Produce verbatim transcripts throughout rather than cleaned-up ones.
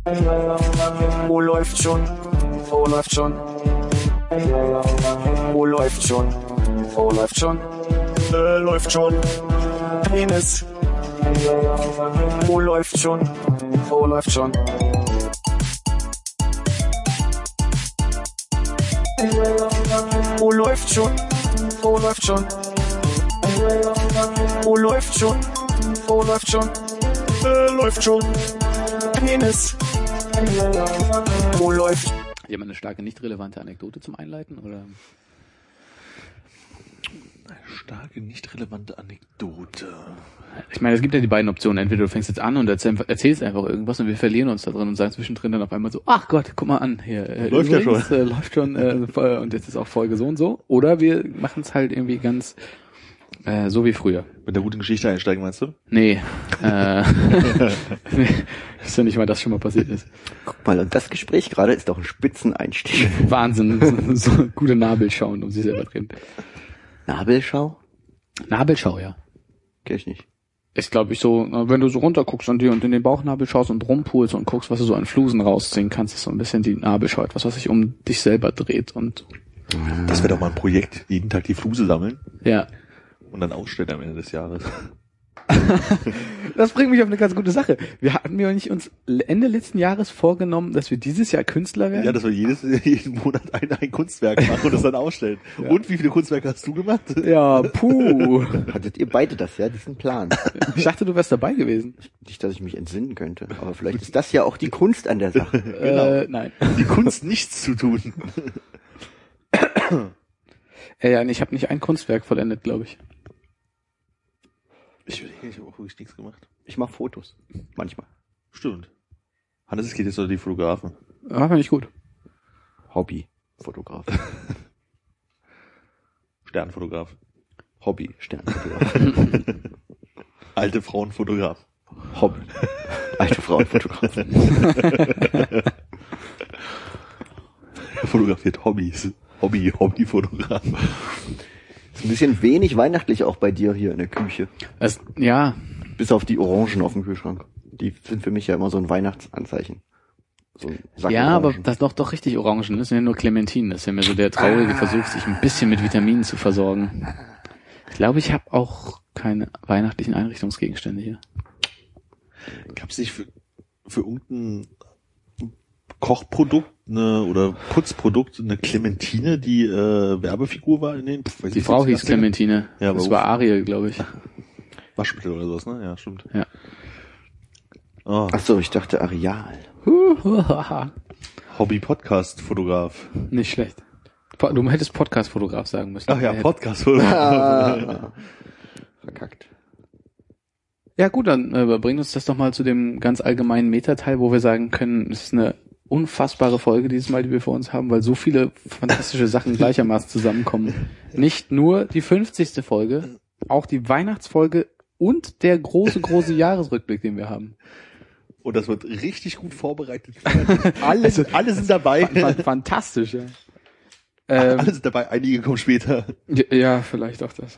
Wo läuft schon? Wo läuft schon? Wo läuft schon? Wo läuft schon? Äh, läuft schon. Penis. Wo läuft schon? Wo läuft schon? Wo läuft schon? Wo läuft schon? Wo läuft schon? Wo läuft schon? Äh, läuft schon. Penis. Wo läuft? Hier mal eine starke, nicht relevante Anekdote zum Einleiten, oder? Eine starke, nicht relevante Anekdote. Ich meine, es gibt ja die beiden Optionen. Entweder du fängst jetzt an und erzähl, erzählst einfach irgendwas und wir verlieren uns da drin und sagen zwischendrin dann auf einmal so, ach Gott, guck mal an, hier äh, läuft übrigens, ja schon. Äh, läuft schon äh, und jetzt ist auch Folge so und so. Oder wir machen es halt irgendwie ganz äh, so wie früher. Mit der guten Geschichte einsteigen, meinst du? Nee, äh, nee, ist ja nicht mal, das schon mal passiert ist. Guck mal, und das Gespräch gerade ist doch ein Spitzeneinstieg. Wahnsinn, so, so gute Nabelschauen um sich selber drehen. Nabelschau? Nabelschau, ja. Kenn ich nicht. Ist, glaube ich, so, wenn du so runterguckst an dir und in den Bauchnabel schaust und rumpulst und guckst, was du so an Flusen rausziehen kannst, ist so ein bisschen die Nabelschau, etwas, was sich um dich selber dreht und Das wäre doch mal ein Projekt, jeden Tag die Fluse sammeln ja. und dann ausstellen am Ende des Jahres. Das bringt mich auf eine ganz gute Sache. Wir hatten mir nicht uns Ende letzten Jahres vorgenommen, dass wir dieses Jahr Künstler werden. Ja, dass wir jedes, jeden Monat ein, ein Kunstwerk machen und das dann ausstellen. Ja. Und wie viele Kunstwerke hast du gemacht? Ja, puh. Hattet ihr beide das, ja, diesen Plan? Ich dachte, du wärst dabei gewesen. Nicht, dass ich mich entsinnen könnte, aber vielleicht ist das ja auch die Kunst an der Sache. Äh, nein. Die Kunst, nichts zu tun. Äh, ja, ich habe nicht ein Kunstwerk vollendet, glaube ich. Ich überlege, ich habe auch wirklich nichts gemacht. Ich mache Fotos. Manchmal. Stimmt. Hannes, es geht jetzt unter die Fotografen. Ja, finde ich gut. Hobby-Fotograf. Sternfotograf. Hobby-Sternfotograf. Alte Frauenfotograf. Hobby. Alte Frauenfotograf. Er fotografiert Hobbys. Hobby, Hobbyfotograf. Ist ein bisschen wenig weihnachtlich auch bei dir hier in der Küche. Das, ja, Bis auf die Orangen auf dem Kühlschrank. Die sind für mich ja immer so ein Weihnachtsanzeichen. So ein Sack ja, aber Orangen. das doch doch richtig Orangen. Das sind ja nur Clementinen. Das ist ja mehr so der traurige Versuch, sich ein bisschen mit Vitaminen zu versorgen. Ich glaube, ich habe auch keine weihnachtlichen Einrichtungsgegenstände hier. Gab es nicht für, für irgendein Kochprodukt eine, oder Putzprodukt eine Clementine, die äh, Werbefigur war in den... Pff, weiß Die ich, Frau die hieß Clementine. Ja, aber das wo- war Ariel, glaube ich. Waschmittel oder sowas, ne? Ja, stimmt. Ja. Oh, Ach so, ich dachte Areal. Hobby-Podcast-Fotograf. Nicht schlecht. Po- Du hättest Podcast-Fotograf sagen müssen. Ach ja, Äh, Podcast-Fotograf. Ah, verkackt. Ja gut, dann äh, bringt uns das doch mal zu dem ganz allgemeinen Metateil, wo wir sagen können, es ist eine unfassbare Folge dieses Mal, die wir vor uns haben, weil so viele fantastische Sachen gleichermaßen zusammenkommen. Nicht nur die fünfzigste Folge, auch die Weihnachtsfolge und der große, große Jahresrückblick, den wir haben. Und das wird richtig gut vorbereitet. Alle, alle sind dabei. Fan- Fantastisch, ja. Ähm, Alle sind dabei, einige kommen später. ja, ja, vielleicht auch das.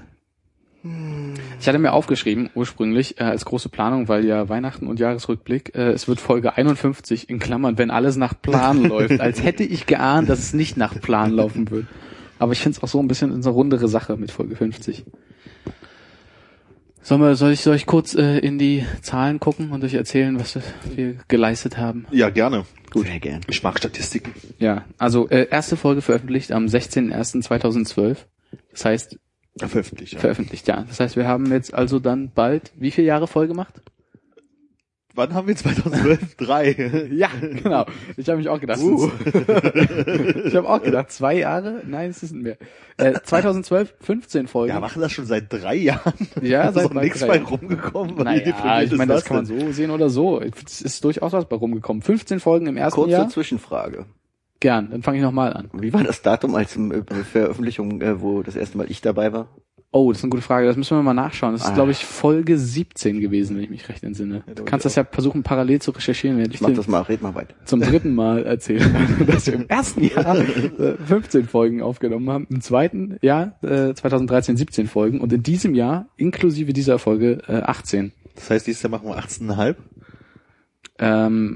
Ich hatte mir aufgeschrieben, ursprünglich, äh, als große Planung, weil ja Weihnachten und Jahresrückblick, äh, es wird Folge einundfünfzig in Klammern, wenn alles nach Plan läuft. Als hätte ich geahnt, dass es nicht nach Plan laufen wird. Aber ich finde es auch so ein bisschen eine rundere Sache mit Folge fünfzig. Sollen wir, soll ich, soll ich kurz äh, in die Zahlen gucken und euch erzählen, was wir geleistet haben? Ja, gerne. Gut, sehr gern. Ich mag Statistiken. Ja, also äh, erste Folge veröffentlicht am sechzehnten ersten zweitausendzwölf. Das heißt, Ja, veröffentlicht, ja. veröffentlicht, ja. Das heißt, wir haben jetzt also dann bald wie viele Jahre voll gemacht? Wann haben wir zweitausendzwölf? Drei. Ja, genau. Ich habe mich auch gedacht. Uh. Ich habe auch gedacht, zwei Jahre? Nein, es sind mehr. Äh, zweitausendzwölf, fünfzehn Folgen. Ja, machen das schon seit drei Jahren. Ja, Da ist seit doch drei nichts drei bei Jahren. rumgekommen. Wie Naja, deprimiert ich ist meine, das kann man denn? so sehen oder so. Es ist durchaus was bei rumgekommen. fünfzehn Folgen im ersten Kurze Jahr. Zwischenfrage. Gern, dann fange ich nochmal an. Wie war das Datum als äh, Veröffentlichung, äh, wo das erste Mal ich dabei war? Oh, das ist eine gute Frage. Das müssen wir mal nachschauen. Das ist, Ah. glaube ich, Folge siebzehn gewesen, wenn ich mich recht entsinne. da Du muss kannst ich das ja versuchen, parallel zu recherchieren, während Ich ich mach dir das mal, red mal weiter. zum dritten Mal erzählen, dass wir im ersten Jahr äh, fünfzehn Folgen aufgenommen haben, im zweiten Jahr äh, zweitausenddreizehn siebzehn Folgen und in diesem Jahr, inklusive dieser Folge, äh, achtzehn. Das heißt, dieses Jahr machen wir achtzehn Komma fünf. Ähm,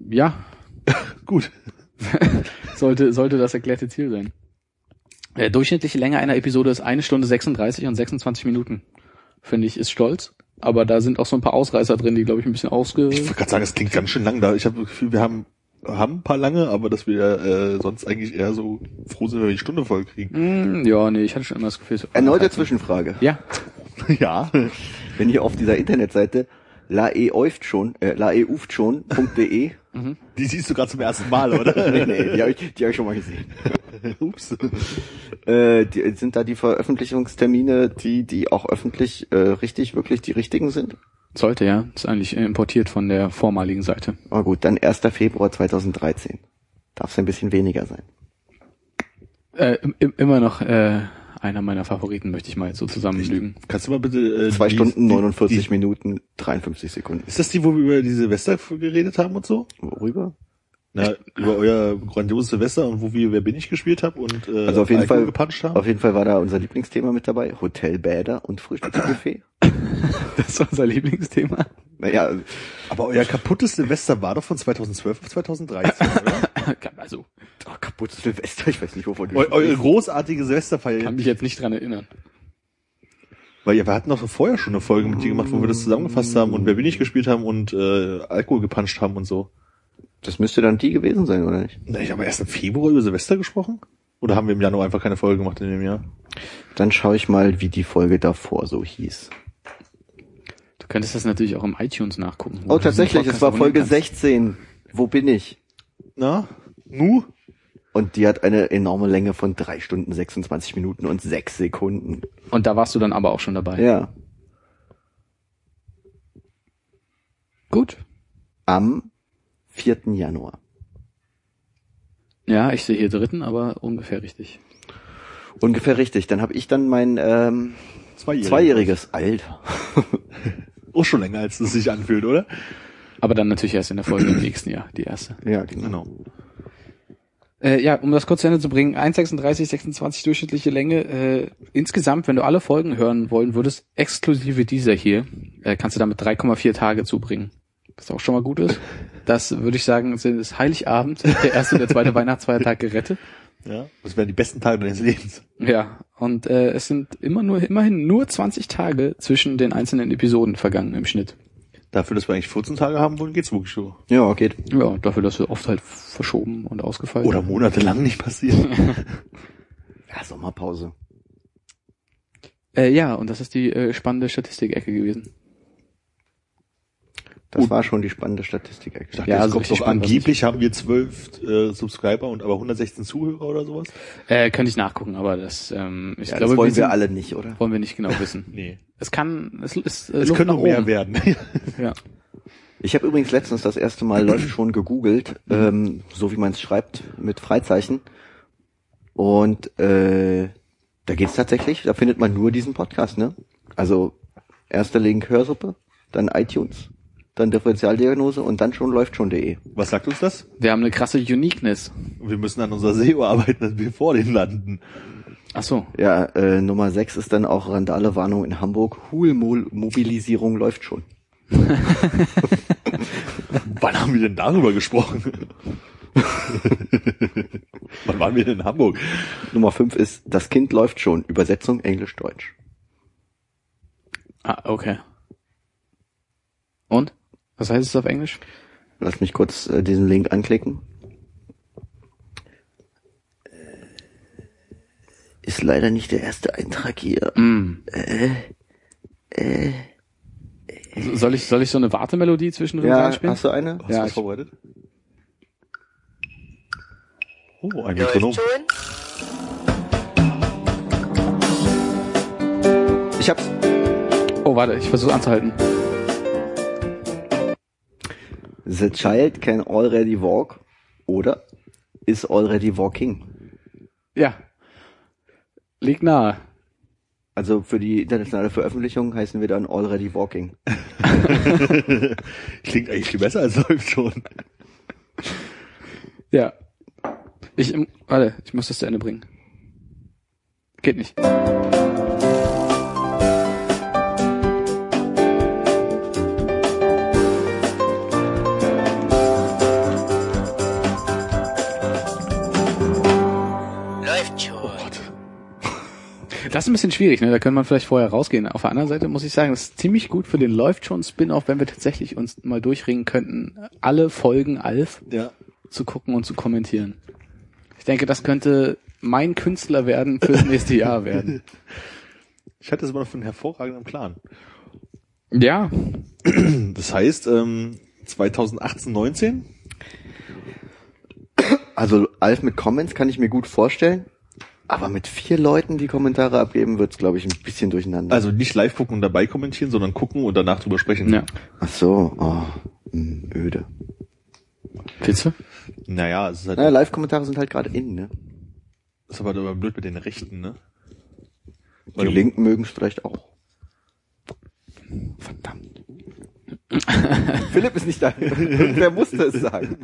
Ja, Gut. sollte, sollte das erklärte Ziel sein. Äh, durchschnittliche Länge einer Episode ist eine Stunde sechsunddreißig und sechsundzwanzig Minuten. Finde ich, ist stolz. Aber da sind auch so ein paar Ausreißer drin, die, glaube ich, ein bisschen ausge... Ich wollte gerade sagen, es klingt ganz schön lang da. Ich habe das Gefühl, wir haben haben ein paar lange, aber dass wir äh, sonst eigentlich eher so froh sind, wenn wir die Stunde voll kriegen. Mm, ja, nee, ich hatte schon immer das Gefühl... So Erneute Zwischenfrage. Ja. Ja. Wenn ihr auf dieser Internetseite laeuftschon, äh, laeuftschon.de Mhm. Die siehst du gerade zum ersten Mal, oder? nee, nee, die habe ich, die hab ich schon mal gesehen. Ups. Äh, die, sind da die Veröffentlichungstermine, die, die auch öffentlich äh, richtig, wirklich die richtigen sind? Sollte, ja. Ist eigentlich importiert von der vormaligen Seite. Na gut, dann erster Februar zweitausenddreizehn. Darf es ein bisschen weniger sein. Äh, im, immer noch äh, einer meiner Favoriten, möchte ich mal jetzt so zusammenlügen. Kannst du mal bitte... Äh, Zwei die, Stunden, neunundvierzig die, Minuten, dreiundfünfzig Sekunden. Ist das die, wo wir über die Silvester geredet haben und so? Worüber? Na, über euer grandioses Silvester und wo wir Wer bin ich gespielt habe und äh, Also auf jeden Alkohol Fall, gepanscht haben? auf jeden Fall war da unser Lieblingsthema mit dabei. Hotelbäder und Frühstücksbuffet. Das ist unser Lieblingsthema. Naja, Aber euer kaputtes Silvester war doch von zweitausendzwölf bis zweitausenddreizehn, oder? Also, oh, kaputtes Silvester, ich weiß nicht, wovon du Eu eure sprichst. großartige Silvesterfeier. kann mich jetzt nicht dran erinnern. Weil ja, wir hatten doch vorher schon eine Folge mit dir gemacht, wo wir das zusammengefasst haben und Wer bin ich gespielt haben und äh, Alkohol gepanscht haben und so. Das müsste dann die gewesen sein, oder nicht? Na, ich habe erst im Februar über Silvester gesprochen? Oder haben wir im Januar einfach keine Folge gemacht in dem Jahr? Dann schaue ich mal, wie die Folge davor so hieß. Du könntest das natürlich auch im iTunes nachgucken. Oh, tatsächlich, es war Folge sechzehn. Wo bin ich? Na? Nu? Und die hat eine enorme Länge von drei Stunden, sechsundzwanzig Minuten und sechs Sekunden. Und da warst du dann aber auch schon dabei. Ja. Gut. Am vierten Januar. Ja, ich sehe hier dritten, aber ungefähr richtig. Ungefähr richtig. Dann habe ich dann mein ähm, Zweijähriges. zweijähriges Alter. Auch schon länger, als es sich anfühlt, oder? Aber dann natürlich erst in der Folge im nächsten Jahr, die erste. Ja, genau. Genau. Äh, ja, um das kurz zu Ende zu bringen, eins Komma sechsunddreißig, sechsundzwanzig durchschnittliche Länge. Äh, insgesamt, wenn du alle Folgen hören wollen würdest, exklusive dieser hier, äh, kannst du damit drei Komma vier Tage zubringen. Was auch schon mal gut ist. Das würde ich sagen, ist Heiligabend, der erste und der zweite Weihnachtsfeiertag gerettet. Ja. Das wären die besten Tage deines Lebens. Ja, und äh, es sind immer nur immerhin nur zwanzig Tage zwischen den einzelnen Episoden vergangen im Schnitt. Dafür, dass wir eigentlich vierzehn Tage haben wollen, geht's wirklich so. Ja, geht. Ja, dafür, dass wir oft halt verschoben und ausgefallen Oder monatelang nicht passiert. Ja, Sommerpause. Äh, ja, und das ist die äh, spannende Statistik-Ecke gewesen. Das Gut. war schon die spannende Statistik. Ich dachte, Ja, ja, also kommt richtig doch spannend, was angeblich haben wir zwölf äh, Subscriber und aber hundertsechzehn Zuhörer oder sowas. Äh, könnte ich nachgucken, aber das, ähm, ich Ja, glaube, das wollen wir sind, alle nicht, oder? wollen wir nicht genau wissen. Nee. Es kann, es ist, äh, Es Luft können nach noch mehr oben. werden. Ja. Ich habe übrigens letztens das erste Mal läuft schon gegoogelt, ähm, so wie man es schreibt, mit Freizeichen. Und äh, da geht's tatsächlich, da findet man nur diesen Podcast, ne? Also erster Link Hörsuppe, dann iTunes, dann Differentialdiagnose und dann schon läuft schon.de. Was sagt uns das? Wir haben eine krasse Uniqueness. Wir müssen an unserer S E O arbeiten, dass wir vor denen landen. Ach so. Ja, äh, Nummer sechs ist dann auch Randale-Warnung in Hamburg. Hul-Mobilisierung läuft schon. Wann haben wir denn darüber gesprochen? Wann waren wir denn in Hamburg? Nummer fünf ist, das Kind läuft schon. Übersetzung Englisch-Deutsch. Ah, okay. Und? Was heißt es auf Englisch? Lass mich kurz äh, diesen Link anklicken. Ist leider nicht der erste Eintrag hier. Mm. Äh, äh, Soll ich, soll ich so eine Wartemelodie zwischendrin ja, einspielen? hast du eine? Hast Ja, du was ich- vorbereitet? Oh, ein Läuft Metronom. schon? Ich hab's. Oh, warte, ich versuche anzuhalten. The child can already walk oder is already walking. Ja. Liegt nahe. Also für die internationale Veröffentlichung heißen wir dann already walking. Klingt eigentlich viel besser als läuft schon. Ja. Ich, ähm, warte, ich muss das zu Ende bringen. Geht nicht. Das ist ein bisschen schwierig, ne? Da könnte man vielleicht vorher rausgehen. Auf der anderen Seite muss ich sagen, das ist ziemlich gut für den läuft schon Spin-off, wenn wir tatsächlich uns mal durchringen könnten, alle Folgen Alf Ja. zu gucken und zu kommentieren. Ich denke, das könnte mein Künstler werden fürs nächste Jahr werden. Ich hatte das immer noch für einen hervorragenden Plan. Ja. Das heißt, ähm, zweitausendachtzehn, neunzehn? Also Alf mit Comments kann ich mir gut vorstellen, aber mit vier Leuten, die Kommentare abgeben, wird's, glaube ich, ein bisschen durcheinander. Also nicht live gucken und dabei kommentieren, sondern gucken und danach drüber sprechen. Ja. Ach so, oh, mh, öde. Findest du? Naja, es ist halt, Naja, Live-Kommentare sind halt gerade in, ne? ist aber aber blöd mit den Rechten, ne? Die Linken mögen es vielleicht auch. Verdammt. Philipp ist nicht da. Wer musste es sagen?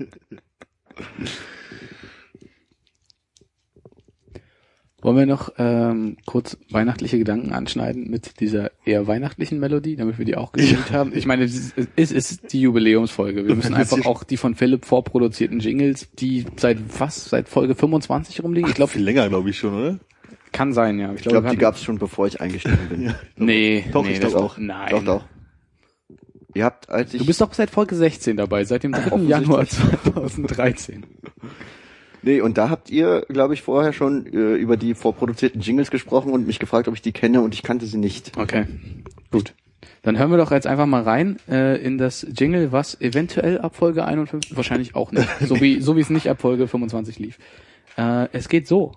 Wollen wir noch ähm, kurz weihnachtliche Gedanken anschneiden mit dieser eher weihnachtlichen Melodie, damit wir die auch gespielt haben? Ich meine, es ist, es ist die Jubiläumsfolge. Wir müssen einfach auch die von Philipp vorproduzierten Jingles, die seit was? Seit Folge fünfundzwanzig rumliegen? Ich glaube, viel länger, glaube ich schon, oder? kann sein, ja. Ich glaube, die gab's schon, bevor ich eingestiegen bin. Ja, Nee, Doch, nee, ich das glaub auch. Nein. Doch, doch. Ihr habt, als ich... Du bist doch seit Folge sechzehn dabei, seit dem dritten Januar zweitausenddreizehn. Nee, und da habt ihr, glaube ich, vorher schon äh, über die vorproduzierten Jingles gesprochen und mich gefragt, ob ich die kenne, und ich kannte sie nicht. Okay, gut. Dann hören wir doch jetzt einfach mal rein äh, in das Jingle, was eventuell ab Folge einundfünfzig, wahrscheinlich auch nicht, so wie so wie es nicht ab Folge fünfundzwanzig lief. Äh, es geht so.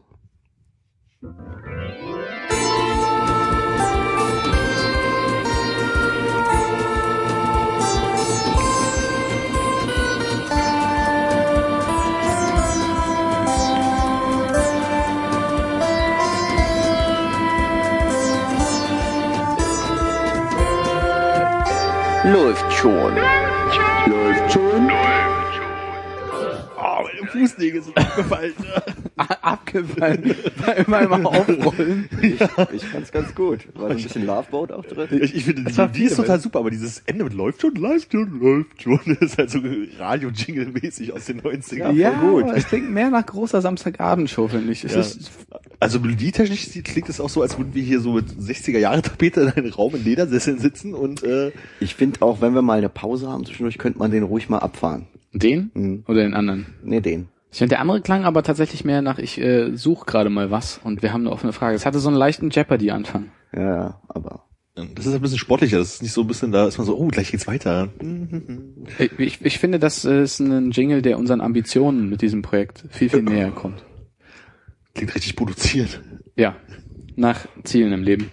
Läuft schon. Läuft schon. Oh, meine Fußnägel sind abgefallen. Abgefallen bei meinem Aufrollen. Ich, ich fand's ganz gut. War so ein bisschen Loveboat auch drin. Ich, ich finde, die, war die ist viel, total super, aber dieses Ende mit läuft schon, läuft schon, läuft schon, das ist halt so Radio-Jingle-mäßig aus den neunzigern. Ja, gut. aber es klingt mehr nach großer Samstagabendshow, finde ich. Es Ja. ist, Also melodietechnisch klingt es auch so, als würden wir hier so mit sechziger-Jahre-Tapete in einem Raum in Ledersesseln sitzen und äh, Ich finde auch, wenn wir mal eine Pause haben zwischendurch, könnte man den ruhig mal abfahren. den Mhm. oder den anderen? Nee, den. Ich finde, der andere klang aber tatsächlich mehr nach, ich äh, suche gerade mal was und wir haben eine offene Frage. Es hatte so einen leichten Jeopardy-Anfang. Ja, ja, aber... das ist ein bisschen sportlicher, das ist nicht so ein bisschen, da ist man so, oh, gleich geht's weiter. Ich, ich, ich finde, das ist ein Jingle, der unseren Ambitionen mit diesem Projekt viel, viel näher kommt. Klingt richtig produziert. Ja, nach Zielen im Leben.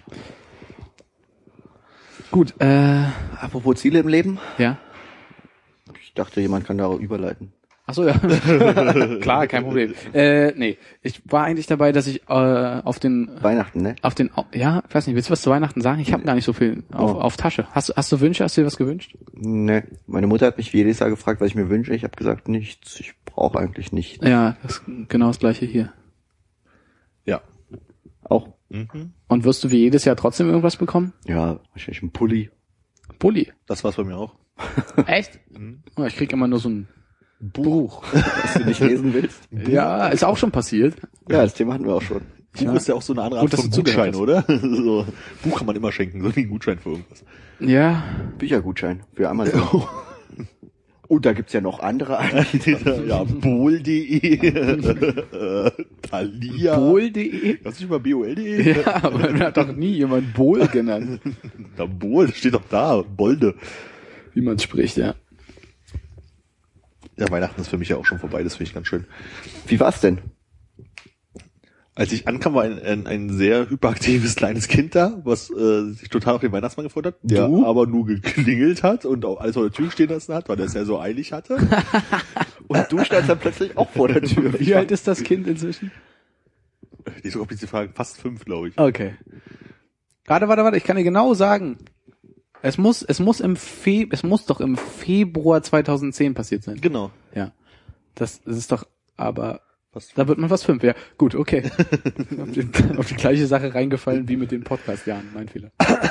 Gut, äh, Apropos Ziele im Leben. ja. Ich dachte, jemand kann da überleiten. Ach so, ja. Klar, kein Problem. Äh, nee, ich war eigentlich dabei, dass ich äh, auf den Weihnachten, ne? auf den ja, ich weiß nicht, willst du was zu Weihnachten sagen? Ich habe gar nicht so viel auf, Oh. auf Tasche. Hast du hast du Wünsche? Hast du dir was gewünscht? Ne. Meine Mutter hat mich jedes Jahr gefragt, was ich mir wünsche. Ich habe gesagt, nichts. Ich brauche eigentlich nichts. Ja, das ist genau das gleiche hier. Ja. Auch, Mhm. Und wirst du wie jedes Jahr trotzdem irgendwas bekommen? ja, wahrscheinlich ein Pulli. Bulli. Das war's bei mir auch. Echt? Oh, ich krieg immer nur so ein Buch. Was du nicht lesen willst. Ja, ist auch schon passiert. Ja, das Thema hatten wir auch schon. Buch Ja. ist ja auch so eine andere Art Gut, dass von du zugehört Gutschein, oder? So, Buch kann man immer schenken, so wie ein Gutschein für irgendwas. Ja, Büchergutschein für Amazon. Oh, da gibt's ja noch andere Anbieter. Ja, bol punkt de, Thalia. Bol punkt de. Hast du nicht mal B O L punkt de? Ja, aber mir hat doch nie jemand Bol genannt, Na, Bol, das steht doch da, Bolde. wie man spricht, ja. Ja, Weihnachten ist für mich ja auch schon vorbei, das finde ich ganz schön. Wie war's denn? Als ich ankam, war ein, ein, ein sehr hyperaktives kleines Kind da, was äh, sich total auf den Weihnachtsmann gefreut hat, der Du? aber nur geklingelt hat und auch alles vor der Tür stehen lassen hat, weil er es ja so eilig hatte. Und du standst dann plötzlich auch vor der Tür. Wie alt ist das Kind inzwischen? Die so komplizierte Frage, fast fünf, glaube ich. Okay. Warte, warte, warte, ich kann dir genau sagen. Es muss, es muss im Fe, es muss doch im Februar zweitausendzehn passiert sein. Genau. Ja. Das, das ist doch, aber, Fast da wird man fast fünf, ja. Gut, okay. auf, die, auf die gleiche Sache reingefallen wie mit den Podcast-Jahren, mein Fehler.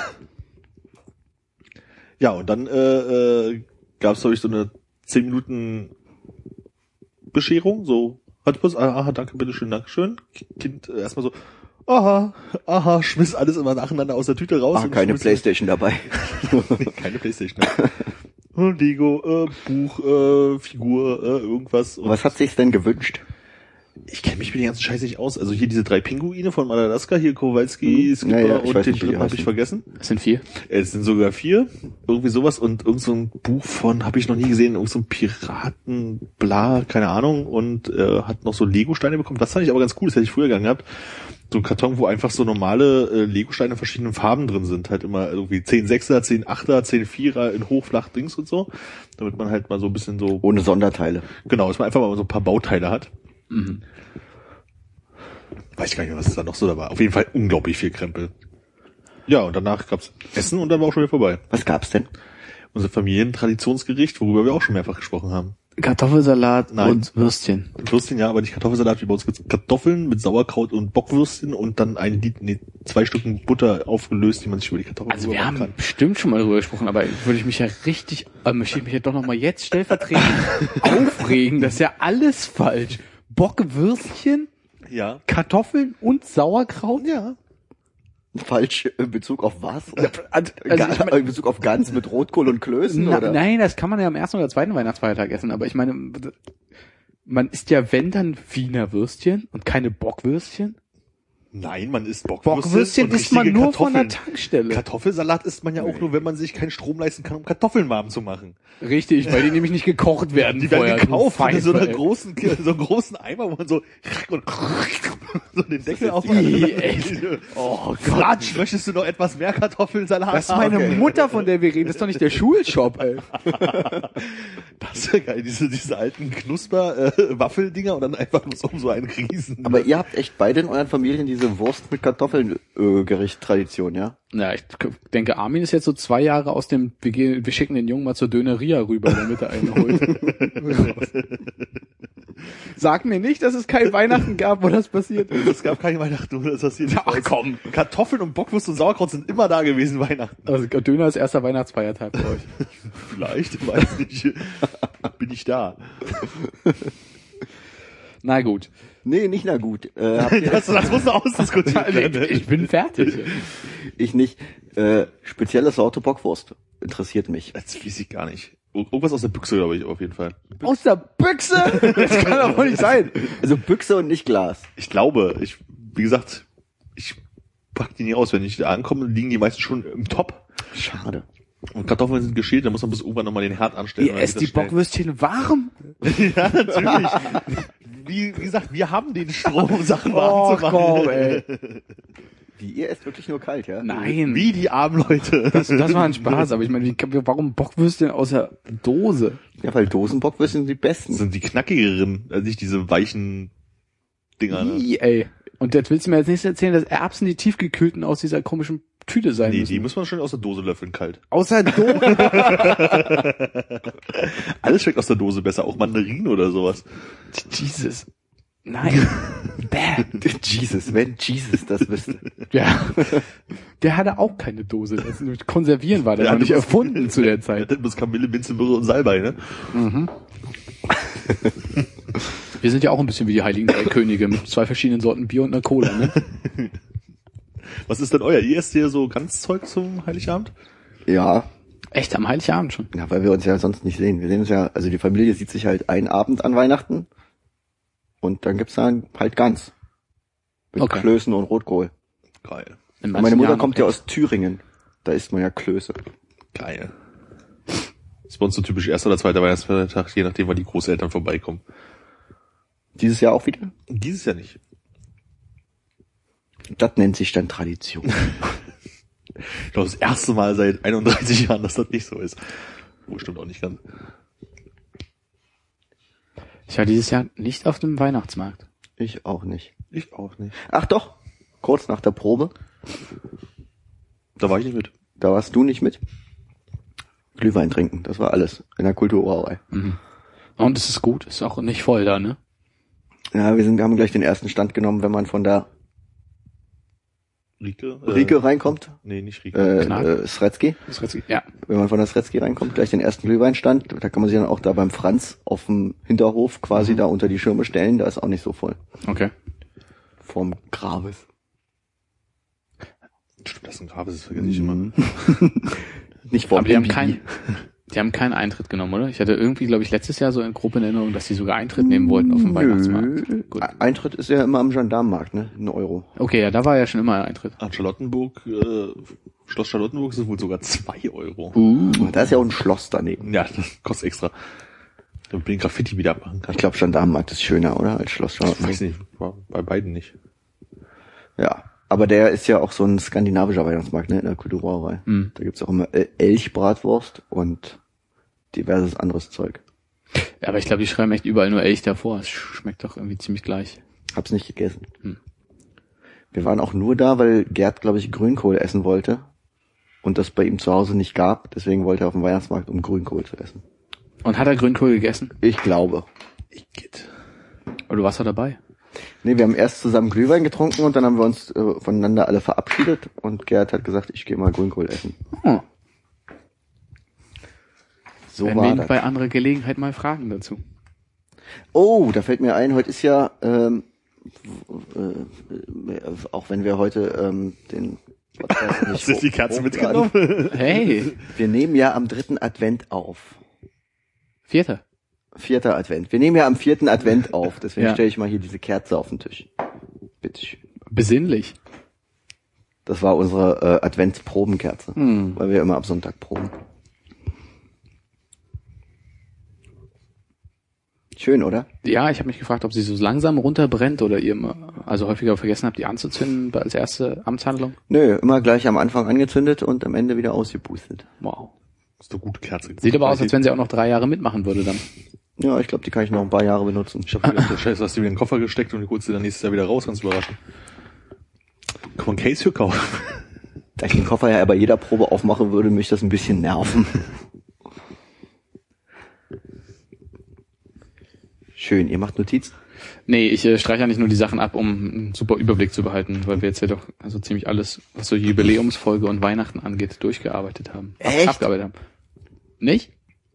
Ja, und dann äh, äh, gab es, glaube ich, so eine zehn Minuten Bescherung, so, hat was, ah, danke, bitteschön, dankeschön. Kind äh, erstmal so, aha, aha, schmiss alles immer nacheinander aus der Tüte raus. Ah, und keine schmiss- Playstation dabei. nee, keine Playstation. Und Lego, äh, Buch, äh, Figur, äh, irgendwas. Und Was hat sich's denn gewünscht? ich kenne mich mit den ganzen Scheiß nicht aus. Also hier diese drei Pinguine von Madagaskar, hier Kowalski, Mhm. Skipper Ja, ja, ich und weiß den nicht, wie die dritten habe heißen. ich vergessen. Es sind vier. Es sind sogar vier. Irgendwie sowas und irgend so ein Buch von, habe ich noch nie gesehen, irgend so ein Piraten, bla, keine Ahnung. Und äh, hat noch so Lego-Steine bekommen. Das fand ich aber ganz cool, das hätte ich früher gern gehabt. So ein Karton, wo einfach so normale äh, Lego-Steine in verschiedenen Farben drin sind. Halt immer irgendwie zehn Sechser, zehn Achter, zehn Vierer in hoch, flach, Dings und so. Damit man halt mal so ein bisschen so, Ohne Sonderteile. genau, dass man einfach mal so ein paar Bauteile hat. Mhm. Weiß ich gar nicht mehr, was es da noch so da war. Auf jeden Fall unglaublich viel Krempel. Ja, und danach gab's Essen und dann war auch schon wieder vorbei. Was gab's denn? Unser Familientraditionsgericht, worüber wir auch schon mehrfach gesprochen haben. Kartoffelsalat Nein. und Würstchen. Würstchen, ja, aber nicht Kartoffelsalat, wie bei uns gibt's Kartoffeln mit Sauerkraut und Bockwürstchen und dann ein Liter, nee, zwei Stücken Butter aufgelöst, die man sich über die Kartoffeln Also wir rüber haben machen kann. bestimmt schon mal drüber gesprochen, aber würde ich mich ja richtig, äh, möchte ich mich ja doch nochmal jetzt stellvertretend aufregen. Das ist ja alles falsch. Bockwürstchen, Ja. Kartoffeln und Sauerkraut? Ja. Falsch in Bezug auf was? Also, Ga- ich mein, in Bezug auf Gans mit Rotkohl und Klößen, na, oder? nein, das kann man ja am ersten oder zweiten Weihnachtsfeiertag essen, aber ich meine, man isst ja, wenn dann Wiener Würstchen und keine Bockwürstchen. Nein, man isst Bockwürstchen, Bockwürstchen und isst man richtige nur von der Kartoffeln. Tankstelle. Kartoffelsalat isst man ja auch nur, wenn man sich keinen Strom leisten kann, um Kartoffeln warm zu machen. Richtig, weil die nämlich nicht gekocht werden Die werden vorher. gekauft Du in so einer Pfeife, ey. großen, so einem großen Eimer, wo man so, und so den Deckel auf. Ih, echt? Oh Quatsch, möchtest du noch etwas mehr Kartoffelsalat? Das ist meine haben? Mutter, von der wir reden. Das ist doch nicht der Schulshop, ey. Das ist ja geil, diese, diese alten Knusper-Waffeldinger und dann einfach nur so, so einen Riesen. Aber ihr habt echt beide in euren Familien diese Wurst mit Kartoffeln äh, Gericht-Tradition, ja? Ja, ich denke, Armin ist jetzt so zwei Jahre aus dem, wir, gehen, wir schicken den Jungen mal zur Döneria rüber, damit er einen holt. Sag mir nicht, dass es kein Weihnachten gab, wo das passiert ist. Es gab keine Weihnachten, wo das passiert ist. Ach, komm. Kartoffeln und Bockwurst und Sauerkraut sind immer da gewesen, Weihnachten. Also Döner ist erster Weihnachtsfeiertag bei euch. Vielleicht, weiß nicht. Bin ich da. Na gut. Nee, nicht na gut. Äh, habt ihr, Das, das muss noch ausdiskutiert werden. Ich bin fertig. ich nicht. Äh, spezielle Sorte Bockwurst interessiert mich. Das weiß ich gar nicht. Irgendwas aus der Büchse, glaube ich, auf jeden Fall. Aus der Büchse? Das kann doch wohl nicht sein. Also Büchse und nicht Glas. Ich glaube, ich, wie gesagt, ich pack die nie aus. Wenn ich da ankomme, liegen die meisten schon im Top. Schade. Und Kartoffeln sind geschält, dann muss man bis irgendwann nochmal den Herd anstellen. Ihr Dann esst geht die das schnell. Bockwürstchen warm? Ja, natürlich. Wie, wie gesagt, wir haben den Strom, Sachen warm Oh, zu machen. komm, ey. Wie, ihr esst wirklich nur kalt, ja? Nein. Wie die armen Leute. Das, das war ein Spaß, aber ich meine, wie, warum Bockwürstchen aus der Dose? Ja, weil Dosenbockwürstchen sind die Das besten. sind die knackigeren, also nicht diese weichen Dinger. Ne? Ih, ey. Und jetzt willst du mir jetzt nicht erzählen, dass Erbsen, die tiefgekühlten, aus dieser komischen Tüte sein Nee, müssen? die muss man schon aus der Dose löffeln, kalt. Außer Dose? Alles schmeckt aus der Dose besser, auch Mandarinen oder sowas. Jesus. Nein. Bäh. Jesus, wenn Jesus das wüsste. Ja. Der hatte auch keine Dose. Das Konservieren war der Ja, noch nicht du musst- erfunden zu der Ja, Zeit. das muss Kamille, Minzenbürger und Salbei, ne? Wir sind ja auch ein bisschen wie die Heiligen Drei Könige mit zwei verschiedenen Sorten Bier und einer Cola, ne? Was ist denn euer? Ihr esst hier so ganz Zeug zum Heiligabend? Ja, Echt, am Heiligabend schon. ja, weil wir uns ja sonst nicht sehen. Wir sehen uns ja, also die Familie sieht sich halt einen Abend an Weihnachten und dann gibt's dann halt Gans. Mit Okay. Klößen und Rotkohl. Geil. In Meine manchen Mutter Jahren kommt auch ja echt. aus Thüringen. Da isst man ja Klöße. Geil. Das ist bei uns so typisch erster oder zweiter Weihnachtsfeiertag, je nachdem, wann die Großeltern vorbeikommen. Dieses Jahr auch wieder? Dieses Jahr nicht. Das nennt sich dann Tradition. Ich glaube, das erste Mal seit einunddreißig Jahren, dass das nicht so ist. Oh, stimmt auch nicht ganz. Ich war dieses Jahr nicht auf dem Weihnachtsmarkt. Ich auch nicht. Ich auch nicht. Ach doch, kurz nach der Probe, Da war ich nicht mit. da warst du nicht mit. Glühwein trinken, das war alles. In der Kulturbrauerei. Und es ist gut, ist auch nicht voll da, ne? Ja, wir sind, wir haben gleich den ersten Stand genommen, wenn man von der Rike? Rike reinkommt. Nee, nicht Rike. Äh, Knall. äh, Sretzky. Das ist jetzt- Ja. Wenn man von der Sretzky reinkommt, gleich den ersten Glühweinstand. Da kann man sich dann auch da beim Franz auf dem Hinterhof quasi da unter die Schirme stellen. Da ist auch nicht so voll. Okay. Vorm Grabes. Stimmt, das ist ein Gravis, das vergesse ich immer. Nicht vor Aber die haben M V P. keinen, die haben keinen Eintritt genommen, oder? Ich hatte irgendwie, glaube ich, letztes Jahr so eine Gruppe in Erinnerung, dass die sogar Eintritt nehmen wollten auf dem Weihnachtsmarkt. Gut. Eintritt ist ja immer am Gendarmenmarkt, ne? Ein Euro. Okay, ja, da war ja schon immer ein Eintritt. An Charlottenburg, äh, Schloss Charlottenburg ist wohl sogar zwei Euro. Uh, da ist ja auch ein Schloss daneben. Ja, das kostet extra. Damit man den Graffiti wieder machen kann. Ich glaube, Gendarmenmarkt ist schöner, oder? Als Schloss Ich Charlottenburg. weiß nicht, war bei beiden nicht. Ja. Aber der ist ja auch so ein skandinavischer Weihnachtsmarkt, ne? In der Kulturbrauerei. Mhm. Da gibt's auch immer äh, Elchbratwurst und diverses anderes Zeug. Ja, aber ich glaube, die schreiben echt überall nur Elch davor. Es schmeckt doch irgendwie ziemlich gleich. Hab's nicht gegessen. Hm. Wir waren auch nur da, weil Gerd, glaube ich, Grünkohl essen wollte und das bei ihm zu Hause nicht gab. Deswegen wollte er auf dem Weihnachtsmarkt, um Grünkohl zu essen. Und hat er Grünkohl gegessen? Ich glaube. Ich geht. Oder du warst doch dabei? Nee, wir haben erst zusammen Glühwein getrunken und dann haben wir uns äh, voneinander alle verabschiedet und Gerd hat gesagt, ich gehe mal Grünkohl essen. Oh. So Werden war wir ihn das. bei anderer Gelegenheit mal fragen dazu. Oh, da fällt mir ein, heute ist ja, ähm, äh, auch wenn wir heute ähm, den Podcast nicht Hast du die Kerze hochladen. mitgenommen? Hey, Wir nehmen ja am dritten Advent auf. Vierter. Vierter Advent. Wir nehmen ja am vierten Advent auf, deswegen Ja. stelle ich mal hier diese Kerze auf den Tisch. Bitte. Besinnlich. Das war unsere äh, Adventsprobenkerze, Hm. weil wir immer ab Sonntag proben. Schön, oder? Ja, ich habe mich gefragt, ob sie so langsam runterbrennt oder ihr immer, also häufiger vergessen habt, die anzuzünden als erste Amtshandlung. Nö, immer gleich am Anfang angezündet und am Ende wieder ausgepustet. Wow. Das ist eine gute Kerze. Sieht aber aus, als wenn sie auch noch drei Jahre mitmachen würde dann. Ja, ich glaube, die kann ich noch ein paar Jahre benutzen. Ich hab gedacht, Scheiße, hast du wieder in den Koffer gesteckt und die holst du dann nächstes Jahr wieder raus, ganz überraschend. Kann man Case für kaufen. Da ich den Koffer ja bei jeder Probe aufmache, würde mich das ein bisschen nerven. Schön, ihr macht Notizen? Nee, ich äh, streiche ja nicht nur die Sachen ab, um einen super Überblick zu behalten, weil wir jetzt ja doch also ziemlich alles, was so Jubiläumsfolge und Weihnachten angeht, durchgearbeitet haben. Ab- Echt? Abgearbeitet haben. Nicht?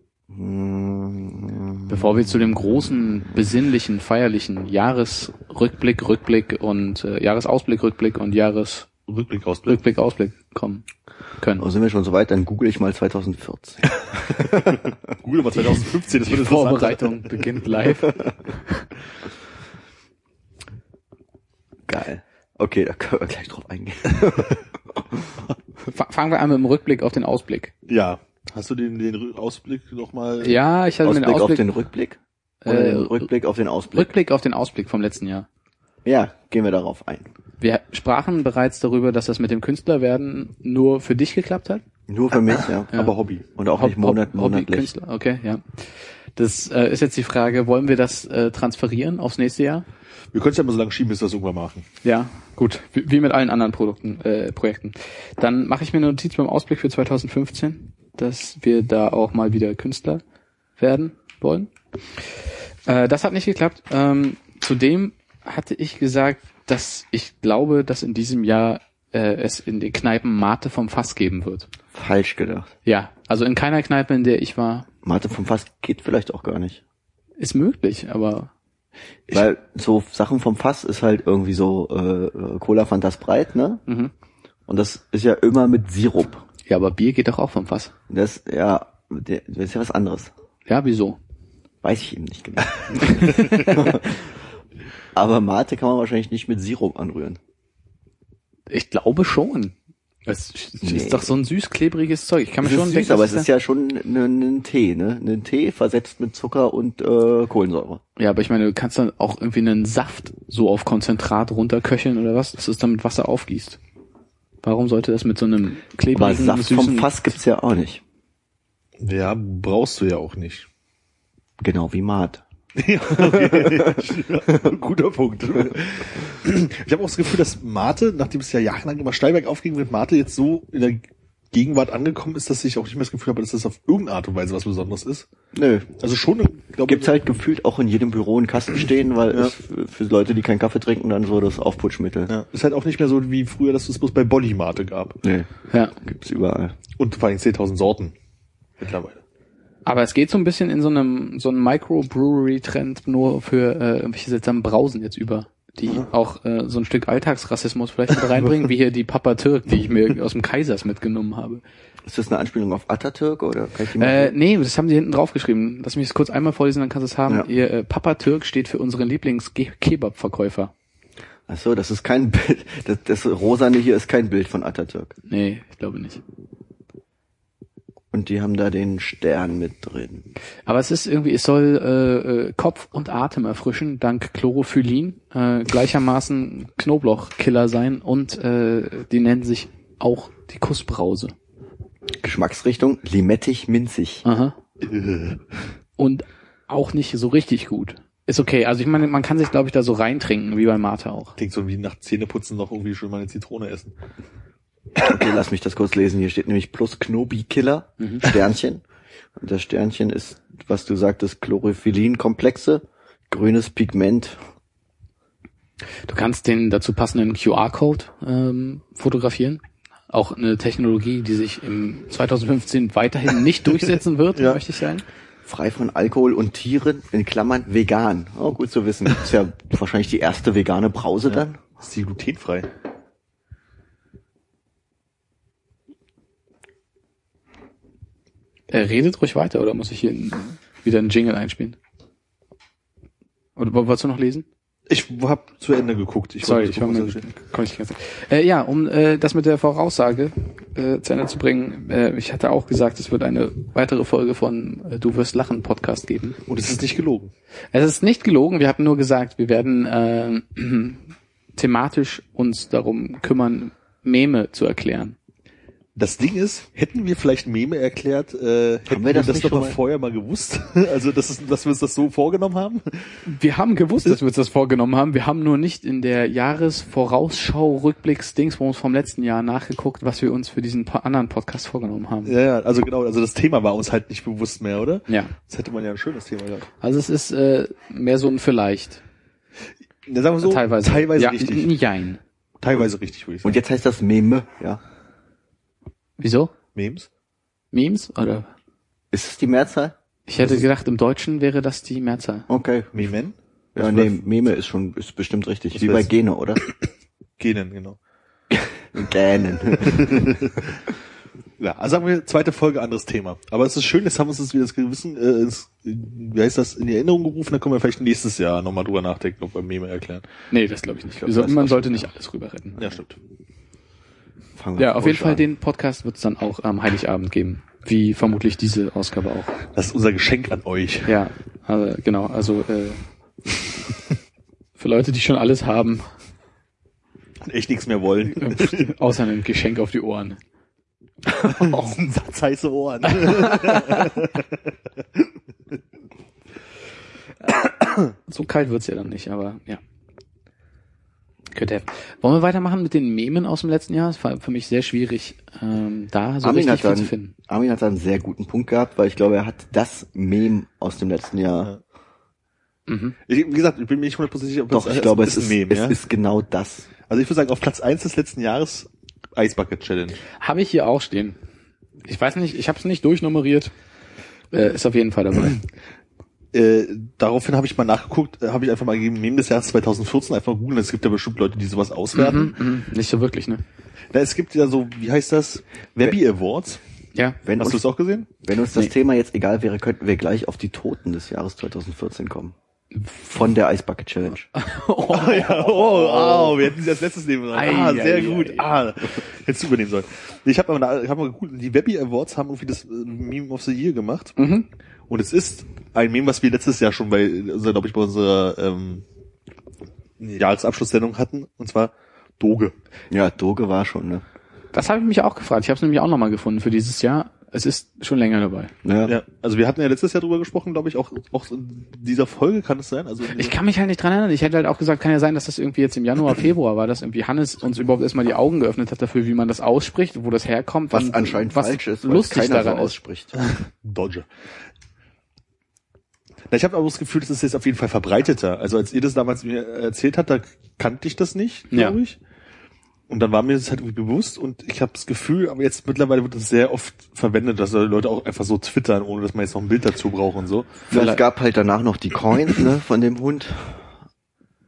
Hm, Bevor wir zu dem großen, besinnlichen, feierlichen Jahresrückblick, Rückblick und äh, Jahresausblick, Rückblick und Jahresrückblick, Rückblick, Ausblick. Ausblick kommen können. oh, sind wir schon so weit? Dann google ich mal zwanzig vierzehn. Google mal zwanzig fünfzehn, das Die wird interessant. Vorbereitung beginnt live. Geil. Okay, da können wir gleich drauf eingehen. F- Fangen wir an mit dem Rückblick auf den Ausblick. Ja. Hast du den, den Rü- Ausblick nochmal? Ja, ich hatte Ausblick, den Ausblick, auf den Rückblick? Oder Äh, den Rückblick auf den Ausblick? Rückblick auf den Ausblick vom letzten Jahr. Ja, gehen wir darauf ein. Wir sprachen bereits darüber, dass das mit dem Künstlerwerden nur für dich geklappt hat. Nur für mich, ja. Ja. Aber Hobby. Und auch nicht monat, Hobby- monatlich. Künstler, okay, ja. Das äh, ist jetzt die Frage, wollen wir das äh, transferieren aufs nächste Jahr? Wir können es ja mal so lange schieben, bis wir es irgendwann machen. Ja, gut, wie, wie mit allen anderen Produkten, äh, Projekten. Dann mache ich mir eine Notiz beim Ausblick für zwanzig fünfzehn, dass wir da auch mal wieder Künstler werden wollen. Äh, das hat nicht geklappt. Ähm, zudem hatte ich gesagt, dass ich glaube, dass in diesem Jahr äh, es in den Kneipen Mate vom Fass geben wird. Falsch gedacht. Ja, also in keiner Kneipe, in der ich war, Mate vom Fass geht vielleicht auch gar nicht. ist möglich, aber Weil so Sachen vom Fass ist halt irgendwie so äh, Cola Fanta Sprite, ne? mhm. Und das ist ja immer mit Sirup. ja, aber Bier geht doch auch vom Fass. Das, ja, der- das ist ja was anderes. Ja, wieso? Weiß ich eben nicht genau. Aber Mate kann man wahrscheinlich nicht mit Sirup anrühren. Ich glaube schon. Es ist Nee. doch so ein süß-klebriges Zeug. Ich kann mir Es ist schon süß, denken, aber dass es ist ja schon ein, ein Tee, ne? Ein Tee versetzt mit Zucker und äh, Kohlensäure. ja, aber ich meine, du kannst dann auch irgendwie einen Saft so auf Konzentrat runterköcheln oder was, dass du es dann mit Wasser aufgießt. Warum sollte das mit so einem Aber klebrigen, Saft süßen... vom Fass gibt's ja auch nicht. Ja, brauchst du ja auch nicht. Genau wie Mate. Ja, okay. Guter Punkt. Ich habe auch das Gefühl, dass Mate, nachdem es ja jahrelang immer steil bergauf ging, mit Mate jetzt so in der Gegenwart angekommen ist, dass ich auch nicht mehr das Gefühl habe, dass das auf irgendeine Art und Weise was Besonderes ist. Nö. Also schon, glaube Gibt's halt gefühlt auch in jedem Büro einen Kasten stehen, weil Ja. es für, für Leute, die keinen Kaffee trinken, dann so das Aufputschmittel. Ja, ist halt auch nicht mehr so wie früher, dass es bloß bei Bolli Mate gab. Nee, Ja, gibt's überall. Und vor allem zehntausend Sorten mittlerweile. aber es geht so ein bisschen in so einem so einem Microbrewery-Trend nur für äh, irgendwelche seltsamen Brausen jetzt über. die auch äh, so ein Stück Alltagsrassismus vielleicht mit reinbringen, wie hier die Papa Türk, die ich mir aus dem Kaisers mitgenommen habe. Ist das eine Anspielung auf Atatürk oder kann ich die mal Äh, nee, das haben sie hinten drauf geschrieben. Lass mich das kurz einmal vorlesen, dann kannst du es haben. Ja. Ihr äh, Papa Türk steht für unseren Lieblings-Kebab-Verkäufer. Ach so, das ist kein Bild. Das, das Rosane hier ist kein Bild von Atatürk. Nee, ich glaube nicht. Und die haben da den Stern mit drin. Aber es ist irgendwie, es soll äh, äh, Kopf und Atem erfrischen, dank Chlorophyllin, äh, gleichermaßen Knoblauchkiller sein und äh, die nennen sich auch die Kussbrause. Geschmacksrichtung limettig-minzig. Aha. Und auch nicht so richtig gut. Ist okay, also ich meine, man kann sich, glaube ich, da so reintrinken, wie bei Mate auch. Klingt so wie nach Zähneputzen noch irgendwie schon mal eine Zitrone essen. Okay, lass mich das kurz lesen. Hier steht nämlich plus Knobi-Killer, Mhm. Sternchen. Und das Sternchen ist, was du sagtest, Chlorophyllin-Komplexe, grünes Pigment. Du kannst den dazu passenden Q R-Code ähm, fotografieren. Auch eine Technologie, die sich im zwanzig fünfzehn weiterhin nicht durchsetzen wird, Ja. möchte ich sagen. Frei von Alkohol und Tieren, in Klammern vegan. Oh, gut zu wissen. Ist ja wahrscheinlich die erste vegane Brause dann. Ist die glutenfrei? Er redet ruhig weiter, oder muss ich hier n- wieder einen Jingle einspielen? Oder wo- wolltest du noch lesen? Ich hab zu Ende geguckt. Ich Sorry, wollte ich war gucken, mir, was da steht. komm ich die ganze Zeit. Äh, ja, um äh, das mit der Voraussage äh, zu Ende zu bringen. Äh, ich hatte auch gesagt, es wird eine weitere Folge von äh, Du wirst lachen Podcast geben. Und es ist nicht gelogen. Es ist nicht gelogen, wir hatten nur gesagt, wir werden äh, thematisch uns darum kümmern, Meme zu erklären. Das Ding ist, hätten wir vielleicht Meme erklärt, äh, hätten wir wir das das, nicht doch schon mal mal? vorher mal gewusst. Also, das ist, dass wir uns das so vorgenommen haben. Wir haben gewusst, dass wir uns das vorgenommen haben. Wir haben nur nicht in der Jahresvorausschau, Rückblicks, Dingsbums vom letzten Jahr nachgeguckt, was wir uns für diesen po- anderen Podcast vorgenommen haben. Ja, ja, also genau, also das Thema war uns halt nicht bewusst mehr, oder? Ja. Das hätte man ja ein schönes Thema gehabt. Also es ist äh, mehr so ein Vielleicht. Ja, sagen wir so, teilweise. teilweise ja, richtig. n- Jein. Teilweise richtig, würde ich sagen. Und jetzt heißt das Meme, ja. Wieso? Memes? Memes? Oder? Ist es die Mehrzahl? Ich hätte gedacht, im Deutschen wäre das die Mehrzahl. Okay. Memen? Ja, Was nee, wird- Meme ist schon, ist bestimmt richtig. Was Wie bei wird's? Gene, oder? Genen, genau. Gähnen. Ja, also sagen wir, zweite Folge, anderes Thema. Aber es ist schön, jetzt haben wir uns das wieder das Gewissen, äh, ins, wie heißt das, in die Erinnerung gerufen, dann können wir vielleicht nächstes Jahr nochmal drüber nachdenken, ob wir Meme erklären. Nee, das glaube ich nicht. glaub, Wir sollten- das man ist sollte absolut, nicht alles rüber retten. Ja, stimmt. Fangen wir Ja, auf jeden frisch Fall an. den Podcast wird es dann auch am Heiligabend geben. Wie vermutlich diese Ausgabe auch. Das ist unser Geschenk an euch. Ja, also, genau. Also äh, für Leute, die schon alles haben, Und echt nichts mehr wollen. äh, außer ein Geschenk auf die Ohren. Oh, ein Satz heiße Ohren. So kalt wird's ja dann nicht, aber ja. Könnte helfen. Wollen wir weitermachen mit den Memen aus dem letzten Jahr? Es war für mich sehr schwierig, ähm, da so Armin richtig hat, viel dann, zu finden. Armin hat da einen sehr guten Punkt gehabt, weil ich glaube, er hat das Meme aus dem letzten Jahr. Mhm. Ich, wie gesagt, ich bin mir nicht hundertprozentig sicher, ob Doch, das ich glaube, ein es ist, Meme, es ja? ist genau das. Also ich würde sagen, auf Platz eins des letzten Jahres Ice Bucket Challenge. Habe ich hier auch stehen. Ich weiß nicht, ich habe es nicht durchnummeriert. Äh, ist auf jeden Fall dabei. Äh, daraufhin habe ich mal nachgeguckt, äh, habe ich einfach mal gegeben, Meme des Jahres zwanzig vierzehn, einfach googeln, es gibt ja bestimmt Leute, die sowas auswerten. Mhm, mhm. Nicht so wirklich, ne? Na, es gibt ja so, wie heißt das? Webby Awards. Ja. Wenn Hast du uns, es auch gesehen? wenn uns das Nee. Thema jetzt egal wäre, könnten wir gleich auf die Toten des Jahres zwanzig vierzehn kommen. Von der Ice Bucket Challenge. Oh, ja, oh, oh, wir hätten sie als letztes nehmen sollen. Ah, Ei, sehr ei, gut. ei. Ah, hättest du übernehmen sollen. Ich habe mal, ich hab mal geguckt, die Webby Awards haben irgendwie das äh, Meme of the Year gemacht. Mhm. Und es ist ein Meme, was wir letztes Jahr schon bei, also, glaube ich, bei unserer ähm, Jahresabschlusssendung hatten. Und zwar Doge. Ja, Doge war schon, ne? Das habe ich mich auch gefragt. Ich habe es nämlich auch nochmal gefunden für dieses Jahr. Es ist schon länger dabei. Ja. Ja, also wir hatten ja letztes Jahr drüber gesprochen, glaube ich, auch, auch in dieser Folge kann es sein. Also in Ich dieser- kann mich halt nicht dran erinnern. Ich hätte halt auch gesagt, kann ja sein, dass das irgendwie jetzt im Januar, Februar war, dass irgendwie Hannes uns überhaupt erstmal die Augen geöffnet hat dafür, wie man das ausspricht, wo das herkommt. Was und anscheinend was falsch ist, weil es lustig keiner so daran ist. ausspricht. Dodge. Na, ich habe aber das Gefühl, das ist jetzt auf jeden Fall verbreiteter. Also als ihr das damals mir erzählt habt, da kannte ich das nicht, glaube Ja. ich. Und dann war mir das halt irgendwie bewusst und ich habe das Gefühl, aber jetzt mittlerweile wird das sehr oft verwendet, dass Leute auch einfach so twittern, ohne dass man jetzt noch ein Bild dazu braucht und so. Ja, es gab halt danach noch die Coins, ne, von dem Hund.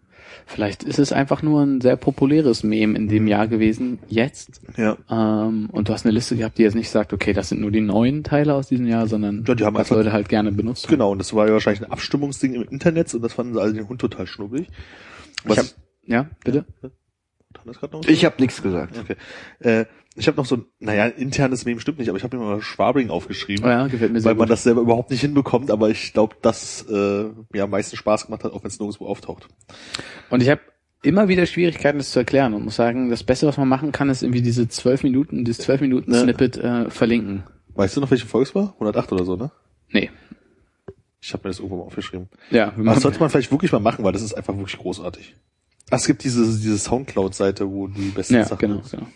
Vielleicht ist es einfach nur ein sehr populäres Meme in dem Jahr gewesen, jetzt. Ja. Ähm, und du hast eine Liste gehabt, die jetzt nicht sagt, okay, das sind nur die neuen Teile aus diesem Jahr, sondern Ja, die haben was einfach- Leute halt gerne benutzt. Genau, und das war ja wahrscheinlich ein Abstimmungsding im Internet und das fanden sie alle den Hund total schnubbelig. Was, Ich hab, ja, bitte? Hat das grad noch was? Ich habe nichts gesagt. Okay. Äh, ich habe noch so ein, naja, ein internes Meme stimmt nicht, aber ich habe mir mal Schwabring aufgeschrieben. Oh ja, gefällt mir sehr weil man gut. das selber überhaupt nicht hinbekommt, aber ich glaube, das äh, mir am meisten Spaß gemacht hat, auch wenn es nirgendwo auftaucht. Und ich habe immer wieder Schwierigkeiten, das zu erklären und muss sagen, das Beste, was man machen kann, ist irgendwie diese zwölf Minuten, dieses zwölf Minuten Ne. Snippet äh, verlinken. Weißt du noch, welche Folge es war? hundertacht oder so, ne? Nee. Ich habe mir das irgendwo mal aufgeschrieben. Ja, Aber das sollte man vielleicht wirklich mal machen, weil das ist einfach wirklich großartig. Ach, es gibt diese diese Soundcloud-Seite, wo die besten ja, Sachen genau, genau.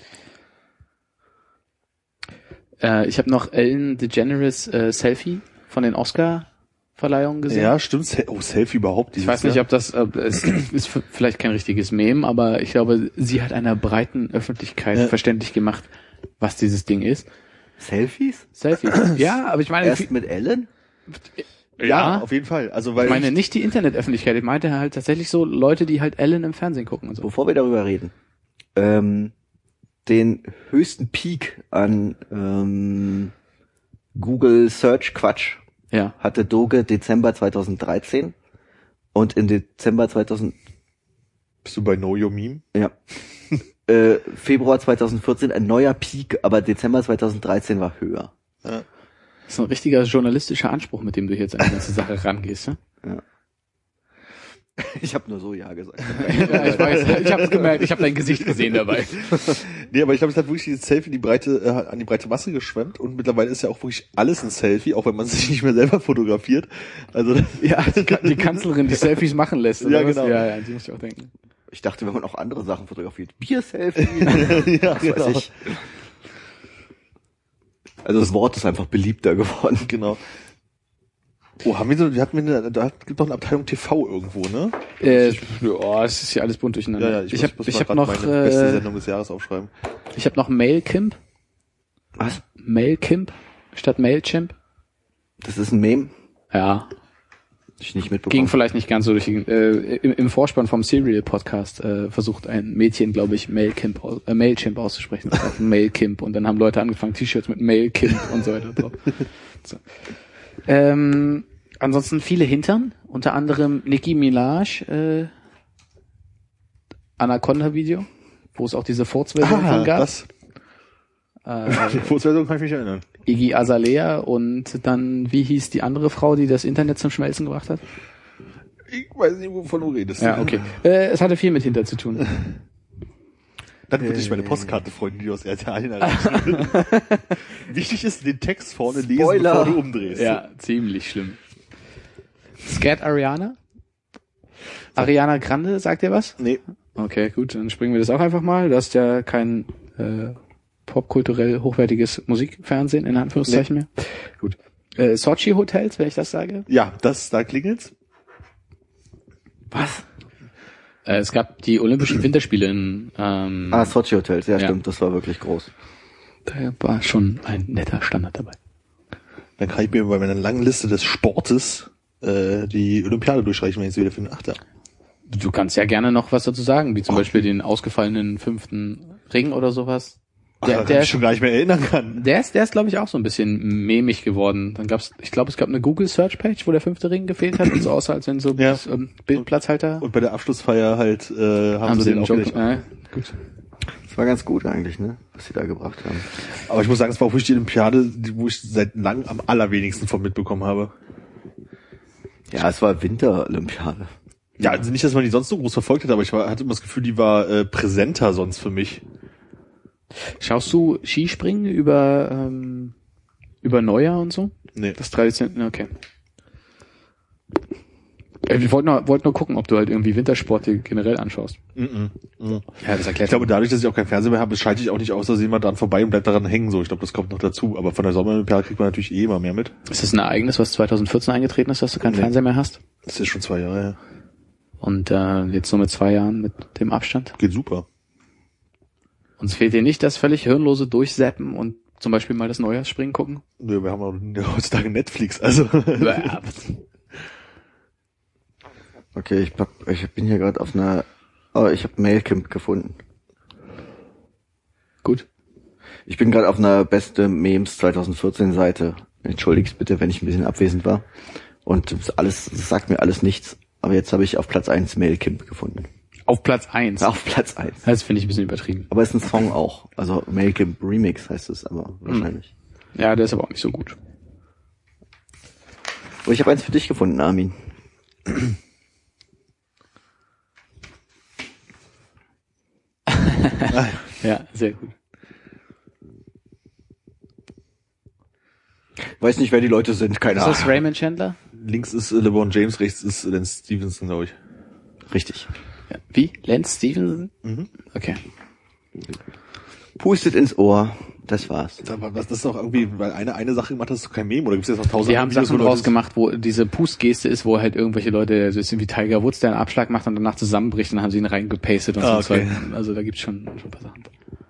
Äh, ich habe noch Ellen DeGeneres äh, Selfie von den Oscar-Verleihungen gesehen. Ja, stimmt. Se- Oh, Selfie überhaupt. Ich weiß nicht, ob das, ob, es ist f- vielleicht kein richtiges Meme, aber ich glaube, sie hat einer breiten Öffentlichkeit Ja. verständlich gemacht, was dieses Ding ist. Selfies? Selfie. Ja, aber ich meine, Erst mit Ellen? ja, ja, auf jeden Fall. Also weil ich meine ich, nicht die Internetöffentlichkeit, ich meinte halt tatsächlich so Leute, die halt Ellen im Fernsehen gucken und so. Bevor wir darüber reden, ähm, den höchsten Peak an ähm, Google Search Quatsch Ja. hatte Doge Dezember zweitausenddreizehn und in Dezember zweitausend, bist du bei Know Your Meme? ja, äh, Februar zweitausendvierzehn ein neuer Peak, aber Dezember zweitausenddreizehn war höher. Ja. Das ist ein richtiger journalistischer Anspruch, mit dem du jetzt an die ganze Sache rangehst, ne? Ich habe nur so ja gesagt. Ja, ich weiß, ich habe es gemerkt, ich habe dein Gesicht gesehen dabei. Nee, aber ich glaube, es hat wirklich dieses Selfie die breite, äh, an die breite Masse geschwemmt und mittlerweile ist ja auch wirklich alles ein Selfie, auch wenn man sich nicht mehr selber fotografiert. Also Ja, die, Ka- die Kanzlerin, die Selfies machen lässt. Oder Ja, was? genau. Ja, ja, die muss ich auch denken. Ich dachte, wenn man auch andere Sachen fotografiert. Bier-Selfie. ja, Was weiß ich. Also das Wort ist einfach beliebter geworden. Genau. Oh, haben wir so, wir hatten wir eine, da gibt doch eine Abteilung T V irgendwo, ne? Äh, ja, es ist hier alles bunt durcheinander. Ja, ja, ich, ich muss, habe muss ich mal hab grad noch meine beste äh, Sendung des Jahres aufschreiben. ich habe noch Mailchimp, Was? Mailchimp statt Mailchimp. Das ist ein Meme? Ja, Ich nicht mitbekommen. ging vielleicht nicht ganz so durch. die- Äh, im, Im Vorspann vom Serial Podcast äh, versucht ein Mädchen, glaube ich, Mailchimp, au- äh, Mailchimp auszusprechen. Das heißt Mailchimp und dann haben Leute angefangen, T-Shirts mit Mailchimp und so weiter drauf. So. Ähm, ansonsten viele Hintern, unter anderem Nicki Minaj, äh, Anaconda-Video, wo es auch diese Furzversion von gab. das. Äh, Die Fußversion kann ich mich erinnern. Iggy Azalea und dann, wie hieß die andere Frau, die das Internet zum Schmelzen gebracht hat? Ich weiß nicht, wovon du redest. Ja, okay. Äh, es hatte viel mit Hinter zu tun. Dann würde ich meine Postkarte freuen, die du aus Italien erreichst. Wichtig ist, den Text vorne lesen, Spoiler. bevor du umdrehst. Ja, ziemlich schlimm. Scat Ariana? Ariana Grande, sagt ihr was? Nee. Okay, gut, dann springen wir das auch einfach mal. Du hast ja kein äh, popkulturell hochwertiges Musikfernsehen, in Anführungszeichen mehr. Gut. Äh, Sochi Hotels, wenn ich das sage? Ja, das, da klingelt's. Was? Äh, es gab die Olympischen Winterspiele in ähm, Ah, Sochi Hotels, ja, Ja. stimmt, das war wirklich groß. da war schon ein netter Standard dabei. Dann kann ich mir bei meiner langen Liste des Sportes äh, die Olympiade durchreichen, wenn ich sie wieder finde. Ach da. Du kannst ja gerne noch was dazu sagen, wie zum Beispiel den ausgefallenen fünften Ring oder sowas. Ach, Der, daran der, ich schon gar nicht mehr erinnern kann. der ist, der ist, glaube ich, auch so ein bisschen memig geworden. Dann gab's, ich glaube, es gab eine Google Search Page, wo der fünfte Ring gefehlt hat und so aussah, als wenn so Ja. das, ähm, Bildplatzhalter Und bei der Abschlussfeier halt äh, haben, sie den, auch Joke. wieder. Äh, gut. Das war ganz gut eigentlich, ne, was sie da gebracht haben. Aber ich muss sagen, es war auch wirklich die Olympiade, die, wo ich seit langem am allerwenigsten von mitbekommen habe. Ja, es war Winterolympiade. Ja, also nicht, dass man die sonst so groß verfolgt hat, aber ich war, hatte immer das Gefühl, die war äh, präsenter sonst für mich. Schaust du Skispringen über, ähm, über Neujahr und so? Nee. Das Tradition, okay. Äh, Ich wollte nur, wollte nur gucken, ob du halt irgendwie Wintersport dir generell anschaust. Mm -mm. Mm. Ja, das erklärt Ich glaube, dadurch, dass ich auch keinen Fernseher mehr habe, schalte ich auch nicht aus, dass jemand dran vorbei und bleibt daran hängen. So, ich glaube, das kommt noch dazu. Aber von der Sommerolympiade kriegt man natürlich eh immer mehr mit. Ist das ein Ereignis, was zwanzig vierzehn eingetreten ist, dass du keinen Nee. Fernseher mehr hast? Das ist schon zwei Jahre her. Und äh, jetzt nur mit zwei Jahren mit dem Abstand? Geht super. Uns fehlt dir nicht das völlig hirnlose Durchseppen und zum Beispiel mal das Neujahrsspringen gucken? Nö, wir haben auch heutzutage Netflix, also. Okay, ich, hab, ich bin hier gerade auf einer, oh, ich habe Mailcamp gefunden. Gut. Ich bin gerade auf einer beste Memes zwanzig vierzehn Seite. Entschuldigt bitte, wenn ich ein bisschen abwesend war. Und das alles, das sagt mir alles nichts. Aber jetzt habe ich auf Platz eins Mailcamp gefunden. Auf Platz eins? Auf Platz eins. Das finde ich ein bisschen übertrieben. Aber es ist ein Song auch. Also Mailcamp Remix heißt es aber wahrscheinlich. Ja, der ist aber auch nicht so gut. Oh, ich habe eins für dich gefunden, Armin. Ja, sehr gut. Weiß nicht, wer die Leute sind, keine Ist Ahnung. das Raymond Chandler? Links ist LeBron James, rechts ist Lance Stevenson, glaube ich. Richtig. Ja. Wie? Lance Stevenson? Mhm. Okay. Pustet ins Ohr, das war's. Aber was, das ist doch irgendwie, weil eine eine Sache gemacht hat, ist doch kein Meme, oder gibt es jetzt noch tausend Die haben Videos, Sachen wo Leute- draus gemacht, wo diese Pustgeste ist, wo halt irgendwelche Leute, so ist wie Tiger Woods, der einen Abschlag macht und danach zusammenbricht, und dann haben sie ihn reingepastet und Ah, so okay. Zeug. Also da gibt's schon, schon ein paar Sachen.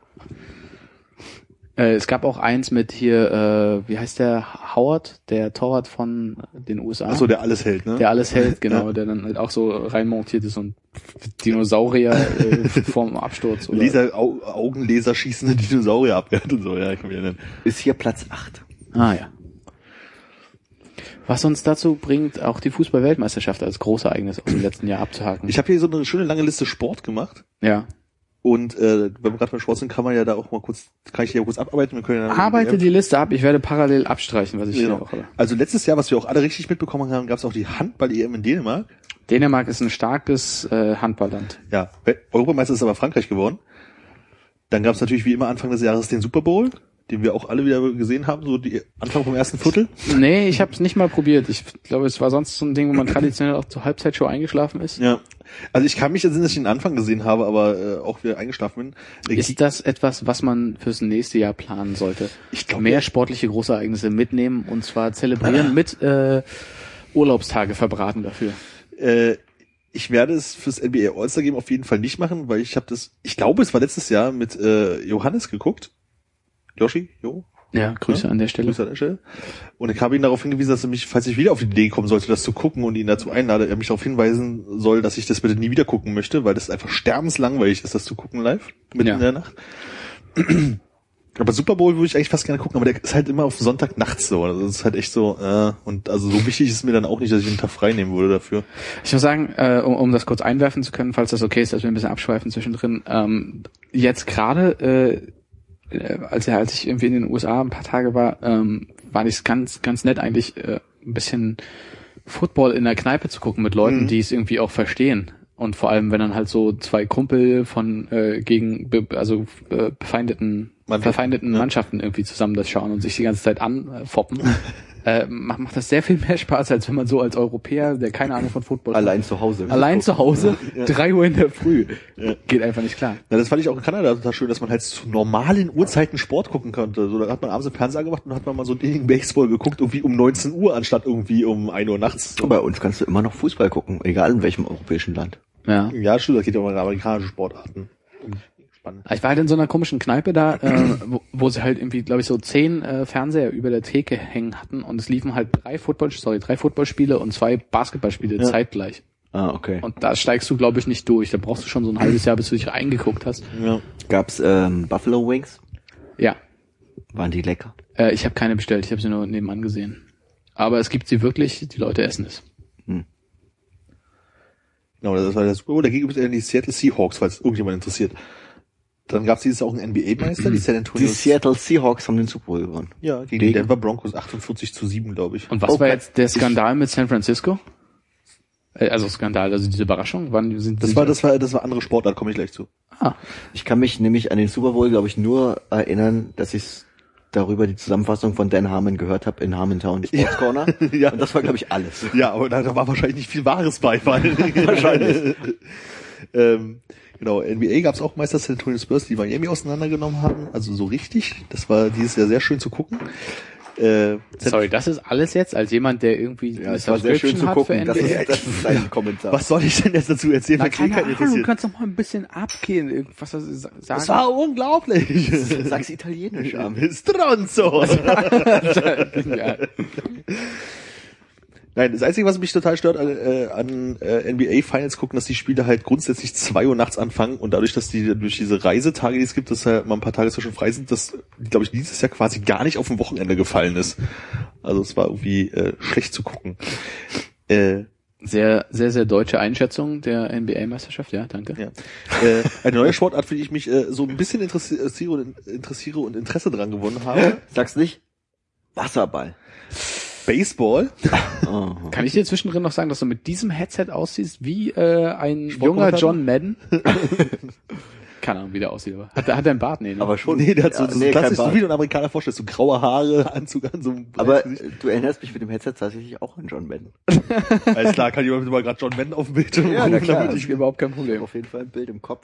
Äh, es gab auch eins mit hier, äh, wie heißt der, Howard, der Torwart von den U S A. Ach so, der alles hält, ne? Der alles hält, genau, Ja. der dann halt auch so reinmontiert ist und Dinosaurier äh, vorm Absturz. Oder? Laser, Au, Augenlaser schießende Dinosaurier abwehrt und so, ja, ich kann mich erinnern. Ist hier Platz acht. Ah ja. Was uns dazu bringt, auch die Fußball-Weltmeisterschaft als Großereignis aus dem letzten Jahr abzuhaken. Ich habe hier so eine schöne lange Liste Sport gemacht. ja. Und äh, wenn wir gerade beim Sport sind, kann man ja da auch mal kurz, kann ich hier kurz abarbeiten. Wir können ja Arbeite die Liste ab, ich werde parallel abstreichen, was ich Genau. hier mache. Also letztes Jahr, was wir auch alle richtig mitbekommen haben, gab es auch die Handball-E M in Dänemark. Dänemark ist ein starkes äh, Handballland. Ja, Europameister ist aber Frankreich geworden. Dann gab es natürlich wie immer Anfang des Jahres den Super Bowl, den wir auch alle wieder gesehen haben, so die Anfang vom ersten Viertel. Nee, ich habe es nicht mal probiert. Ich glaube, es war sonst so ein Ding, wo man traditionell auch zur Halbzeitshow eingeschlafen ist. Ja, also ich kann mich erinnern, dass ich den Anfang gesehen habe, aber äh, auch wieder eingeschlafen bin. Äh, Ist das etwas, was man fürs nächste Jahr planen sollte? Ich glaube, Mehr sportliche Großereignisse mitnehmen und zwar zelebrieren mit äh, Urlaubstage verbraten dafür. Äh, ich werde es fürs N B A All-Star Game auf jeden Fall nicht machen, weil ich habe das, ich glaube, es war letztes Jahr mit äh, Johannes geguckt. Yoshi, Jo? Ja, Grüße Ja, an der Stelle. Grüße an der Stelle. Und ich habe ihn darauf hingewiesen, dass er mich, falls ich wieder auf die Idee kommen sollte, das zu gucken und ihn dazu einlade, er mich darauf hinweisen soll, dass ich das bitte nie wieder gucken möchte, weil das einfach sterbenslangweilig ist, das zu gucken live, mitten Ja. in der Nacht. Aber Super Bowl würde ich eigentlich fast gerne gucken, aber der ist halt immer auf Sonntag nachts so. Also das ist halt echt so, äh, und also so wichtig ist mir dann auch nicht, dass ich einen Tag frei nehmen würde dafür. Ich muss sagen, äh, um, um das kurz einwerfen zu können, falls das okay ist, dass wir ein bisschen abschweifen zwischendrin, ähm, jetzt gerade, äh, äh, als, ja, als ich irgendwie in den U S A ein paar Tage war, ähm, war ich ganz, ganz nett eigentlich, äh, ein bisschen Football in der Kneipe zu gucken mit Leuten, Mhm. die es irgendwie auch verstehen. Und vor allem, wenn dann halt so zwei Kumpel von äh, gegen be, also äh, befeindeten Mannschaften, verfeindeten ja. Mannschaften irgendwie zusammen das schauen und sich die ganze Zeit anfoppen, äh, macht, macht das sehr viel mehr Spaß, als wenn man so als Europäer, der keine Ahnung von Football hat, Allein zu Hause. allein zu Hause, Ja. drei Uhr in der Früh. Ja. Geht einfach nicht klar. Ja, das fand ich auch in Kanada total schön, dass man halt zu normalen Uhrzeiten Sport gucken konnte. So, da hat man abends im Fernseher gemacht und hat man mal so den Baseball geguckt, irgendwie um neunzehn Uhr anstatt irgendwie um ein Uhr nachts. So. Bei uns kannst du immer noch Fußball gucken, egal in welchem europäischen Land. Ja. Ja, stimmt, das geht ja um amerikanische Sportarten. Spannend. Ich war halt in so einer komischen Kneipe da, äh, wo, wo sie halt irgendwie, glaube ich, so zehn äh, Fernseher über der Theke hängen hatten und es liefen halt drei Football, sorry, drei Footballspiele und zwei Basketballspiele Ja. zeitgleich. Ah, okay. Und da steigst du, glaube ich, nicht durch. Da brauchst du schon so ein halbes Jahr, bis du dich reingeguckt hast. Ja. Gab's ähm, Buffalo Wings? Ja. Waren die lecker? Äh, ich habe keine bestellt, ich habe sie nur nebenan gesehen. Aber es gibt sie wirklich, die Leute essen es. Genau, das war der Super Bowl. Dagegen gibt es die Seattle Seahawks, falls irgendjemand interessiert. Dann gab es dieses Jahr auch einen N B A-Meister, die San Antonio. Die Seattle Seahawks haben den Super Bowl gewonnen. Ja, gegen Gegen- die Denver Broncos achtundvierzig zu sieben, glaube ich. Und was Okay. war jetzt der Skandal mit San Francisco? Äh, Also Skandal, also diese Überraschung? Wann sind Das war, das war, das war andere Sportart, komme ich gleich zu. Ah, Ich kann mich nämlich an den Super Bowl, glaube ich, nur erinnern, dass ich darüber die Zusammenfassung von Dan Harmon gehört habe in Harmontown Sports Corner. Ja. Und das war, glaube ich, alles. Ja, aber da, da war wahrscheinlich nicht viel Wahres bei. Weil wahrscheinlich. ähm, genau, N B A gab es auch Meister San Antonio Spurs, die Miami auseinandergenommen haben. Also so richtig. Das war dieses Jahr sehr schön zu gucken. Äh, sorry, das ist alles jetzt, als jemand, der irgendwie Ja, eine es war sehr schön zu hat gucken. für Das N B A? ist, das ist ein Kommentar. was soll ich denn jetzt dazu erzählen, Na, wenn eh keine keinen Ahnung, du interessiert? kannst doch mal ein bisschen abgehen, irgendwas was sagen. Das war unglaublich. Sag's italienisch, Armin. Stronzo. Genial. Nein, das Einzige, was mich total stört an, äh, an äh, N B A Finals gucken, dass die Spiele halt grundsätzlich zwei Uhr nachts anfangen und dadurch, dass die durch diese Reisetage, die es gibt, dass halt mal ein paar Tage zwischen frei sind, dass, glaube ich, dieses Jahr quasi gar nicht auf ein Wochenende gefallen ist. Also es war irgendwie äh, schlecht zu gucken. Äh, Sehr, sehr, sehr deutsche Einschätzung der N B A-Meisterschaft, ja, danke. Ja. Äh, eine neue Sportart, für die ich mich äh, so ein bisschen interessiere und, interessiere und Interesse dran gewonnen habe. Sag's nicht? Wasserball. Baseball. Oh. Kann ich dir zwischendrin noch sagen, dass du mit diesem Headset aussiehst wie äh, ein junger John Madden? Keine Ahnung, wie der aussieht, aber hat, hat er einen Bart? Nee, ne? Aber schon. Nee, der hat so, Ja, so nee, klassisch, kein so wie du einen Amerikaner vorstellst, so graue Haare, Anzug an, so ein Aber Gesicht. du erinnerst mich mit dem Headset tatsächlich auch an John Madden. Alles klar, kann jemand mal gerade John Madden auf dem Bildschirm Ja, na rufen, klar. damit Das ich ist überhaupt kein Problem. Auf jeden Fall ein Bild im Kopf.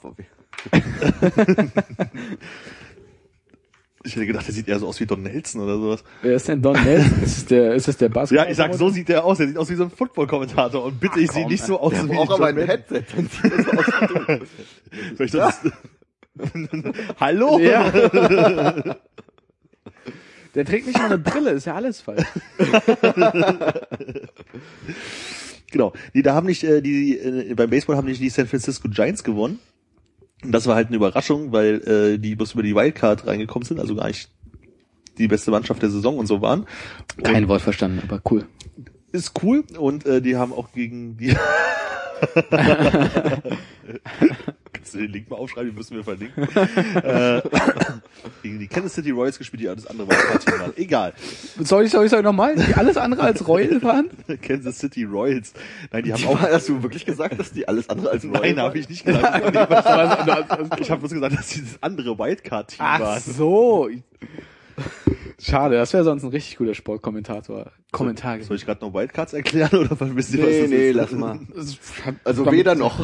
Ich hätte gedacht, der sieht eher so aus wie Don Nelson oder sowas. Wer ist denn Don Nelson? Ist es der, ist es der Basketball? Ja, ich sag, so sieht der aus. Der sieht aus wie so ein Football-Kommentator. Und bitte, ich sehe nicht so aus wie Auch John aber ein Madden. Headset. Dann sieht das aus wie du. Soll ich das? Hallo? Ja. Der trägt nicht mal eine Brille, ist ja alles falsch. Genau. Nee, da haben nicht äh, die äh, beim Baseball haben nicht die San Francisco Giants gewonnen. Und das war halt eine Überraschung, weil äh, die bloß über die Wildcard reingekommen sind, also gar nicht die beste Mannschaft der Saison und so waren. Kein Und Wort verstanden, aber cool. ist cool und äh, die haben auch gegen die Kannst du den Link mal aufschreiben, die müssen wir verlinken. äh, gegen die Kansas City Royals gespielt, die alles andere Wildcard-Team waren. Egal. Sorry, sorry, sorry, nochmal? Die alles andere als Royal waren? Kansas City Royals. Nein, die haben Die auch war, hast du wirklich gesagt, dass die alles andere als Royal Nein, waren? habe ich nicht gesagt. Ich habe bloß gesagt, dass sie das andere Wildcard-Team Ach waren. so. Schade, das wäre sonst ein richtig guter Sportkommentator. Kommentar. Soll ich gerade noch Wildcards erklären oder was wisst ihr, was Nee, das nee, ist? lass mal. Also Damit- weder noch.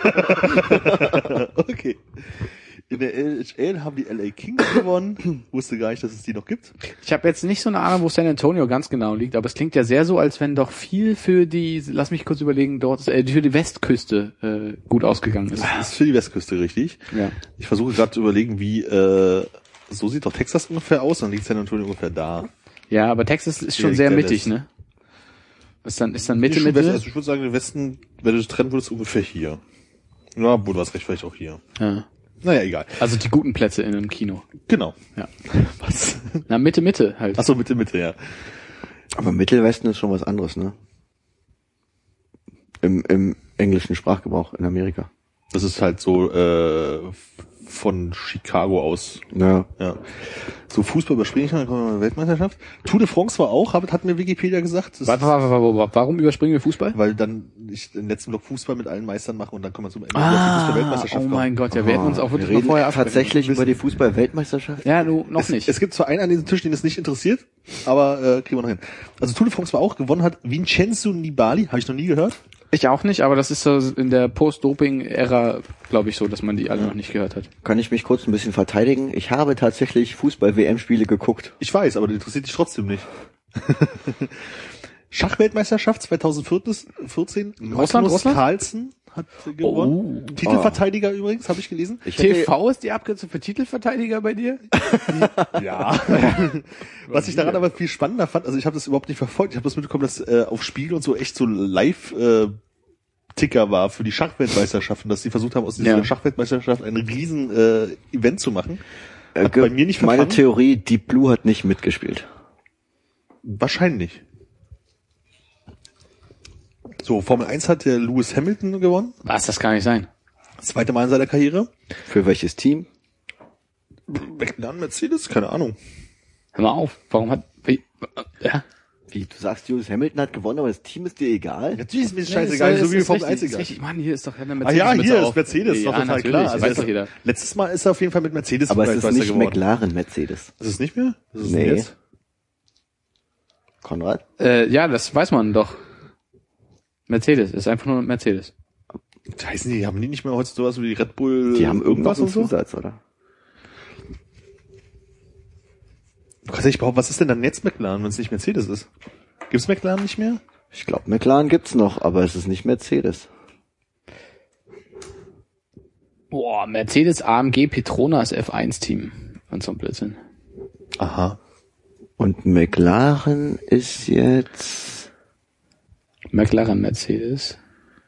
Okay. In der L H L haben die L A Kings gewonnen. Wusste gar nicht, dass es die noch gibt. Ich habe jetzt nicht so eine Ahnung, wo San Antonio ganz genau liegt, aber es klingt ja sehr so, als wenn doch viel für die, lass mich kurz überlegen, dort äh, für die Westküste äh, gut ausgegangen ist. Das ist für die Westküste richtig. Ja. Ich versuche gerade zu überlegen, wie äh, so sieht doch Texas ungefähr aus, dann liegt San Antonio ungefähr da. Ja, aber Texas ist schon Direkt sehr der mittig, Westen. ne? Ist dann, ist dann Mitte, Nicht schon Mitte? West, also ich würde sagen, den Westen, wenn du das trennen würdest, ungefähr hier. Ja, wo du hast recht, vielleicht auch hier. Ja. Naja, egal. Also die guten Plätze in einem Kino. Genau. Ja. Was? Na, Mitte, Mitte halt. Ach so, Mitte, Mitte, ja. Aber Mittelwesten ist schon was anderes, ne? Im, im englischen Sprachgebrauch in Amerika. Das ist halt so äh, von Chicago aus. Ja. Ja. So Fußball überspringe ich noch, dann kommen wir mal Weltmeisterschaft. Tour de France war auch, hat, hat mir Wikipedia gesagt. Das Warte, warte, warte, warte, warum überspringen wir Fußball? weil dann ich den letzten Block Fußball mit allen Meistern mache und dann kommen wir zum Ende Ah, auf die Fußball-Weltmeisterschaft oh kommen. mein Gott, ja, wir hätten uns auch Wir wirklich mal reden vorher absprechen tatsächlich müssen. über die Fußball-Weltmeisterschaft. Ja, du, noch Es, nicht. es gibt zwar einen an diesem Tisch, den es nicht interessiert, aber äh, kriegen wir noch hin. Also Tour de France war auch, gewonnen hat Vincenzo Nibali, habe ich noch nie gehört. Ich auch nicht, aber das ist so in der Post-Doping-Ära, glaube ich, so, dass man die alle noch nicht gehört hat. Kann ich mich kurz ein bisschen verteidigen? Ich habe tatsächlich Fußball-W M-Spiele geguckt. Ich weiß, aber das interessiert dich trotzdem nicht. Schachweltmeisterschaft zwanzig vierzehn. Russland, Magnus Russland? Carlsen hat gewonnen. Oh. Titelverteidiger übrigens, habe ich gelesen. Ich T hätte, V ist die Abkürzung für Titelverteidiger bei dir? Ja. Was ich daran aber viel spannender fand, also ich habe das überhaupt nicht verfolgt, ich habe das mitbekommen, dass äh, auf Spiel und so echt so live äh, Ticker war für die Schachweltmeisterschaften, dass sie versucht haben, aus dieser Ja. Schachweltmeisterschaft ein riesen äh, Event zu machen. äh, Hat bei mir nicht meine verfangen. Theorie, Deep Blue hat nicht mitgespielt. Wahrscheinlich. So, Formel eins hat der Lewis Hamilton gewonnen. Was, das kann nicht sein. Das zweite Mal in seiner Karriere. Für welches Team? McLaren, Mercedes, keine Ahnung. Hör mal auf, warum hat... Wie, ja? Wie, du sagst, Lewis Hamilton hat gewonnen, aber das Team ist dir egal? Natürlich ist mir das Nee, scheißegal, ist- so wie ist Formel richtig, eins ist egal. richtig. Mann, hier ist doch eine Ah Mercedes ja, mit hier drauf. ist Mercedes, ist ja, doch total natürlich, klar. das Also weiß es- doch jeder. Letztes Mal ist er auf jeden Fall mit Mercedes Aber es ist Weltmeister nicht geworden. McLaren Mercedes. Ist es nicht mehr? Was ist es Nee. denn jetzt? Konrad? Äh, ja, das weiß man doch. Mercedes, ist einfach nur Mercedes. Heißen die, haben die nicht mehr heute sowas wie Red Bull? Die haben irgendwas und einen so? Zusatz, oder? Du kannst ja nicht behaupten, was ist denn dann jetzt McLaren, wenn es nicht Mercedes ist? Gibt's McLaren nicht mehr? Ich glaube, McLaren gibt's noch, aber es ist nicht Mercedes. Boah, Mercedes, A M G, Petronas F eins Team. Und so ein Blödsinn. Aha. Und McLaren ist jetzt... McLaren Mercedes.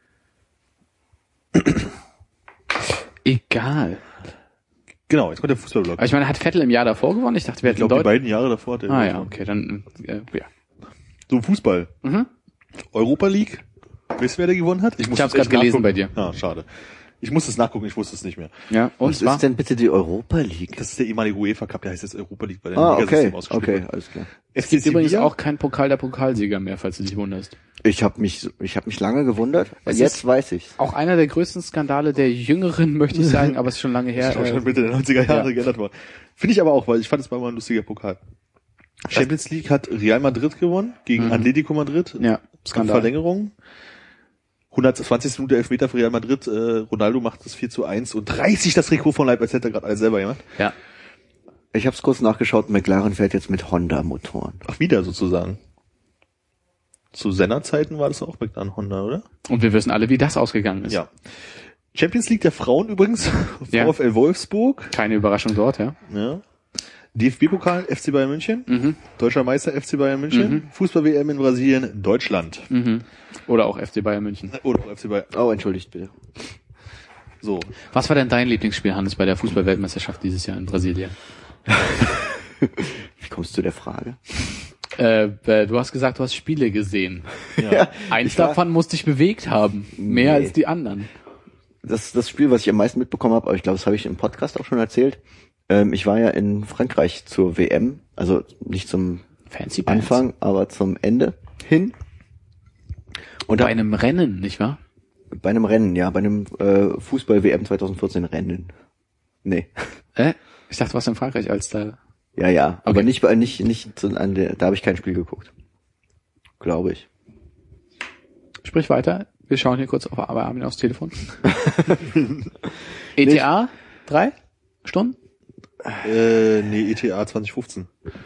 Egal. Genau, jetzt kommt der Fußballblock. Aber ich meine, hat Vettel im Jahr davor gewonnen? Ich dachte, wir Ich hätten glaube, die Deut- beiden Jahre davor hat er Ah ja, gewonnen. okay, dann äh, ja. So, Fußball. Mhm. Europa League. Wisst ihr, wer der gewonnen hat? Ich muss hab's das echt grad gelesen nachgucken. bei dir. Ah, schade. Ich muss es nachgucken, ich wusste es nicht mehr. Ja, und Was zwar ist denn bitte die Europa League? Das ist der ehemalige UEFA Cup, der heißt jetzt Europa League, weil der Ah, Ligasystem okay, ausgespielt okay, wird. alles klar. es gibt übrigens auch kein Pokal der Pokalsieger mehr, falls du dich wunderst. Ich habe mich, ich habe mich lange gewundert. Es Jetzt ist- weiß ich's. Auch einer der größten Skandale der Jüngeren, möchte ich sagen, aber es ist schon lange her. Ich glaube, Äh, schon Mitte der neunziger Jahre ja. geändert worden. Finde ich aber auch, weil ich fand es war mal ein lustiger Pokal. Champions League hat Real Madrid gewonnen gegen Mhm. Atletico Madrid. Ja, Skandal. Verlängerung. hundertzwanzigste Minute Elfmeter für Real Madrid. Äh, Ronaldo macht das vier zu eins und dreißig das Trikot von Leipzig, hätte er gerade alles selber gemacht. Ja. Ich habe es kurz nachgeschaut. McLaren fährt jetzt mit Honda-Motoren. Ach, wieder sozusagen. Zu Senna-Zeiten war das auch McLaren Honda, oder? Und wir wissen alle, wie das ausgegangen ist. Ja. Champions League der Frauen übrigens. Ja. VfL Wolfsburg. Keine Überraschung dort, ja. Ja. D F B-Pokal F C Bayern München. Mhm. Deutscher Meister F C Bayern München. Mhm. Fußball-W M in Brasilien, Deutschland. Mhm. Oder auch F C Bayern München. Oder auch F C Bayern. Oh, entschuldigt bitte. So. Was war denn dein Lieblingsspiel, Hannes, bei der Fußball-Weltmeisterschaft dieses Jahr in Brasilien? Wie kommst du zu der Frage? Äh, äh, du hast gesagt, du hast Spiele gesehen. Ja. Eins Ich war- davon musste ich bewegt haben. Mehr Nee. als die anderen. Das ist das Spiel, was ich am meisten mitbekommen habe, aber ich glaube, das habe ich im Podcast auch schon erzählt. Ähm, ich war ja in Frankreich zur W M, also nicht zum Fancy Pants. Anfang, aber zum Ende hin. Und Bei da, einem Rennen, nicht wahr? bei einem Rennen, ja, bei einem äh, Fußball-W M zwanzig vierzehn Rennen. Nee. Äh? Ich dachte, was in Frankreich als da. Ja, ja, aber Okay. nicht bei nicht nicht so an der, da habe ich kein Spiel geguckt. Glaube ich. Sprich weiter. Wir schauen hier kurz auf aber Armin aufs Telefon. E T A? Drei Stunden? Äh, nee, E T A zwanzig fünfzehn.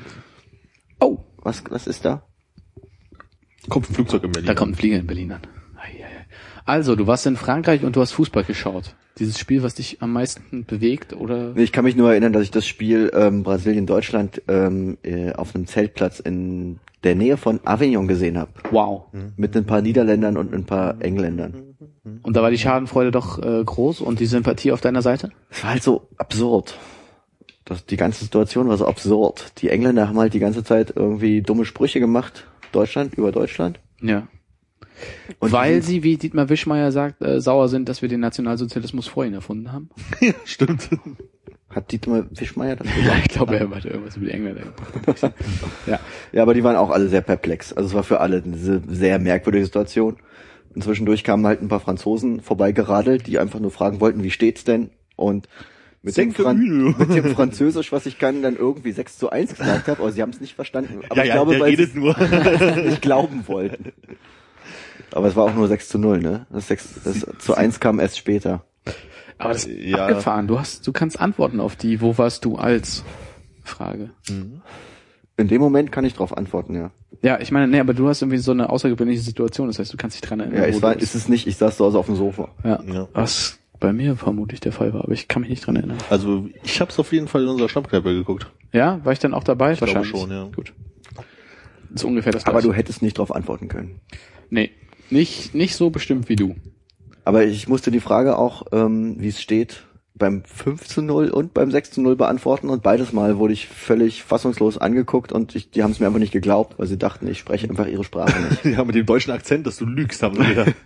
Oh, Was was ist da? Kommt ein Flugzeug in Berlin. da kommt ein Flieger in Berlin an. Ei, ei, ei. Also, du warst in Frankreich und du hast Fußball geschaut. Dieses Spiel, was dich am meisten bewegt, oder? Nee, ich kann mich nur erinnern, dass ich das Spiel ähm, Brasilien-Deutschland ähm, äh, auf einem Zeltplatz in der Nähe von Avignon gesehen habe. Wow. Mit ein paar Niederländern und ein paar Engländern. Und da war die Schadenfreude doch äh, groß und die Sympathie auf deiner Seite? Es war halt so absurd. Das, die ganze Situation war so absurd. Die Engländer haben halt die ganze Zeit irgendwie dumme Sprüche gemacht. Deutschland, über Deutschland. Ja. Und Weil die sind- sie, wie Dietmar Wischmeier sagt, äh, sauer sind, dass wir den Nationalsozialismus vor ihnen erfunden haben. Ja, stimmt. Hat Dietmar Wischmeier das Ja, gesagt? ich glaube, er wollte irgendwas über die Engländer gebracht. Ja. Ja, aber die waren auch alle sehr perplex. Also es war für alle eine se- sehr merkwürdige Situation. Und zwischendurch kamen halt ein paar Franzosen vorbeigeradelt, die einfach nur fragen wollten, wie steht's denn? Und mit dem, Senke Fran Mühl. mit dem Französisch, was ich kann, dann irgendwie sechs zu eins gesagt habe, aber sie haben es nicht verstanden. Aber Ja, ich ja, glaube, der weil redet sie nur. es nicht glauben wollten. Aber es war auch nur sechs zu null, ne? Das, sechs, das zu eins kam erst später. Aber das ist Ja. abgefahren. Du hast, du kannst antworten auf die, wo warst du als Frage. In dem Moment kann ich drauf antworten, ja. Ja, ich meine, nee, aber du hast irgendwie so eine außergewöhnliche Situation. Das heißt, du kannst dich dran erinnern. Ja, wo es war, du ist es nicht, ich saß zu Hause auf dem Sofa. ja. Ja. Was bei mir vermutlich der Fall war, aber ich kann mich nicht dran erinnern. Also, ich hab's auf jeden Fall in unserer Stammkneipe geguckt. Ja, war ich dann auch dabei? Ich glaube Wahrscheinlich. schon, ja. Gut. Das ist ungefähr das Aber Gleiche. du hättest nicht drauf antworten können. Nee, nicht, nicht so bestimmt wie du. Aber ich musste die Frage auch, ähm, wie es steht, beim fünf zu null und beim sechs zu null beantworten und beides Mal wurde ich völlig fassungslos angeguckt und ich, die haben es mir einfach nicht geglaubt, weil sie dachten, ich spreche einfach ihre Sprache nicht. Ja, mit dem deutschen Akzent, dass du lügst, haben sie gedacht.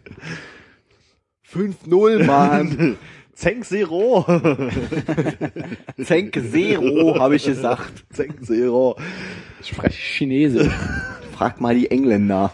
fünf null, Mann! Zenk Zero. Zenk Zero, habe ich gesagt. Zenk Zero. Ich spreche Chinesisch. Frag mal die Engländer.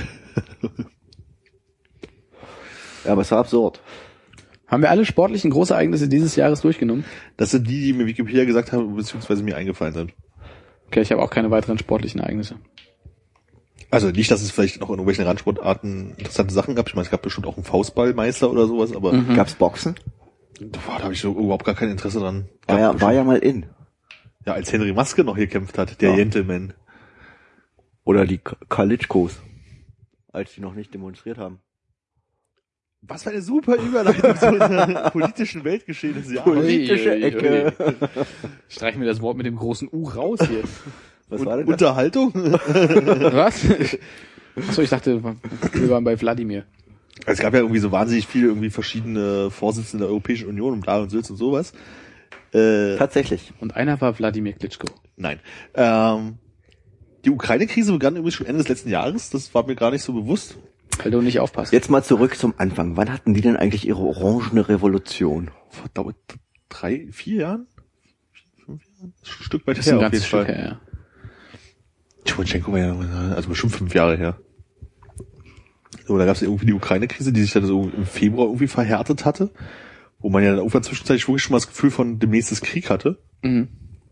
Ja, aber es war absurd. Haben wir alle sportlichen Großereignisse dieses Jahres durchgenommen? Das sind die, die mir Wikipedia gesagt haben, beziehungsweise mir eingefallen sind. Okay, ich habe auch keine weiteren sportlichen Ereignisse. Also nicht, dass es vielleicht noch in irgendwelchen Randsportarten interessante Sachen gab. Ich meine, es gab bestimmt auch einen Faustballmeister oder sowas, aber Mhm. Gab's Boxen? boah, da habe ich so überhaupt gar kein Interesse dran. War Gab ja, war bestimmt- ja mal in. ja, als Henry Maske noch gekämpft hat, der Ja. Gentleman. Oder die K- Klitschkos. Als die noch nicht demonstriert haben. Was für eine super Überleitung zu einer politischen Weltgeschehen des Jahres. Politische Ui, ui, ui. Ecke. Streich mir das Wort mit dem großen U raus hier. Was Und war denn das? Unterhaltung? Was? Achso, ich dachte, wir waren bei Wladimir. Also es gab ja irgendwie so wahnsinnig viele irgendwie verschiedene Vorsitzende der Europäischen Union und bla und Sülz und sowas. Äh, Tatsächlich. Und einer war Wladimir Klitschko. Nein. Ähm, die Ukraine-Krise begann übrigens schon Ende des letzten Jahres. Das war mir gar nicht so bewusst. Weil du nicht aufpasst. Jetzt mal zurück zum Anfang. Wann hatten die denn eigentlich ihre orangene Revolution? Vor dauert drei, vier Jahren? Fünf Jahren? Das ist ein Stück weit Das ist ein her auf ganzes jeden Stück Fall. her, ja. Timoschenko war ja, also bestimmt fünf Jahre her. So, da gab es irgendwie die Ukraine-Krise, die sich dann so im Februar irgendwie verhärtet hatte, wo man ja dann irgendwann zwischenzeitlich wirklich schon mal das Gefühl von demnächst ist Krieg hatte. Mhm.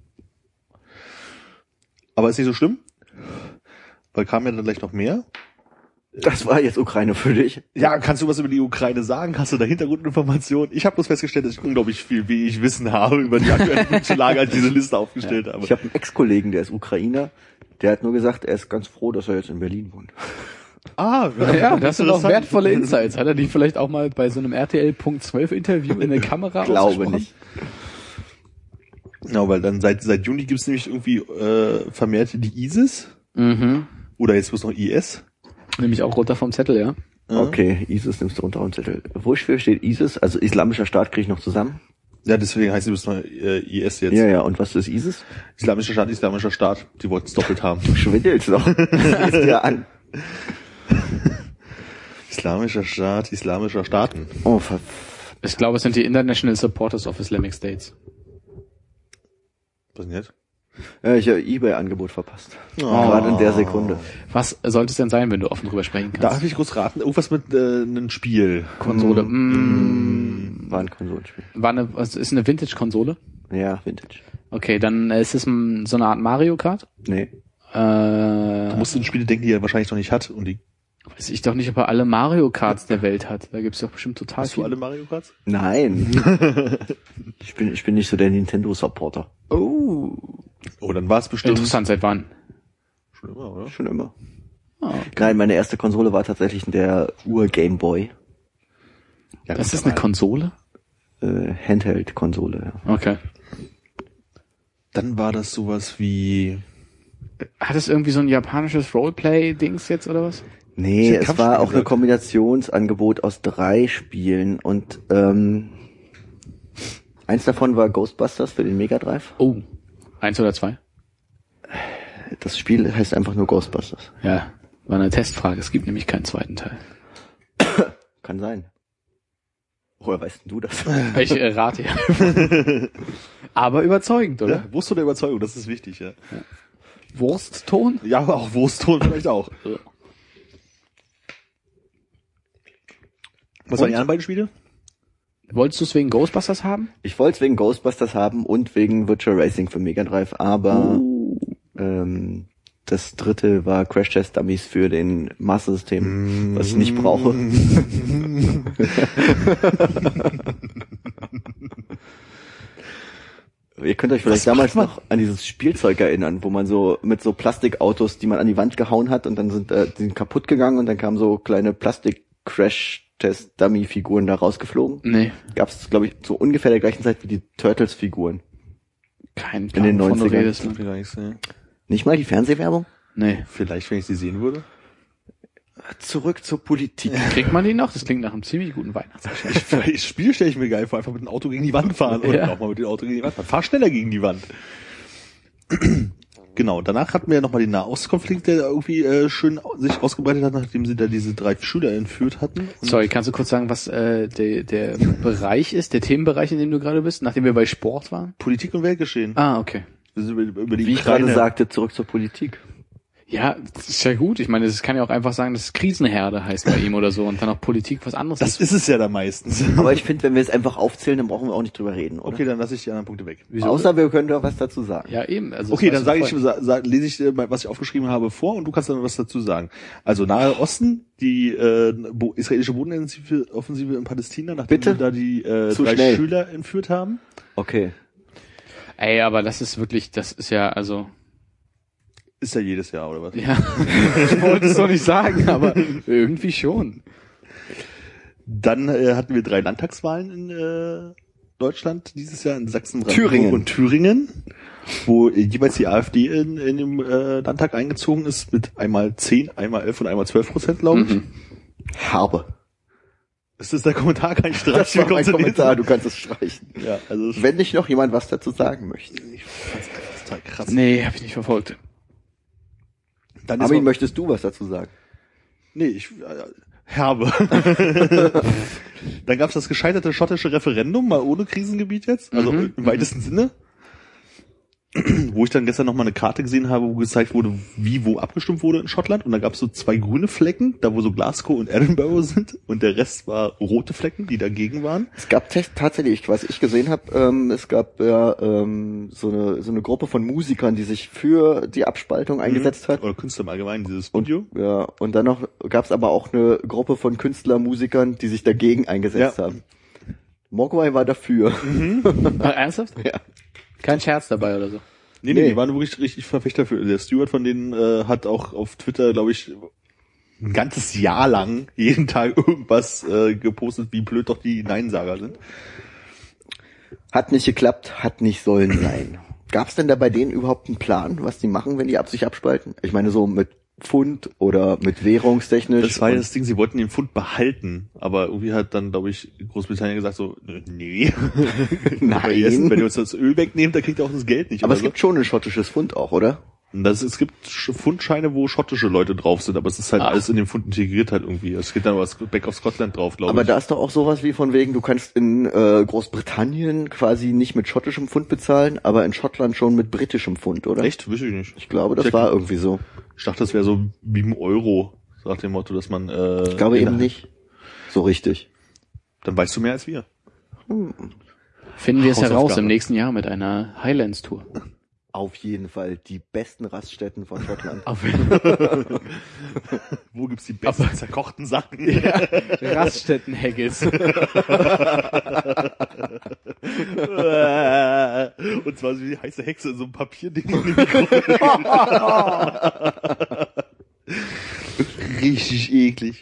Aber ist nicht so schlimm, weil kam ja dann gleich noch mehr. Das war jetzt Ukraine für dich. Ja, kannst du was über die Ukraine sagen? Hast du da Hintergrundinformationen? Ich habe bloß festgestellt, dass ich unglaublich viel wenig Wissen habe über die aktuelle politische Lage, als ich diese Liste aufgestellt Ja. habe. Ich habe einen Ex-Kollegen, der ist Ukrainer, der hat nur gesagt, er ist ganz froh, dass er jetzt in Berlin wohnt. Ah, Ja, das sind auch interessant. wertvolle Insights. Hat er die vielleicht auch mal bei so einem R T L Punkt zwölf Interview in der Kamera Glaube ausgesprochen? nicht. Genau, weil dann seit seit Juni gibt es nämlich irgendwie äh, vermehrt die ISIS Mhm. oder jetzt bloß noch I S. Nämlich auch runter vom Zettel, ja. Ja. Okay, ISIS nimmst du unter und Zettel. Wo steht ISIS? Also Islamischer Staat kriege ich noch zusammen? Ja, deswegen heißt sie bloß noch äh, I S jetzt. Ja, ja, und was ist ISIS? Islamischer Staat, Islamischer Staat. Die wollten es doppelt haben. Du schwindelst doch. Siehst dir an. Islamischer Staat, Islamischer Staaten. Oh, ver Ich glaube, es sind die International Supporters of Islamic States. Was denn jetzt? ja, ich habe eBay-Angebot verpasst. Oh. Gerade in der Sekunde. Was sollte es denn sein, wenn du offen drüber sprechen kannst? Darf ich kurz raten? Irgendwas mit äh, einem Spiel. Konsole. Mm. War ein Konsolenspiel. War eine, was ist eine Vintage-Konsole? Ja, Vintage. Okay, dann ist es mm, so eine Art Mario Kart. Nee. Äh, Du musst an Spiele denken, die er wahrscheinlich noch nicht hat. Und die weiß ich doch nicht, ob er alle Mario Karts der Welt hat. Da gibt's doch bestimmt total hast du viele. alle Mario Karts? Nein. ich bin, ich bin nicht so der Nintendo-Supporter. Oh. Oh, dann war es bestimmt Interessant, seit wann? schon immer, oder? Schon immer. Oh, okay. Nein, meine erste Konsole war tatsächlich der Ur-Game Boy. Ja, Das gut, ist eine aber Konsole? Äh, Handheld-Konsole, ja. Okay. Dann war das sowas wie Hat es irgendwie so ein japanisches Roleplay-Dings jetzt oder was? Nee, Ich hab es war Kampfspiel auch ein gesagt. Kombinationsangebot aus drei Spielen und ähm, eins davon war Ghostbusters für den Mega Drive. Oh. Eins oder zwei? Das Spiel heißt einfach nur Ghostbusters. Ja, war eine Testfrage. Es gibt nämlich keinen zweiten Teil. Kann sein. Woher weißt denn du das? Ich äh, rate ja. Aber überzeugend, oder? ja, Wurst oder Überzeugung, das ist wichtig, ja. Wurstton? Ja, aber auch Wurstton vielleicht auch. Was waren die anderen beiden Spiele? Wolltest du es wegen Ghostbusters haben? Ich wollte es wegen Ghostbusters haben und wegen Virtual Racing für Mega Drive, aber ähm, das dritte war Crash Test Dummies für den Master System, was ich nicht brauche. Ihr könnt euch vielleicht Was damals macht man? noch an dieses Spielzeug erinnern, wo man so mit so Plastikautos, die man an die Wand gehauen hat und dann sind äh, die sind kaputt gegangen und dann kamen so kleine Plastik-Crash-Test-Dummy-Figuren da rausgeflogen. Nee, Gab es, glaube ich, zu ungefähr der gleichen Zeit wie die Turtles-Figuren. kein In den Plan, wovon du neunzigern. redest. Sagt mir gar nichts, ne? Nicht mal die Fernsehwerbung? Nee. Vielleicht, wenn ich sie sehen würde. Zurück zur Politik. Kriegt man die noch? Das klingt nach einem ziemlich guten Weihnachtsgeschenk. Ich, das Spiel stelle ich mir geil vor, einfach mit dem Auto gegen die Wand fahren und Ja. nochmal mit dem Auto gegen die Wand fahren. Fahr schneller gegen die Wand. Genau, danach hatten wir ja nochmal den Nahostkonflikt, der irgendwie äh, schön sich ausgebreitet hat, nachdem sie da diese drei Schüler entführt hatten. Und Sorry, kannst du kurz sagen, was äh, der, der Bereich ist, der Themenbereich, in dem du gerade bist, nachdem wir bei Sport waren? Politik und Weltgeschehen. Ah, okay. Wir sind über, über die Wie ich Ukraine. gerade sagte, zurück zur Politik. Ja, das ist ja gut. Ich meine, das kann ja auch einfach sagen, dass Krisenherde heißt bei ihm oder so und dann auch Politik was anderes Das ist es ja da meistens. Aber ich finde, wenn wir es einfach aufzählen, dann brauchen wir auch nicht drüber reden, oder? Okay, dann lasse ich die anderen Punkte weg. Wieso? Außer wir können doch was dazu sagen. Ja, eben. Also Okay, das dann weißt sage du ich, sa, sa, lese ich, äh, mal, was ich aufgeschrieben habe, vor und du kannst dann was dazu sagen. Also Nahe Osten, die äh, bo israelische Bodenoffensive Offensive in Palästina, nachdem Bitte? sie da die äh, Zu drei schnell. Schüler entführt haben. Okay. Ey, aber das ist wirklich, das ist ja, also, Ist ja jedes Jahr, oder was? ja, ich wollte es doch nicht sagen, aber irgendwie schon. Dann äh, hatten wir drei Landtagswahlen in äh, Deutschland dieses Jahr, in Sachsen, Thüringen. und Thüringen. wo jeweils die AfD in, in dem äh, Landtag eingezogen ist mit einmal zehn, einmal elf und einmal zwölf Prozent, glaube ich. Mhm. Herbe. Ist das der Kommentar? Kein Streich? Das war mein Kommentar, du kannst es streichen. Ja, also Wenn nicht noch jemand was dazu sagen möchte. ich fand's total krass. Nee, habe ich nicht verfolgt. Dann ist Armin, auch, möchtest du was dazu sagen? nee, ich äh, herbe. Dann gab es das gescheiterte schottische Referendum, mal ohne Krisengebiet jetzt, also Mhm. im weitesten Sinne. Wo ich dann gestern noch mal eine Karte gesehen habe, wo gezeigt wurde, wie wo abgestimmt wurde in Schottland. Und da gab es so zwei grüne Flecken, da wo so Glasgow und Edinburgh sind. Und der Rest war rote Flecken, die dagegen waren. Es gab te- tatsächlich, was ich gesehen habe, ähm, es gab ja ähm, so eine so eine Gruppe von Musikern, die sich für die Abspaltung eingesetzt hat. Oder Künstler im Allgemeinen, dieses Und, Studio. ja, und dann noch gab es aber auch eine Gruppe von Künstlermusikern, die sich dagegen eingesetzt Ja. haben. Mogwai war dafür. War ernsthaft? Ja. Kein Scherz dabei oder so. Nee, nee, Nee. die waren wirklich richtig Verfechter für. Der Steward von denen äh, hat auch auf Twitter, glaube ich, ein ganzes Jahr lang jeden Tag irgendwas äh, gepostet, wie blöd doch die Neinsager sind. Hat nicht geklappt, hat nicht sollen sein. Gab es denn da bei denen überhaupt einen Plan, was die machen, wenn die ab sich abspalten? Ich meine so mit Pfund oder mit währungstechnisch. Das war ja und- das Ding, sie wollten den Pfund behalten, aber irgendwie hat dann, glaube ich, Großbritannien gesagt so, nee. Aber erst, wenn ihr uns das Öl wegnehmt, dann kriegt ihr auch das Geld nicht. Aber oder es gibt schon ein schottisches Pfund auch, oder? so. Das, es gibt Sch- Pfundscheine, wo schottische Leute drauf sind, aber es ist halt Ah. alles in den Pfund integriert halt irgendwie. Es geht dann was Back of Scotland drauf, glaube Aber ich. da ist doch auch sowas wie von wegen, du kannst in äh, Großbritannien quasi nicht mit schottischem Pfund bezahlen, aber in Schottland schon mit britischem Pfund, oder? Echt? Wüsste ich nicht. Ich glaube, das Ich- war irgendwie so. Ich dachte, das wäre so wie im Euro, nach dem Motto, dass man... Äh, Ich glaube in- eben nicht. So richtig. Dann weißt du mehr als wir. Finden wir es heraus Hausaufgabe. im nächsten Jahr mit einer Highlands-Tour. Auf jeden Fall die besten Raststätten von Schottland. Wo gibt's die besten zerkochten Sachen? Raststätten-Haggis. Und zwar so wie die heiße Hexe in so einem Papierding in dem Mikro. Richtig eklig.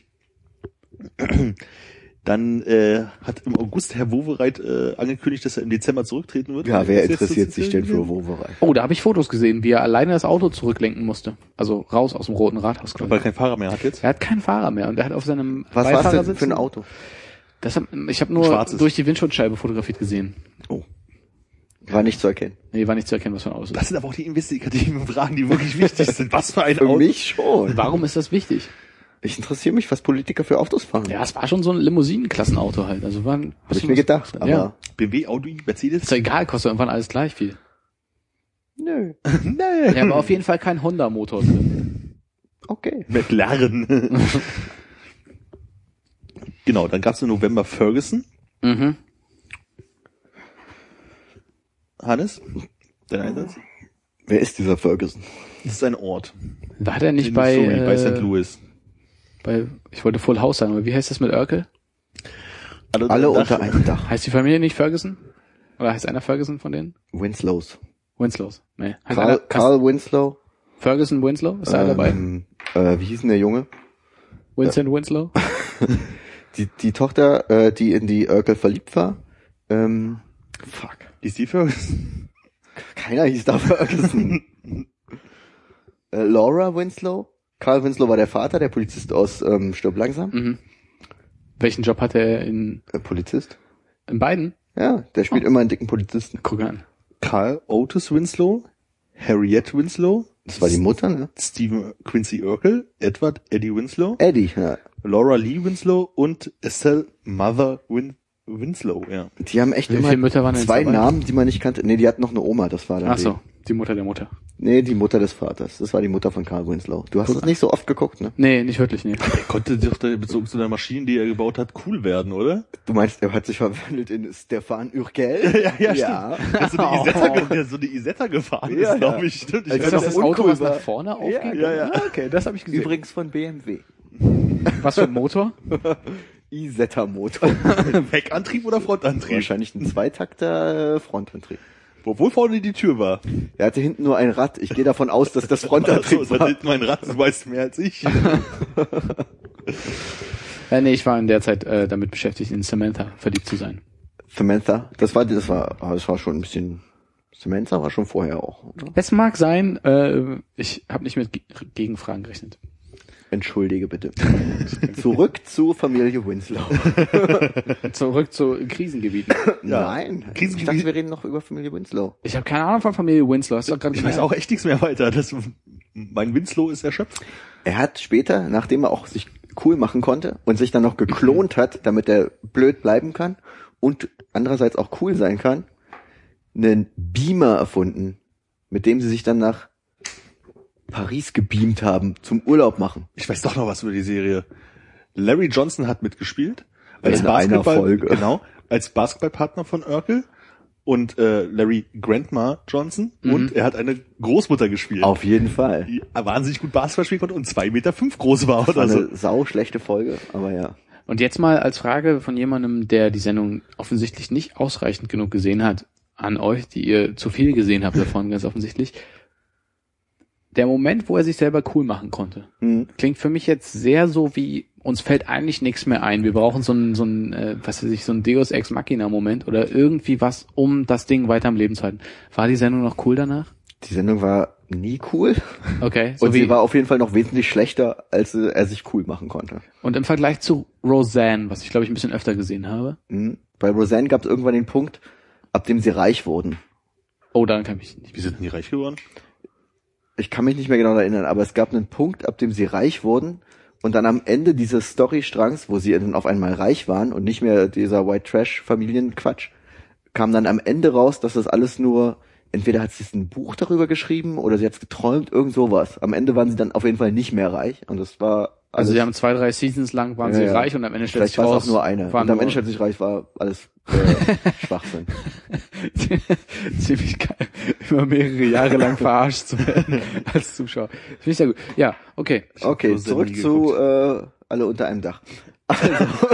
Dann äh, hat im August Herr Wowereit äh, angekündigt, dass er im Dezember zurücktreten wird. Ja, wer Ist jetzt interessiert das- sich denn für Woverei? Oh, da habe ich Fotos gesehen, wie er alleine das Auto zurücklenken musste. Also raus aus dem Roten Rathaus. Weil er keinen Fahrer mehr hat jetzt. Er hat keinen Fahrer mehr und er hat auf seinem Was war's denn Beifahrersitz- für ein Auto? Das hab, ich habe nur Schwarzes. durch die Windschutzscheibe fotografiert gesehen. Oh. War nicht zu erkennen. Nee, war nicht zu erkennen, was für ein Auto es Das ist. sind aber auch die investigativen Fragen, die wirklich wichtig sind. Was für ein Für Auto? mich schon. Warum ist das wichtig? Ich interessiere mich, was Politiker für Autos fahren. Ja, es war schon so ein Limousinenklassenauto halt. Also war ein Habe ich bisschen mir was- gedacht, aber Ja. B M W, Audi, Mercedes? Ist doch egal, kostet irgendwann alles gleich viel. nö. Nee. Ja, aber auf jeden Fall kein Honda-Motor drin. Okay. McLaren. Genau, dann gab's im November Ferguson. Mhm. Hannes, dein Einsatz? Wer ist dieser Ferguson? Das ist ein Ort. War der nicht in bei, Missouri, bei äh, Sankt Louis. bei, ich wollte Full House sagen, aber wie heißt das mit Urkel? Alle, Alle Dach- unter einem Dach. Heißt die Familie nicht Ferguson? Oder heißt einer Ferguson von denen? Winslows. Winslows. Nee. Heißt Carl, einer, Carl Winslow. Ferguson Winslow? Ist da dabei? Ähm, äh, wie hieß denn der Junge? Winston Winslow? Die, die Tochter, äh, die in die Urkel verliebt war. Ähm, fuck. Die Steve Ferguson. Keiner hieß da Ferguson. äh, Laura Winslow. Carl Winslow war der Vater, der Polizist aus ähm, Stirb langsam. Mhm. Welchen Job hatte er in, Äh, Polizist? in beiden? Ja, der spielt immer einen dicken Polizisten. Guck an. Carl Otis Winslow, Harriet Winslow, Das war die Mutter, ne? Stephen Quincy Urkel, Edward Eddie Winslow, Eddie, ja. Laura Lee Winslow und Estelle Mother Win Winslow, ja. Die haben echt Wie immer viele Mütter waren denn zwei dabei? Namen, die man nicht kannte. Nee, die hatten noch eine Oma, das war dann Ach so, die Mutter der Mutter. die. Nee, die Mutter des Vaters. Das war die Mutter von Carl Winslow. Du hast Guck das an. nicht so oft geguckt, ne? Nee, nicht wirklich, nee. Er konnte doch da bezogen zu der Maschine, die er gebaut hat, cool werden, oder? Du meinst, er hat sich verwandelt in Stefan Urkel? Ja, ja, ja. Der ist so eine Isetta, ge- der ist so eine Isetta gefahren Ja, ist, glaube ja. ich. Stimmt. Ich Also weiß das noch, das uncool Auto, was war. nach vorne aufgeht? ja, ja. Ah, okay, das habe ich gesehen. Übrigens von B M W. Was für ein Motor? Isetta-Motor. Heckantrieb oder Frontantrieb? Wahrscheinlich ein Zweitakter äh, Frontantrieb. Obwohl vorne die Tür war. Er hatte hinten nur ein Rad. Ich gehe davon aus, dass das Frontantrieb Achso, es hat war. hinten mein Rad, du weißt mehr als ich. Äh, nee, ich war in der Zeit äh, damit beschäftigt, in Samantha verliebt zu sein. Samantha. Das war, das war, ah, das war schon ein bisschen Samantha war schon vorher auch, oder? Es mag sein, äh, ich habe nicht mit Ge- Gegenfragen gerechnet. Entschuldige bitte. Zurück zu Familie Winslow. Zurück zu Krisengebieten. Ja. Nein, Krisengebiet- ich dachte, wir reden noch über Familie Winslow. Ich habe keine Ahnung von Familie Winslow. Hast du doch gerade Ich weiß auch echt nichts mehr weiter. Das, mein Winslow ist erschöpft. Er hat später, nachdem er auch sich cool machen konnte und sich dann noch geklont hat, damit er blöd bleiben kann und andererseits auch cool sein kann, einen Beamer erfunden, mit dem sie sich dann nach Paris gebeamt haben, zum Urlaub machen. Ich weiß doch noch was über die Serie. Larry Johnson hat mitgespielt. Als In einer Basketball, Folge. Genau, als Basketballpartner von Urkel. Und äh, Larry Grandma Johnson. Mhm. Und er hat eine Großmutter gespielt. Auf jeden Fall. Die wahnsinnig gut Basketball spielen konnte und zwei Meter fünf groß war Das oder war so. eine sau schlechte Folge, aber ja. Und jetzt mal als Frage von jemandem, der die Sendung offensichtlich nicht ausreichend genug gesehen hat, an euch, die ihr zu viel gesehen habt davon, ganz offensichtlich. Der Moment, wo er sich selber cool machen konnte, Hm. klingt für mich jetzt sehr so wie, uns fällt eigentlich nichts mehr ein. Wir brauchen so ein, so ein, äh, was weiß ich, so ein Deus Ex Machina Moment oder irgendwie was, um das Ding weiter am Leben zu halten. War die Sendung noch cool danach? Die Sendung war nie cool. Okay. So Und wie, sie war auf jeden Fall noch wesentlich schlechter, als äh, er sich cool machen konnte. und im Vergleich zu Roseanne, was ich glaube ich ein bisschen öfter gesehen habe. Hm. Bei Roseanne gab es irgendwann den Punkt, ab dem sie reich wurden. Oh, daran kann ich mich nicht. Wie sind denn die reich geworden? Ich kann mich nicht mehr genau erinnern, aber es gab einen Punkt, ab dem sie reich wurden und dann am Ende dieses Storystrangs, wo sie dann auf einmal reich waren und nicht mehr dieser White Trash Familienquatsch, kam dann am Ende raus, dass das alles nur, entweder hat sie ein Buch darüber geschrieben oder sie hat es geträumt, irgend sowas. Am Ende waren sie dann auf jeden Fall nicht mehr reich und das war alles, Also sie haben zwei, drei Seasons lang waren Ja, sie ja. reich und am Ende stellt vielleicht sich war es raus, auch nur eine. waren Und am nur- Ende stellt sich reich, war alles äh, Schwachsinn. Ziemlich geil, immer mehrere Jahre lang verarscht zu werden als Zuschauer. Finde ich sehr gut. Ja, okay. Okay, bloß zurück nie zu äh, alle unter einem Dach. Also,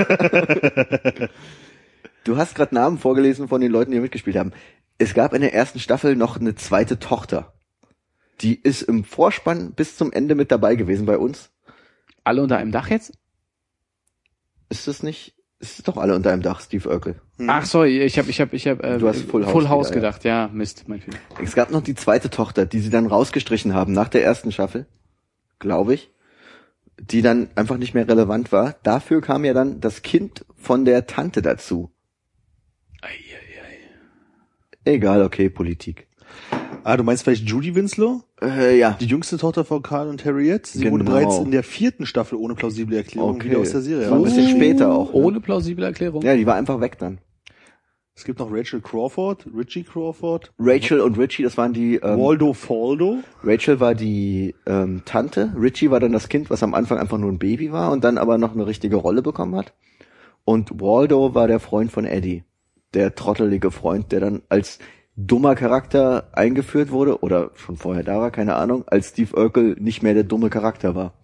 du hast gerade Namen vorgelesen von den Leuten, die mitgespielt haben. Es gab in der ersten Staffel noch eine zweite Tochter. Die ist im Vorspann bis zum Ende mit dabei gewesen bei uns. Alle unter einem Dach jetzt? Ist das nicht? Ist es doch alle unter einem Dach, Steve Urkel. Ach sorry, ich habe ich habe ich habe äh, Du hast Full House Full House wieder, ja. gedacht. Ja, Mist, mein Fehler. Es gab noch die zweite Tochter, die sie dann rausgestrichen haben nach der ersten Staffel, glaube ich, die dann einfach nicht mehr relevant war. Dafür kam ja dann das Kind von der Tante dazu. Ei, ei, ei. Egal, okay, Politik. Ah, du meinst vielleicht Judy Winslow? Äh, ja. Die jüngste Tochter von Carl und Harriet. Sie wurde Genau. bereits in der vierten Staffel ohne plausible Erklärung Okay. wieder aus der Serie War ein bisschen raus. später auch. Ne? Ohne plausible Erklärung. Ja, die war einfach weg dann. Es gibt noch Rachel Crawford, Richie Crawford, Rachel und Richie, das waren die, ähm, Waldo Faldo. Rachel war die ähm, Tante, Richie war dann das Kind, was am Anfang einfach nur ein Baby war und dann aber noch eine richtige Rolle bekommen hat. Und Waldo war der Freund von Eddie, der trottelige Freund, der dann als dummer Charakter eingeführt wurde oder schon vorher da war, keine Ahnung, als Steve Urkel nicht mehr der dumme Charakter war.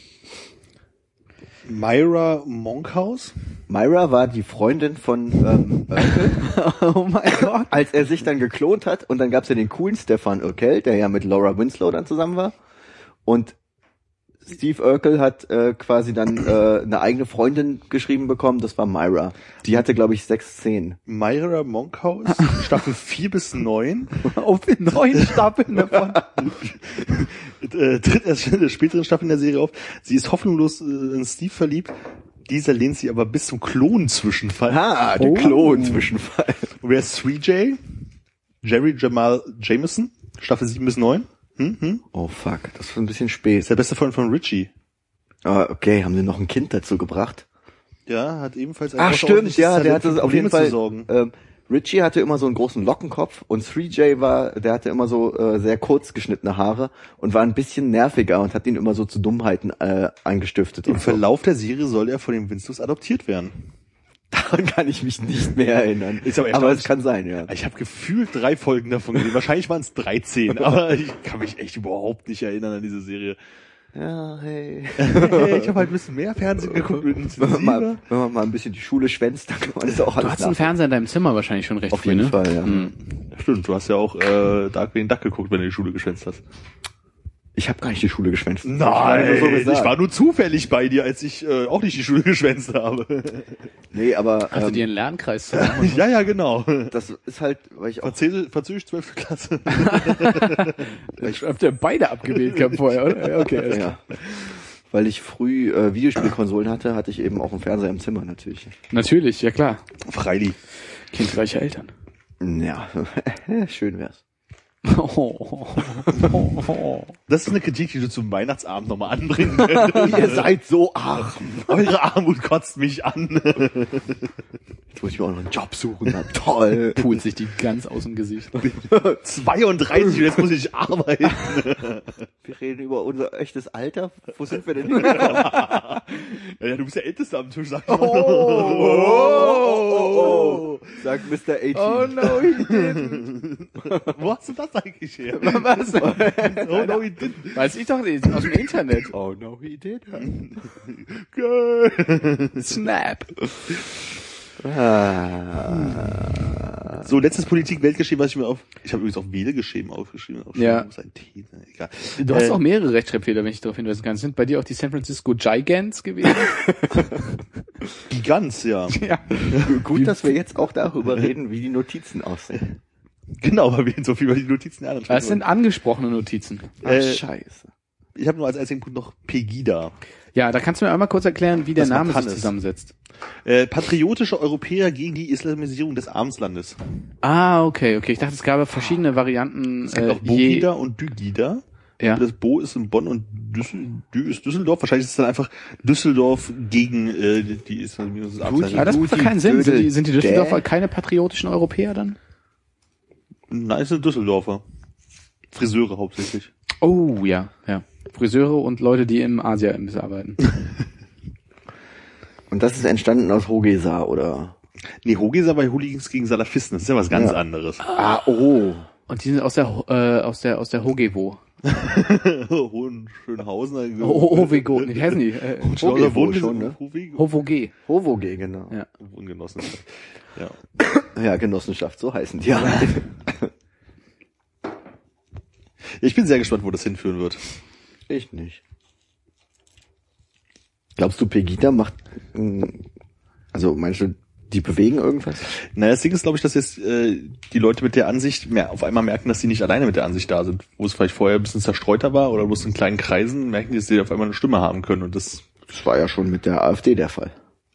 Myra Monkhouse. Myra war die Freundin von ähm, Urkel. Oh mein Gott. Als er sich dann geklont hat und dann gab's ja den coolen Stefan Urkel, der ja mit Laura Winslow dann zusammen war und Steve Urkel hat äh, quasi dann äh, eine eigene Freundin geschrieben bekommen, das war Myra. Die hatte, glaube ich, sechs Szenen. Myra Monkhouse, Staffel vier bis neun. Auf den neuen Stapeln davon. äh, tritt erst in der späteren Staffel in der Serie auf. Sie ist hoffnungslos äh, in Steve verliebt. Dieser lehnt sie aber bis zum Klon-Zwischenfall. Ah, der Oh. Klon-Zwischenfall. Und wer ist three J? Jerry Jamal Jameson, Staffel sieben bis neun. Hm, hm. Oh fuck, das ist ein bisschen spät. Ist der beste Freund von Richie. Ah, okay, haben sie noch ein Kind dazu gebracht? Ja, hat ebenfalls ein Ach stimmt, außerordentliches ja, der Talent, hatte für auf jeden Probleme Fall. zu sorgen. Ähm, Richie hatte immer so einen großen Lockenkopf und three J war, der hatte immer so äh, sehr kurz geschnittene Haare und war ein bisschen nerviger und hat ihn immer so zu Dummheiten äh, angestiftet. Im Und so. Verlauf der Serie soll er von den Winslows adoptiert werden. Daran kann ich mich nicht mehr erinnern. Ist aber aber erstaunlich. es kann sein, ja. Ich habe gefühlt drei Folgen davon gesehen. Wahrscheinlich waren es dreizehn, aber ich kann mich echt überhaupt nicht erinnern an diese Serie. Ja, hey. Hey, ich habe halt ein bisschen mehr Fernsehen geguckt mit Wenn man, mal, intensiver. wenn man mal ein bisschen die Schule schwänzt, dann kann man das auch Du alles hast einen nach. Fernseher in deinem Zimmer wahrscheinlich schon recht Auf früh, jeden ne? Fall, ja. Hm. Stimmt, du hast ja auch äh, Darkwing Duck geguckt, wenn du die Schule geschwänzt hast. Ich habe gar nicht die Schule geschwänzt. Nein, ich, so ich war nur zufällig bei dir, als ich äh, auch nicht die Schule geschwänzt habe. Nee, aber Hast du ähm, dir einen Lernkreis zusammen? Ja, ja, genau. das ist halt, weil ich auch Französisch, Französisch zwölfte Klasse. Ich habt ihr beide abgewählt gehabt vorher, oder? Ja, okay. alles klar. ja, weil ich früh äh, Videospielkonsolen hatte, hatte ich eben auch einen Fernseher im Zimmer natürlich. Natürlich, ja klar. Freilich. Kindreiche Eltern. Ja, schön wär's. Oh. Das ist eine Kritik, die du zum Weihnachtsabend nochmal anbringen könntest. Ihr seid so arm. Eure Armut kotzt mich an. Jetzt muss ich mir auch noch einen Job suchen. Na toll. Pult sich die ganz aus dem Gesicht. zweiunddreißig und jetzt muss ich arbeiten. Wir reden über unser echtes Alter. Wo sind wir denn? Ja, du bist der Älteste am Tisch, sag ich mal. Oh, oh, oh, oh. Sagt Mister achtzehn. Oh no, he didn't. Wo hast du das eigentlich her? Was? Oh no, he didn't. Weiß ich doch nicht, aus dem Internet. Oh no, he did. Snap. Ah. So, letztes Politik-Weltgeschehen, was ich mir auf... Ich habe übrigens auf Wählgeschehen aufgeschrieben. Auf Ja. Ein T, egal. Du hast Äh, auch mehrere Rechtschreibfehler, wenn ich darauf hinweisen kann. Sind bei dir auch die San Francisco Gigants gewesen? Giganz, ja. Ja. Gut, dass wir jetzt auch darüber reden, wie die Notizen aussehen. Genau, weil wir so viel über die Notizen lernen. Das sind angesprochene Notizen. Ach, Äh, scheiße. Ich habe nur als einzigen Punkt noch Pegida. Ja, da kannst du mir einmal kurz erklären, wie der Das war Name sich Hannes. zusammensetzt. Äh, patriotische Europäer gegen die Islamisierung des Armslandes. Ah, okay, okay. Ich dachte, es gab verschiedene Varianten. Es gibt Äh, auch Bogida und Dügida. Ja. Das Bo ist in Bonn und Düssel, Dü ist Düsseldorf. Wahrscheinlich ist es dann einfach Düsseldorf gegen äh, die Islamisierung des Armslandes. Aber das macht doch keinen Sinn. Sind die, sind die Dödel- Düsseldorfer keine patriotischen Europäer dann? Nein, es sind Düsseldorfer. Friseure hauptsächlich. Oh, ja, ja. Friseure und Leute, die im Asia-Imbiss arbeiten. Und das ist entstanden aus Hogesa, oder? Nee, Hogesa bei Hooligans gegen Salafisten. Das ist ja was ganz Ja. anderes. Ah, oh. Und die sind aus der, äh, aus der, aus der Hogewo. Hohenschönhausen. Oh, Hovego, wie heißen die? Äh, Hohenschönhauser Hogewo schon, ne? Hovoge. Hovoge, genau. Ja. Wohngenossenschaft. Ja. Ja, Genossenschaft, so heißen die. Ja. Ich bin sehr gespannt, wo das hinführen wird. Ich nicht. Glaubst du, Pegida macht, mh, also meinst du, die bewegen irgendwas? Naja, das Ding ist, glaube ich, dass jetzt äh, die Leute mit der Ansicht mehr, auf einmal merken, dass sie nicht alleine mit der Ansicht da sind. Wo es vielleicht vorher ein bisschen zerstreuter war oder wo es in kleinen Kreisen, merken die, dass sie auf einmal eine Stimme haben können. Und das, Das war ja schon mit der AfD der Fall.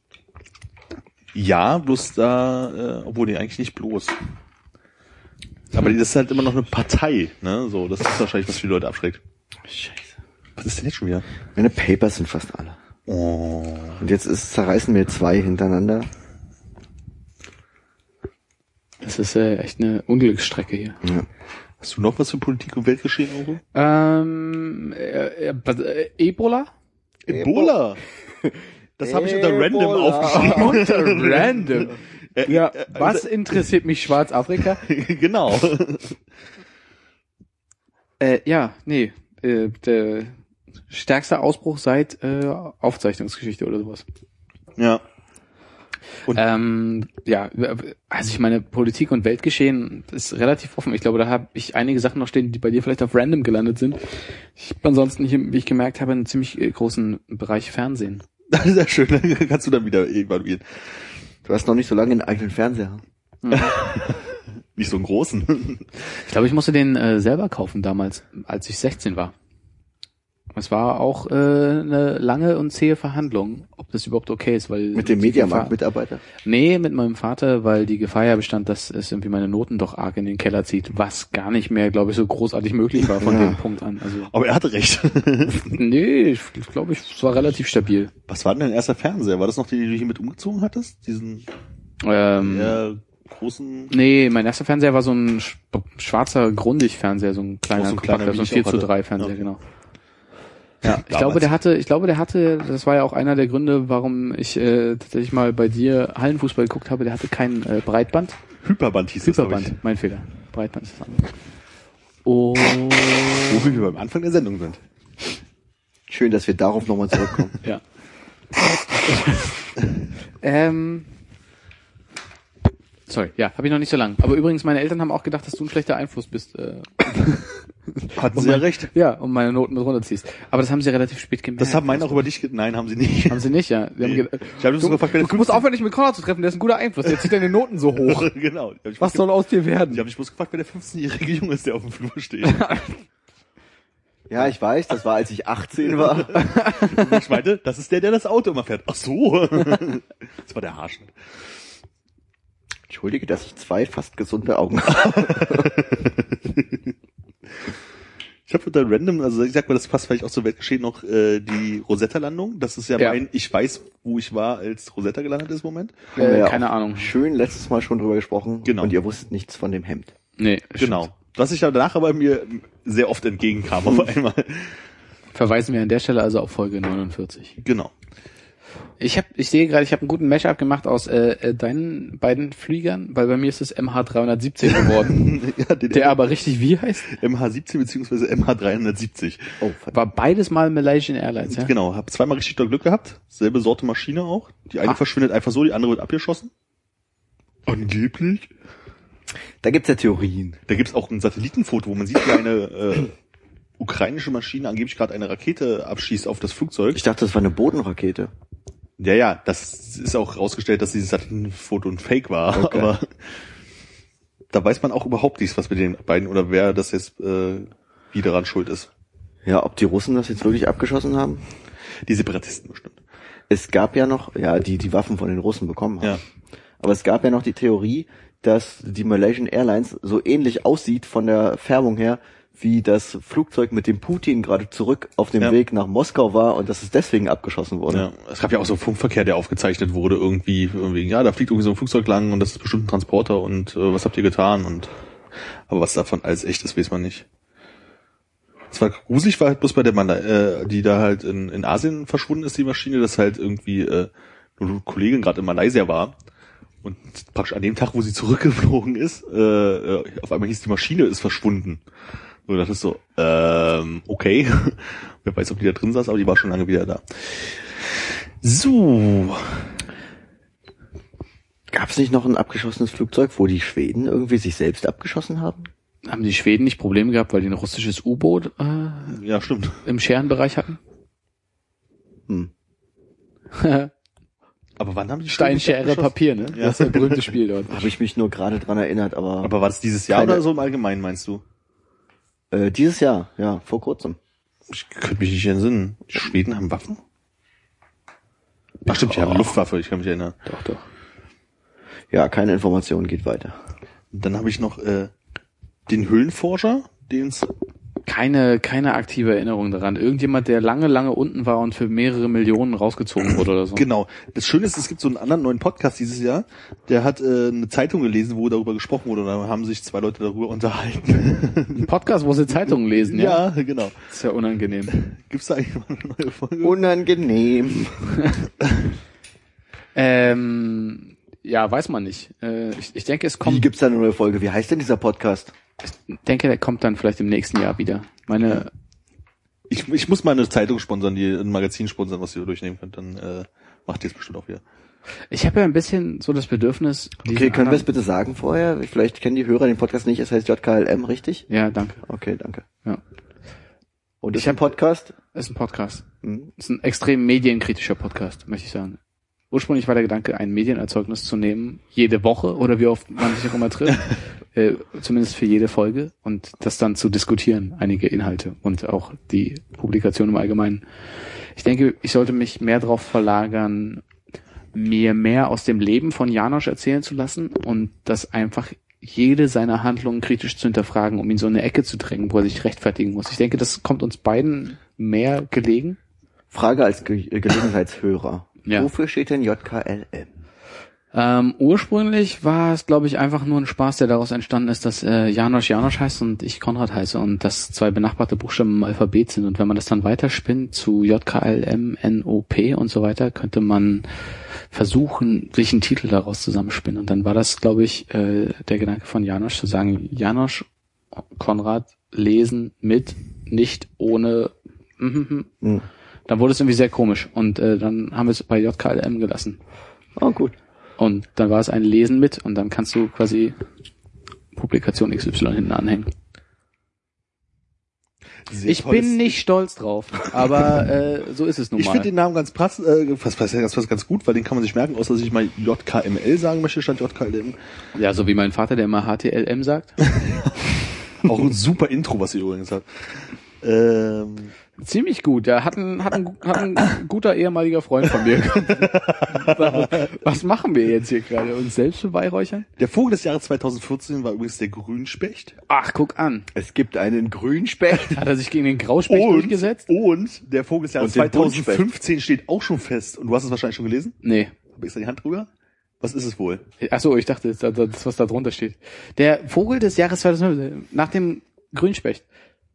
ja, bloß da, äh, obwohl die eigentlich nicht bloß. Aber das ist halt immer noch eine Partei, ne? So, das ist wahrscheinlich, was viele Leute abschreckt. Scheiße. Was ist denn jetzt schon wieder? Meine Papers sind fast alle. Oh. Und jetzt ist, zerreißen wir zwei hintereinander. Das ist äh, echt eine Unglücksstrecke hier. Ja. Hast du noch was für Politik und Weltgeschehen, Euro? Ähm, äh, äh, äh, Ebola? Ebola! Das habe ich unter Random Ebola. aufgeschrieben. Unter Random. Äh, Ja, äh, was interessiert mich Schwarzafrika? Genau. Äh, ja, nee, äh, der stärkste Ausbruch seit äh, Aufzeichnungsgeschichte oder sowas. Ja. Und- ähm, ja, also ich meine, Politik und Weltgeschehen ist relativ offen. Ich glaube, da habe ich einige Sachen noch stehen, die bei dir vielleicht auf Random gelandet sind. Ich habe ansonsten, hier, wie ich gemerkt habe, einen ziemlich äh, großen Bereich Fernsehen. Das ist ja schön, dann kannst du dann wieder evaluieren. Du hast noch nicht so lange einen eigenen Fernseher. Nicht so einen großen. Ich glaube, ich musste den äh, selber kaufen damals, als ich sechzehn war. Es war auch äh, eine lange und zähe Verhandlung, ob das überhaupt okay ist, weil Mit dem die Mediamarkt-Mitarbeiter. Gefahr- Nee, mit meinem Vater, weil die Gefahr ja bestand, dass es irgendwie meine Noten doch arg in den Keller zieht, was gar nicht mehr, glaube ich, so großartig möglich war von Ja. dem Punkt an. Also Aber er hatte recht. nee, ich glaube, ich, es war relativ stabil. Was war denn dein erster Fernseher? War das noch die, die du hier mit umgezogen hattest? Diesen Ähm, eher großen... Nee, mein erster Fernseher war so ein sch schwarzer Grundig-Fernseher, so ein kleiner, Auch so ein kleiner, kompakter, so ein wie ich vier auch zu hatte. drei Fernseher, Ja. genau. Ja, ich Damals. glaube, der hatte, ich glaube, der hatte, das war ja auch einer der Gründe, warum ich äh, tatsächlich mal bei dir Hallenfußball geguckt habe, der hatte kein äh, Breitband. Hyperband hieß das, glaub ich. Hyperband, mein Fehler. Breitband ist das andere. Und Wo wir beim Anfang der Sendung sind. Schön, dass wir darauf nochmal zurückkommen. ja. ähm, Sorry, ja, habe ich noch nicht so lang. Aber übrigens, meine Eltern haben auch gedacht, dass du ein schlechter Einfluss bist. Äh, Hatten sie ja recht. Ja, und meine Noten mit runterziehst. Aber das haben sie relativ spät gemerkt. Das haben meine auch über dich, ge- nein, haben sie nicht. Haben sie nicht, ja. Sie Nee. haben ge- Ich habe das du, sogar gefragt, du musst aufhören, dich mit Konrad zu treffen, der ist ein guter Einfluss. Der zieht deine Noten so hoch. Genau. Ich hab mich Was bloß soll aus dir ge- werden? Ich habe mich bloß gefragt, wer der fünfzehnjährige Junge ist, der auf dem Flur steht. Ja, ich weiß, das war, als ich achtzehn war. Und ich meinte, das ist der, der das Auto immer fährt. Ach so. Das war der Haarschnitt. Entschuldige, dass ich zwei fast gesunde Augen habe. Ich habe dann random, also ich sag mal, das passt vielleicht auch zur Weltgeschehen noch, äh, die Rosetta-Landung. Das ist ja, Ja. mein, ich weiß, wo ich war, als Rosetta gelandet ist im Moment. Haben wir Äh, ja keine auch Ahnung. Schön letztes Mal schon drüber gesprochen. Genau. Und ihr wusstet nichts von dem Hemd. Nee, Genau. Was ich ja danach aber mir sehr oft entgegenkam auf einmal. Verweisen wir an der Stelle also auf Folge neunundvierzig. Genau. Ich habe, ich sehe gerade, ich habe einen guten Mashup gemacht aus äh, äh, deinen beiden Fliegern, weil bei mir ist es M H dreihundertsiebzehn geworden, Ja, den der aber richtig wie heißt? M H siebzehn beziehungsweise M H dreihundertsiebzig. Oh, verdammt. War beides mal Malaysian Airlines, ja? Genau, hab zweimal richtig doll Glück gehabt. Selbe Sorte Maschine auch. Die eine Ah. verschwindet einfach so, die andere wird abgeschossen. Angeblich. Da gibt's ja Theorien. Da gibt's auch ein Satellitenfoto, wo man sieht, wie eine äh, ukrainische Maschine angeblich gerade eine Rakete abschießt auf das Flugzeug. Ich dachte, das war eine Bodenrakete. Ja, ja, das ist auch rausgestellt, dass dieses Satellitenfoto ein Fake war. Okay. Aber da weiß man auch überhaupt nichts, was mit den beiden oder wer das jetzt äh, wie daran schuld ist. Ja, ob die Russen das jetzt wirklich abgeschossen haben? Die Separatisten bestimmt. Es gab ja noch, ja, die die Waffen von den Russen bekommen haben. Ja. Aber es gab ja noch die Theorie, dass die Malaysian Airlines so ähnlich aussieht von der Färbung her, wie das Flugzeug, mit dem Putin gerade zurück auf dem Ja. Weg nach Moskau war und dass es deswegen abgeschossen wurde. Ja, es gab ja auch so Funkverkehr, der aufgezeichnet wurde irgendwie, irgendwie, ja, da fliegt irgendwie so ein Flugzeug lang und das ist bestimmt ein Transporter und äh, was habt ihr getan und aber was davon alles echt ist, weiß man nicht. Es war gruselig, war halt bloß bei der Mann, äh, die da halt in, in Asien verschwunden ist, die Maschine, dass halt irgendwie äh, nur eine Kollegin gerade in Malaysia war und praktisch an dem Tag, wo sie zurückgeflogen ist, äh, äh, auf einmal hieß, die Maschine ist verschwunden. Und das ist so, ähm, okay. Wer weiß, ob die da drin saß, aber die war schon lange wieder da. So. Gab es nicht noch ein abgeschossenes Flugzeug, wo die Schweden irgendwie sich selbst abgeschossen haben? Haben die Schweden nicht Probleme gehabt, weil die ein russisches U-Boot äh, Ja, stimmt. im Scherenbereich hatten? Hm. Aber wann haben die Stein, Schweden Schere, abgeschossen? Papier, ne? Ja. Das ist ein berühmtes Spiel dort. Habe ich mich nur gerade dran erinnert, aber, Aber war das dieses Jahr Keine- oder so im Allgemeinen, meinst du? äh, dieses Jahr, ja, vor kurzem. Ich könnte mich nicht entsinnen. Die Schweden haben Waffen? Ach stimmt, die haben Luftwaffe, ich kann mich erinnern. Doch, doch. Ja, keine Information, geht weiter. Und dann habe ich noch äh, den Höhlenforscher, den es Keine, keine aktive Erinnerung daran. Irgendjemand, der lange, lange unten war und für mehrere Millionen rausgezogen wurde oder so. Genau. Das Schöne ist, es gibt so einen anderen neuen Podcast dieses Jahr, der hat äh, eine Zeitung gelesen, wo darüber gesprochen wurde und da haben sich zwei Leute darüber unterhalten. Ein Podcast, wo sie Zeitungen lesen, ja? Ja, genau. Das ist ja unangenehm. Gibt's da eigentlich mal eine neue Folge? Unangenehm. ähm, ja, weiß man nicht. Äh, ich, ich denke, es Wie kommt, gibt's da eine neue Folge? Wie heißt denn dieser Podcast? ich denke, der kommt dann vielleicht im nächsten Jahr wieder. Meine, Ich, ich muss mal eine Zeitung sponsern, die ein Magazin sponsern, was ihr durchnehmen könnt, dann äh, macht ihr es bestimmt auch wieder. ich habe ja ein bisschen so das Bedürfnis. Okay, diesen können wir es anderen- bitte sagen vorher? Vielleicht kennen die Hörer den Podcast nicht, es heißt J K L M, richtig? Ja, danke. Okay, danke. Ja. Und Ich ist ein Podcast? Ist ein Podcast. Hm. Ist ein extrem medienkritischer Podcast, möchte ich sagen. Ursprünglich war der Gedanke, ein Medienerzeugnis zu nehmen, jede Woche oder wie oft man sich auch immer trifft, äh, zumindest für jede Folge und das dann zu diskutieren, einige Inhalte und auch die Publikation im Allgemeinen. Ich denke, ich sollte mich mehr darauf verlagern, mir mehr aus dem Leben von Janosch erzählen zu lassen und das einfach jede seiner Handlungen kritisch zu hinterfragen, um ihn so in eine Ecke zu drängen, wo er sich rechtfertigen muss. Ich denke, das kommt uns beiden mehr gelegen. Frage als Ge äh, Gelegenheitshörer. Ja. Wofür steht denn J K L M? Ähm, ursprünglich war es, glaube ich, einfach nur ein Spaß, der daraus entstanden ist, dass äh, Janosch Janosch heißt und ich Konrad heiße und dass zwei benachbarte Buchstaben im Alphabet sind. Und wenn man das dann weiterspinnt zu J K L M, N O P und so weiter, könnte man versuchen, sich einen Titel daraus zusammenspinnen. Und dann war das, glaube ich, äh, der Gedanke von Janosch, zu sagen, Janosch, Konrad, lesen mit, nicht ohne. Mhm. Hm. Dann wurde es irgendwie sehr komisch und äh, dann haben wir es bei J K L M gelassen. Oh, gut. Und dann war es ein Lesen mit und dann kannst du quasi Publikation X Y hinten anhängen. Sehr Ich bin nicht stolz drauf, aber äh, so ist es nun Ich mal. finde den Namen ganz passend, äh, fast, fast, ganz, fast ganz gut, weil den kann man sich merken, außer dass ich mal J K M L sagen möchte, statt J K L M. Ja, so wie mein Vater, der immer H T L M sagt. Auch ein super Intro, was sie übrigens hat. Ähm, Ziemlich gut. Ja, hat ein, hat ein, hat ein guter ehemaliger Freund von mir. Was machen wir jetzt hier gerade? Uns selbst beweihräuchern? der Vogel des Jahres zweitausendvierzehn war übrigens der Grünspecht. Ach, guck an. Es gibt einen Grünspecht. Hat er sich gegen den Grauspecht durchgesetzt? und der Vogel des Jahres Und den zweitausendfünfzehn steht auch schon fest. Und du hast es wahrscheinlich schon gelesen? Nee. Habe ich da die Hand drüber? Was ist es wohl? Ach so, ich dachte, das, das was da drunter steht. Der Vogel des Jahres zweitausendfünfzehn, nach dem Grünspecht.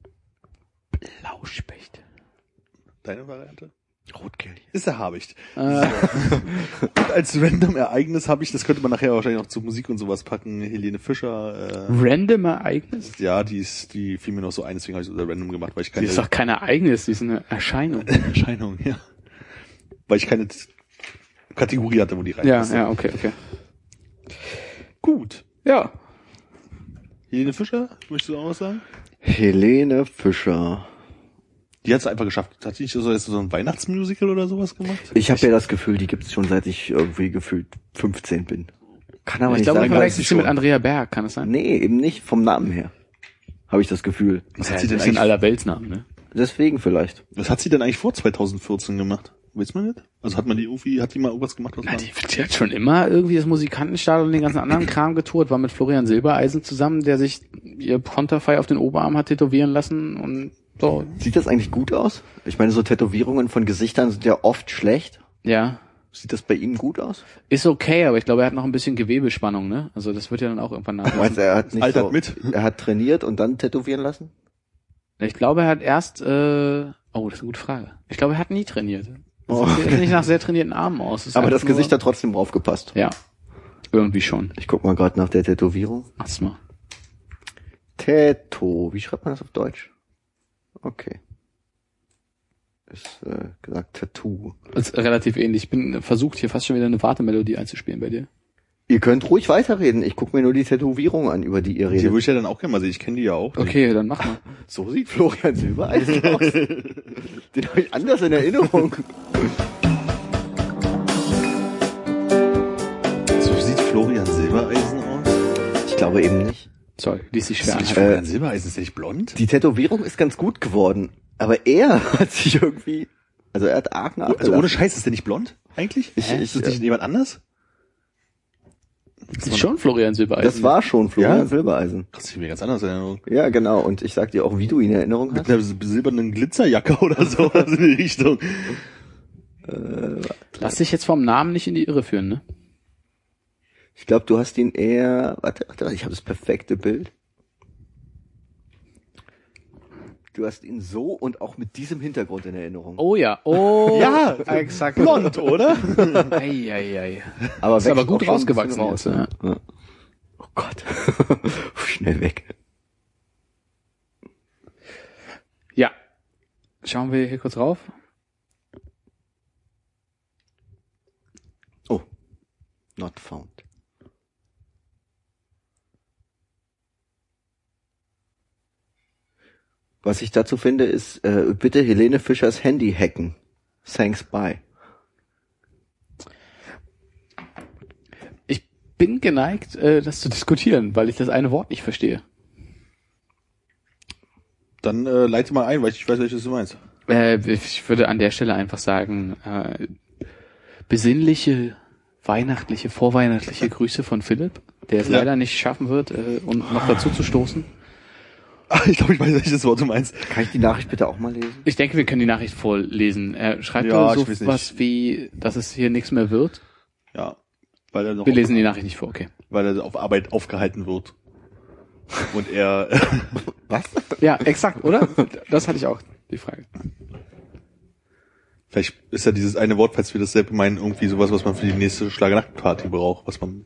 Blauspecht. Deine Variante? Rotkehlchen. Ist der Habicht. Äh, Und als random Ereignis habe ich, das könnte man nachher wahrscheinlich noch zu Musik und sowas packen, Helene Fischer. Äh, random Ereignis? ja, die ist, die fiel mir noch so ein, deswegen habe ich es unter random gemacht, weil ich Die keine ist doch kein Ereignis, die ist eine Erscheinung. Erscheinung, ja. Weil ich keine T- Kategorie hatte, wo die rein Ja, ist. ja, okay, okay. Gut. Ja. Helene Fischer, möchtest du auch was sagen? Helene Fischer. Die hat es einfach geschafft. Hat die nicht so, so ein Weihnachtsmusical oder sowas gemacht? Ich habe ja das Gefühl, die gibt's schon seit ich irgendwie gefühlt fünfzehn bin. Kann aber Ich nicht glaube, sagen, du weil verwechselst ich sie mit schon. Andrea Berg, kann es sein? Nee, eben nicht vom Namen her. Habe ich das Gefühl. Was Ja, hat sie denn das sind eigentlich, aller Weltsnamen, ne? Deswegen vielleicht. was hat sie denn eigentlich vor zweitausendvierzehn gemacht? Weiß man nicht? Also hat man die irgendwie, hat die mal irgendwas gemacht, was Ja, man... die, die hat schon immer irgendwie das Musikantenstadel und den ganzen anderen Kram getourt, war mit Florian Silbereisen zusammen, der sich ihr Konterfei auf den Oberarm hat tätowieren lassen und so. Sieht das eigentlich gut aus? Ich meine, so Tätowierungen von Gesichtern sind ja oft schlecht. Ja. Sieht das bei ihm gut aus? Ist okay, aber ich glaube, er hat noch ein bisschen Gewebespannung, ne? Also das wird ja dann auch irgendwann Meinst nachlassen. du, er hat nicht Altert so, mit. Er hat trainiert und dann tätowieren lassen? Ich glaube, er hat erst, äh, oh, das ist eine gute Frage. Ich glaube, er hat nie trainiert. Das Oh. sieht nicht nach sehr trainierten Armen aus. Das ist Aber einfach das Gesicht nur, hat trotzdem draufgepasst. ja. Irgendwie schon. Ich guck mal gerade nach der Tätowierung. Mach's mal. Tätow. Wie schreibt man das auf Deutsch? Okay. Ist äh, gesagt Tattoo. Das ist relativ ähnlich. Ich bin versucht, hier fast schon wieder eine Wartemelodie einzuspielen bei dir. Ihr könnt ruhig weiterreden. Ich guck mir nur die Tätowierung an, über die ihr Die redet. würde ich ja dann auch gerne mal sehen. Ich kenne die ja auch. Okay, dann mach mal. So sieht Florian Silbereisen aus. Den habe ich anders in Erinnerung. So sieht Florian Silbereisen aus. Ich glaube eben nicht. Sorry, ließ sich schwer Ist nicht an. Florian Silbereisen, ist der nicht blond? Die Tätowierung ist ganz gut geworden. Aber er hat sich irgendwie... Also er hat arg Also nachgelassen. ohne Scheiß, ist der nicht blond? Eigentlich? Ich- Hä? ich- ist das nicht jemand anders? Das ist schon Florian Silbereisen. Das war schon Florian Ja? Silbereisen. Krass, ich bin mir ganz anders in Erinnerung. Ja, genau. Und ich sag dir auch, wie du ihn in Erinnerung Mit hast. einer silbernen Glitzerjacke oder so in die Richtung. Lass dich jetzt vom Namen nicht in die Irre führen, ne? Ich glaube, du hast ihn eher... Warte, warte, ich habe das perfekte Bild. Du hast ihn so und auch mit diesem Hintergrund in Erinnerung. Oh ja. Oh. Ja, exakt. Blond, oder? Ei, ei, ei. aber Ist wächst aber gut auch schon ein rausgewachsen bisschen raus, raus, ja. Oh Gott. Schnell weg. Ja. Schauen wir hier kurz rauf. Oh. Not found. Was ich dazu finde, ist, äh, bitte Helene Fischers Handy hacken. Thanks, bye. Ich bin geneigt, äh, das zu diskutieren, weil ich das eine Wort nicht verstehe. Dann äh, leite mal ein, weil ich weiß, welches du meinst. Äh, ich würde an der Stelle einfach sagen, äh, besinnliche, weihnachtliche, vorweihnachtliche Grüße von Philipp, der es Ja. leider nicht schaffen wird, äh, und noch dazu zu stoßen. Ach, ich glaube, ich weiß, welches Wort du meinst. Kann ich die Nachricht bitte auch mal lesen? Ich denke, wir können die Nachricht vorlesen. Er schreibt Ja, ja, ich so weiß nicht. was wie, dass es hier nichts mehr wird. Ja. Weil er noch Wir lesen die Nachricht nicht vor, okay. weil er auf Arbeit aufgehalten wird. Und er Was? Ja, exakt, oder? Das hatte ich auch, die Frage. vielleicht ist ja dieses eine Wort, falls wir dasselbe meinen, irgendwie sowas, was man für die nächste Schlagernacht-Party braucht, was man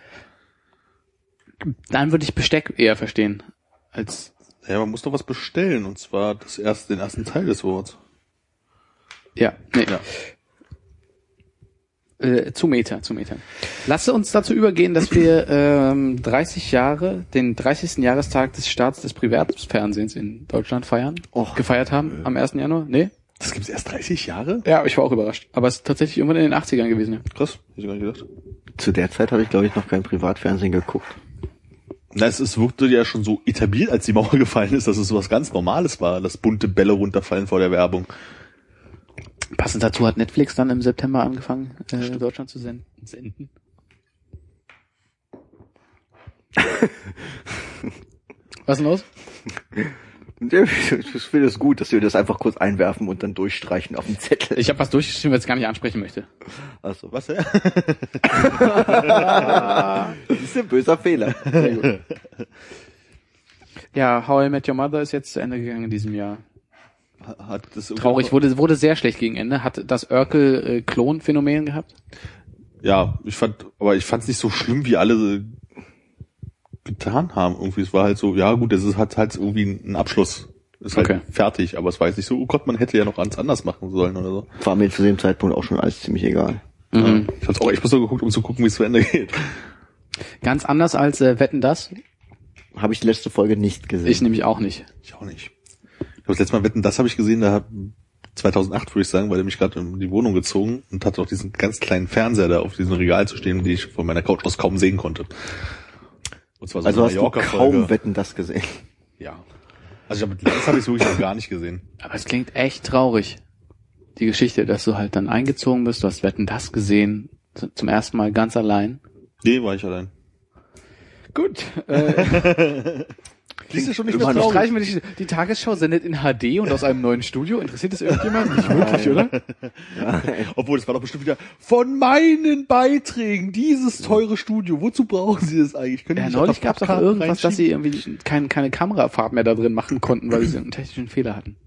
Dann würde ich Besteck eher verstehen, als, ja, man muss doch was bestellen, und zwar das erste, den ersten Teil des Wortes. ja, nee. Ja. Äh, zu Meta, zu Meta. Lasse uns dazu übergehen, dass wir ähm, dreißig Jahre, den dreißigsten Jahrestag des Starts des Privatfernsehens in Deutschland feiern, Och, gefeiert haben am ersten Januar. Nee? Das gibt's erst dreißig Jahre? Ja, ich war auch überrascht. Aber es ist tatsächlich irgendwann in den achtzigern gewesen. Ja. Krass, hätte ich gar nicht gedacht. zu der Zeit habe ich, glaube ich, noch kein Privatfernsehen geguckt. Na, es, es wirkte ja schon so etabliert, als die Mauer gefallen ist, dass es so was ganz Normales war, dass bunte Bälle runterfallen vor der Werbung. Passend dazu hat Netflix dann im September angefangen, äh, in Deutschland zu senden. senden. Was ist denn los? Ich finde es gut, dass wir das einfach kurz einwerfen und dann durchstreichen auf den Zettel. Ich habe was durchgeschrieben, was ich gar nicht ansprechen möchte. Also, Was, ja? das ist ein böser Fehler. Sehr gut. Ja, How I Met Your Mother ist jetzt zu Ende gegangen in diesem Jahr. Hat das Traurig, wurde wurde sehr schlecht gegen Ende. Hat das Urkel-Klon-Phänomen gehabt? Ja, ich fand, aber ich fand es nicht so schlimm, wie alle getan haben. Irgendwie, es war halt so, ja gut, es ist halt, halt irgendwie ein Abschluss. Ist halt Okay. fertig, aber es war jetzt nicht so, oh Gott, man hätte ja noch ganz anders machen sollen oder so. War mir zu dem Zeitpunkt auch schon alles ziemlich egal. Mhm. Ich hab's auch echt bloß so geguckt, um zu gucken, wie es zu Ende geht. Ganz anders als äh, Wetten, das? Habe ich die letzte Folge nicht gesehen. Ich nämlich auch nicht. Ich auch nicht. Ich glaube, das letzte Mal Wetten, das habe ich gesehen, da hab zweitausendacht, würde ich sagen, weil er mich gerade in die Wohnung gezogen und hatte auch diesen ganz kleinen Fernseher da auf diesem Regal zu stehen, den ich von meiner Couch aus kaum sehen konnte. Und zwar so also eine hast du Mallorca-Folge. kaum Wetten, das gesehen. Ja. Also ich habe das habe ich wirklich noch gar nicht gesehen. Aber es klingt echt traurig. Die Geschichte, dass du halt dann eingezogen bist, du hast Wetten, das gesehen, z- zum ersten Mal ganz allein. Nee, war ich allein. Gut. Äh, Siehst du schon Immer noch streichen wir die, die Tagesschau sendet in H D und aus einem neuen Studio. Interessiert das irgendjemand? Nicht wirklich, oder? Obwohl, das war doch bestimmt wieder von meinen Beiträgen, dieses teure Studio. Wozu brauchen sie das eigentlich? Können die Ja, nicht neulich auf der gab es doch Podcast irgendwas, dass sie reinschieben? irgendwie kein, keine Kamerafahrt mehr da drin machen konnten, weil sie einen technischen Fehler hatten.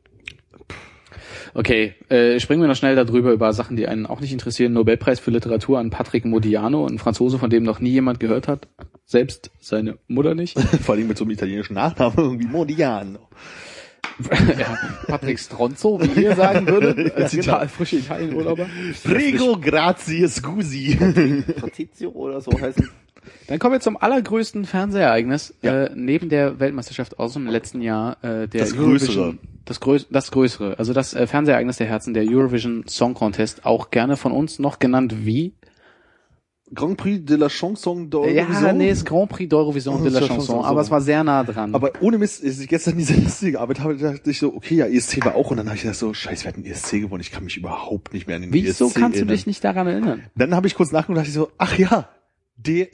Okay, äh, springen wir noch schnell darüber über Sachen, die einen auch nicht interessieren. Nobelpreis für Literatur an Patrick Modiano, ein Franzose, von dem noch nie jemand gehört hat. Selbst seine Mutter nicht. Vor allem mit so einem italienischen Nachnamen, irgendwie Modiano. Ja, Patrick Stronzo, wie ihr sagen würdet, als Ital- frische Italienurlauber. Prego, grazie, scusi. Fratizio oder so heißen. Dann kommen wir zum allergrößten Fernsehereignis, Ja. äh, neben der Weltmeisterschaft aus dem letzten Jahr, äh, der Das Eurovision, Größere. das, Größ das Größere, also das äh, Fernsehereignis der Herzen, der Eurovision Song Contest, auch gerne von uns noch genannt wie? Grand Prix de la Chanson Ja, d'Eurovision. nee, das Grand Prix d'Eurovision de la Das ist ja Chanson, schon so. aber es war sehr nah dran. Aber ohne Mist, als ich gestern diese Liste gearbeitet habe, dachte ich so, okay, ja, E S C war auch, und dann habe ich gedacht so, scheiße, wir hatten E S C gewonnen, ich kann mich überhaupt nicht mehr an den E S C Wieso kannst du erinnern. dich nicht daran erinnern? Dann habe ich kurz nachgedacht und dachte ich so, ach ja, der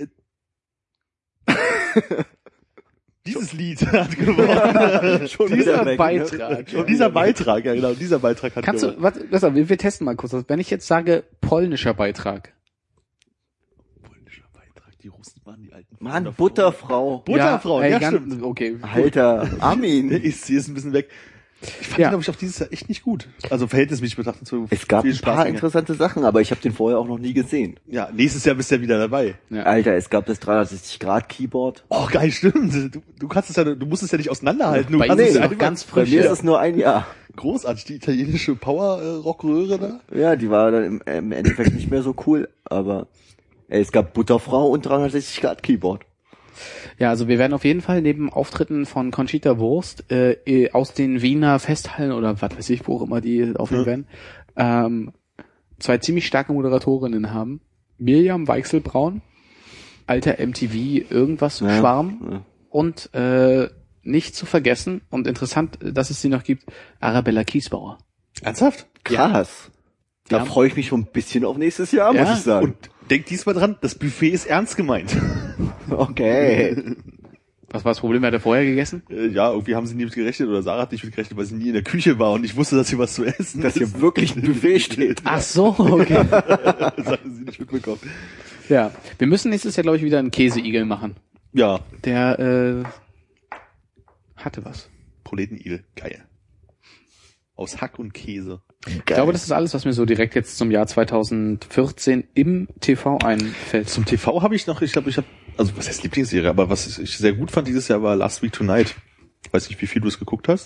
dieses Lied hat gewonnen. Schon Dieser wieder weg, Beitrag. Ne? dieser Beitrag, ja genau, dieser Beitrag hat Kannst du, gewonnen. warte, warte, wir, wir testen mal kurz. Wenn ich jetzt sage, polnischer Beitrag. Polnischer Beitrag, die Russen waren die alten. Mann, Butterfrau. Butterfrau, ja, ey, ganz- stimmt. Okay. Alter, Der Armin. E S C ist ein bisschen weg. Ich fand Ja. den, glaube ich, auch dieses Jahr echt nicht gut. Also verhältnismäßig betrachtet zu Es gab viel ein paar Spaß. interessante Sachen, aber ich habe den vorher auch noch nie gesehen. Ja, nächstes Jahr bist du ja wieder dabei. Ja. Alter, es gab das dreihundertsechzig Grad Keyboard. Oh, geil, stimmt. Du, du kannst es ja, du musst es ja nicht auseinanderhalten. Du Bei kannst ihm es ist ja noch einfach- ganz Bei frisch. mir Ja. ist es nur ein Jahr. großartig, die italienische Power-Rock-Röhre da. Ja, die war dann im, im Endeffekt nicht mehr so cool, aber ey, es gab Butterfrau und dreihundertsechzig Grad Keyboard. Ja, also wir werden auf jeden Fall neben Auftritten von Conchita Wurst äh, äh, aus den Wiener Festhallen oder was weiß ich, wo auch immer die aufnehmen Ja. werden, ähm, zwei ziemlich starke Moderatorinnen haben. Mirjam Weichselbraun, alter M T V irgendwas Ja. Schwarm Ja. und äh, nicht zu vergessen und interessant, dass es sie noch gibt, Arabella Kiesbauer. Ernsthaft? Krass. Da Ja. freue ich mich schon ein bisschen auf nächstes Jahr, Ja, muss ich sagen. Und denk diesmal dran, das Buffet ist ernst gemeint. Okay. Was war das Problem? Wer hat er vorher gegessen? Äh, ja, irgendwie haben sie nie mit gerechnet oder Sarah hat nicht mit gerechnet, weil sie nie in der Küche war und ich wusste, dass hier was zu essen Dass ist. hier wirklich ein Buffet steht. Ach so, okay. Das hatte sie nicht mitbekommen. Ja, wir müssen nächstes Jahr, glaube ich, wieder einen Käseigel machen. Ja, Der äh, hatte was. Proletenigel, geil. Aus Hack und Käse. Ich glaube, das ist alles, was mir so direkt jetzt zum Jahr zweitausendvierzehn im T V einfällt. Zum T V habe ich noch, ich glaube, ich habe, also was heißt Lieblingsserie, aber was ich sehr gut fand dieses Jahr war Last Week Tonight. Ich weiß nicht, wie viel du es geguckt hast.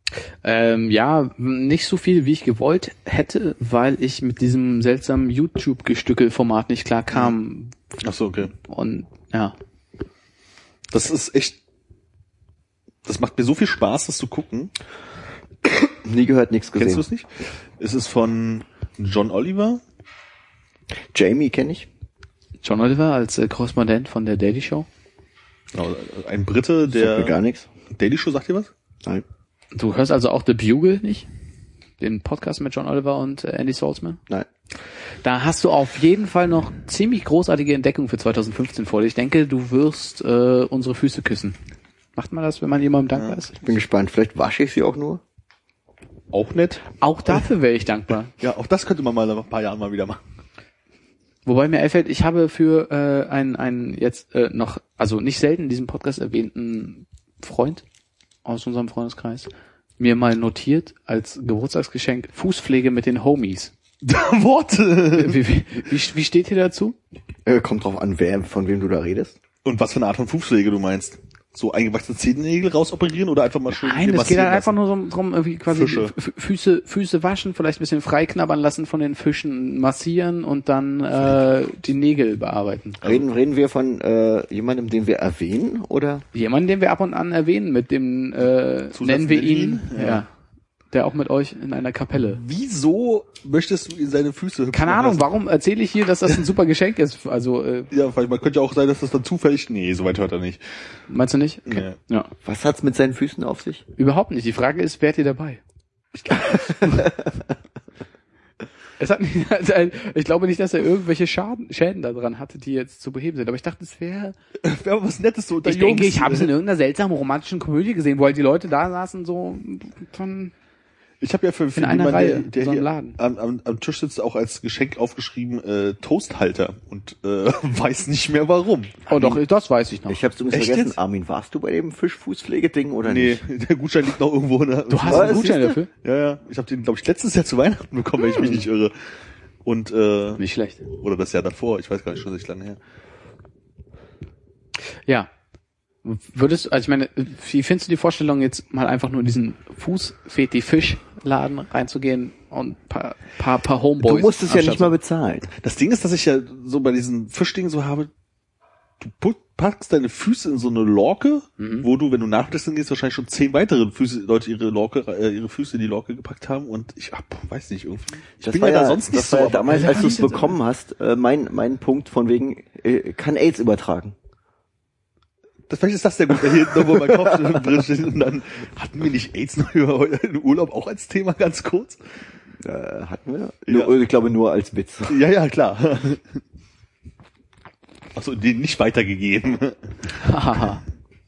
Ähm, ja, nicht so viel, wie ich gewollt hätte, weil ich mit diesem seltsamen YouTube-Gestückel-Format nicht klar kam. Ach so, okay. Und ja. Das ist echt, das macht mir so viel Spaß, das zu gucken. Nie gehört, nichts gesehen. Kennst du es nicht? Es ist von John Oliver. Jamie kenne ich. John Oliver als äh, Korrespondent von der Daily Show. Genau, ein Brite, der... Sagt mir gar nichts. Daily Show, sagt ihr was? Nein. Du hörst also auch The Bugle nicht? Den Podcast mit John Oliver und äh, Andy Salzman? Nein. Da hast du auf jeden Fall noch ziemlich großartige Entdeckungen für zwanzig fünfzehn vor dir. Ich denke, du wirst äh, unsere Füße küssen. Macht man das, wenn man jemandem dankbar Ja. ist? Bin gespannt. Vielleicht wasche ich sie auch nur. Auch nett. Auch dafür wäre ich dankbar. Ja, auch das könnte man mal nach ein paar Jahren mal wieder machen. Wobei mir auffällt, ich habe für äh, einen, einen jetzt äh, noch, also nicht selten in diesem Podcast erwähnten Freund aus unserem Freundeskreis mir mal notiert als Geburtstagsgeschenk Fußpflege mit den Homies. Worte! Wie, wie, wie, wie steht ihr dazu? Äh, kommt drauf an, wer, von wem du da redest. Und was für eine Art von Fußpflege du meinst? So eingewachsene Zehennägel rausoperieren oder einfach mal schön Nein, es geht massieren halt einfach lassen? nur so drum, irgendwie quasi Fische. F- Füße, Füße waschen, vielleicht ein bisschen freiknabbern lassen von den Fischen, massieren und dann äh, die Nägel bearbeiten. Reden, reden wir von äh, jemandem, den wir erwähnen, oder? Jemanden, den wir ab und an erwähnen, mit dem äh, Zusatz nennen wir nennen ihn, ihn? ja. Ja. der auch mit euch in einer Kapelle. Wieso möchtest du in seine Füße Keine hüpfen Ahnung, lassen? warum erzähle ich hier, dass das ein super Geschenk ist? Also, äh, Ja, weil man könnte ja auch sein, dass das dann zufällig... Nee, soweit hört er nicht. meinst du nicht? Nee. Ja. Was hat's mit seinen Füßen auf sich? Überhaupt nicht. Die Frage ist, wärt ihr dabei? Es hat nicht, ich glaube nicht, dass er irgendwelche Schaden, Schäden daran hatte, die jetzt zu beheben sind. Aber ich dachte, es wäre... Wäre was Nettes so unter Ich denke, Jungs. ich habe es in irgendeiner seltsamen romantischen Komödie gesehen, wo halt die Leute da saßen so von... Ich habe ja für, für In einer jemanden, Reihe, der, der so einen hier Laden. am, am, am Tisch sitzt, auch als Geschenk aufgeschrieben äh, Toasthalter und äh, weiß nicht mehr warum. Oh doch, das weiß ich noch. Ich hab's übrigens Echt vergessen. jetzt? Armin, warst du bei dem Fischfußpflegeding oder Nee, nicht? der Gutschein liegt noch irgendwo. Ne? Du hast Was, einen Gutschein siehste? dafür? Ja, ja. Ich habe den, glaube ich, letztes Jahr zu Weihnachten bekommen, wenn ich mich nicht irre. Und äh, Nicht schlecht. oder das Jahr davor, ich weiß gar nicht, schon nicht lange her. Ja. Würdest, also ich meine, wie findest du die Vorstellung, jetzt mal einfach nur in diesen Fußfetisch-Laden reinzugehen und paar, paar, paar Homeboys... Du musst es ja anstatt nicht mal bezahlen. Das Ding ist, dass ich ja so bei diesen Fischdingen so habe, du put, packst deine Füße in so eine Lorke, Mhm. wo du, wenn du Nachtessen gehst, wahrscheinlich schon zehn weitere Füße, Leute ihre Lorke, äh, ihre Füße in die Lorke gepackt haben und ich ach, weiß nicht, irgendwie. Ich Das bin war ja da sonst nicht das so. war ja aber- damals, Ja, als du es wie ist das? bekommen hast, äh, mein, mein Punkt von wegen, äh, kann AIDS übertragen. Das, vielleicht ist das der Grund, der hier hinten irgendwo mein Kopf drin steht. Und dann hatten wir nicht AIDS noch über den Urlaub auch als Thema ganz kurz? Äh, hatten wir? Ja. Nur, ich glaube nur als Witz. Ja, ja, klar. Achso, den nicht weitergegeben. Hahaha.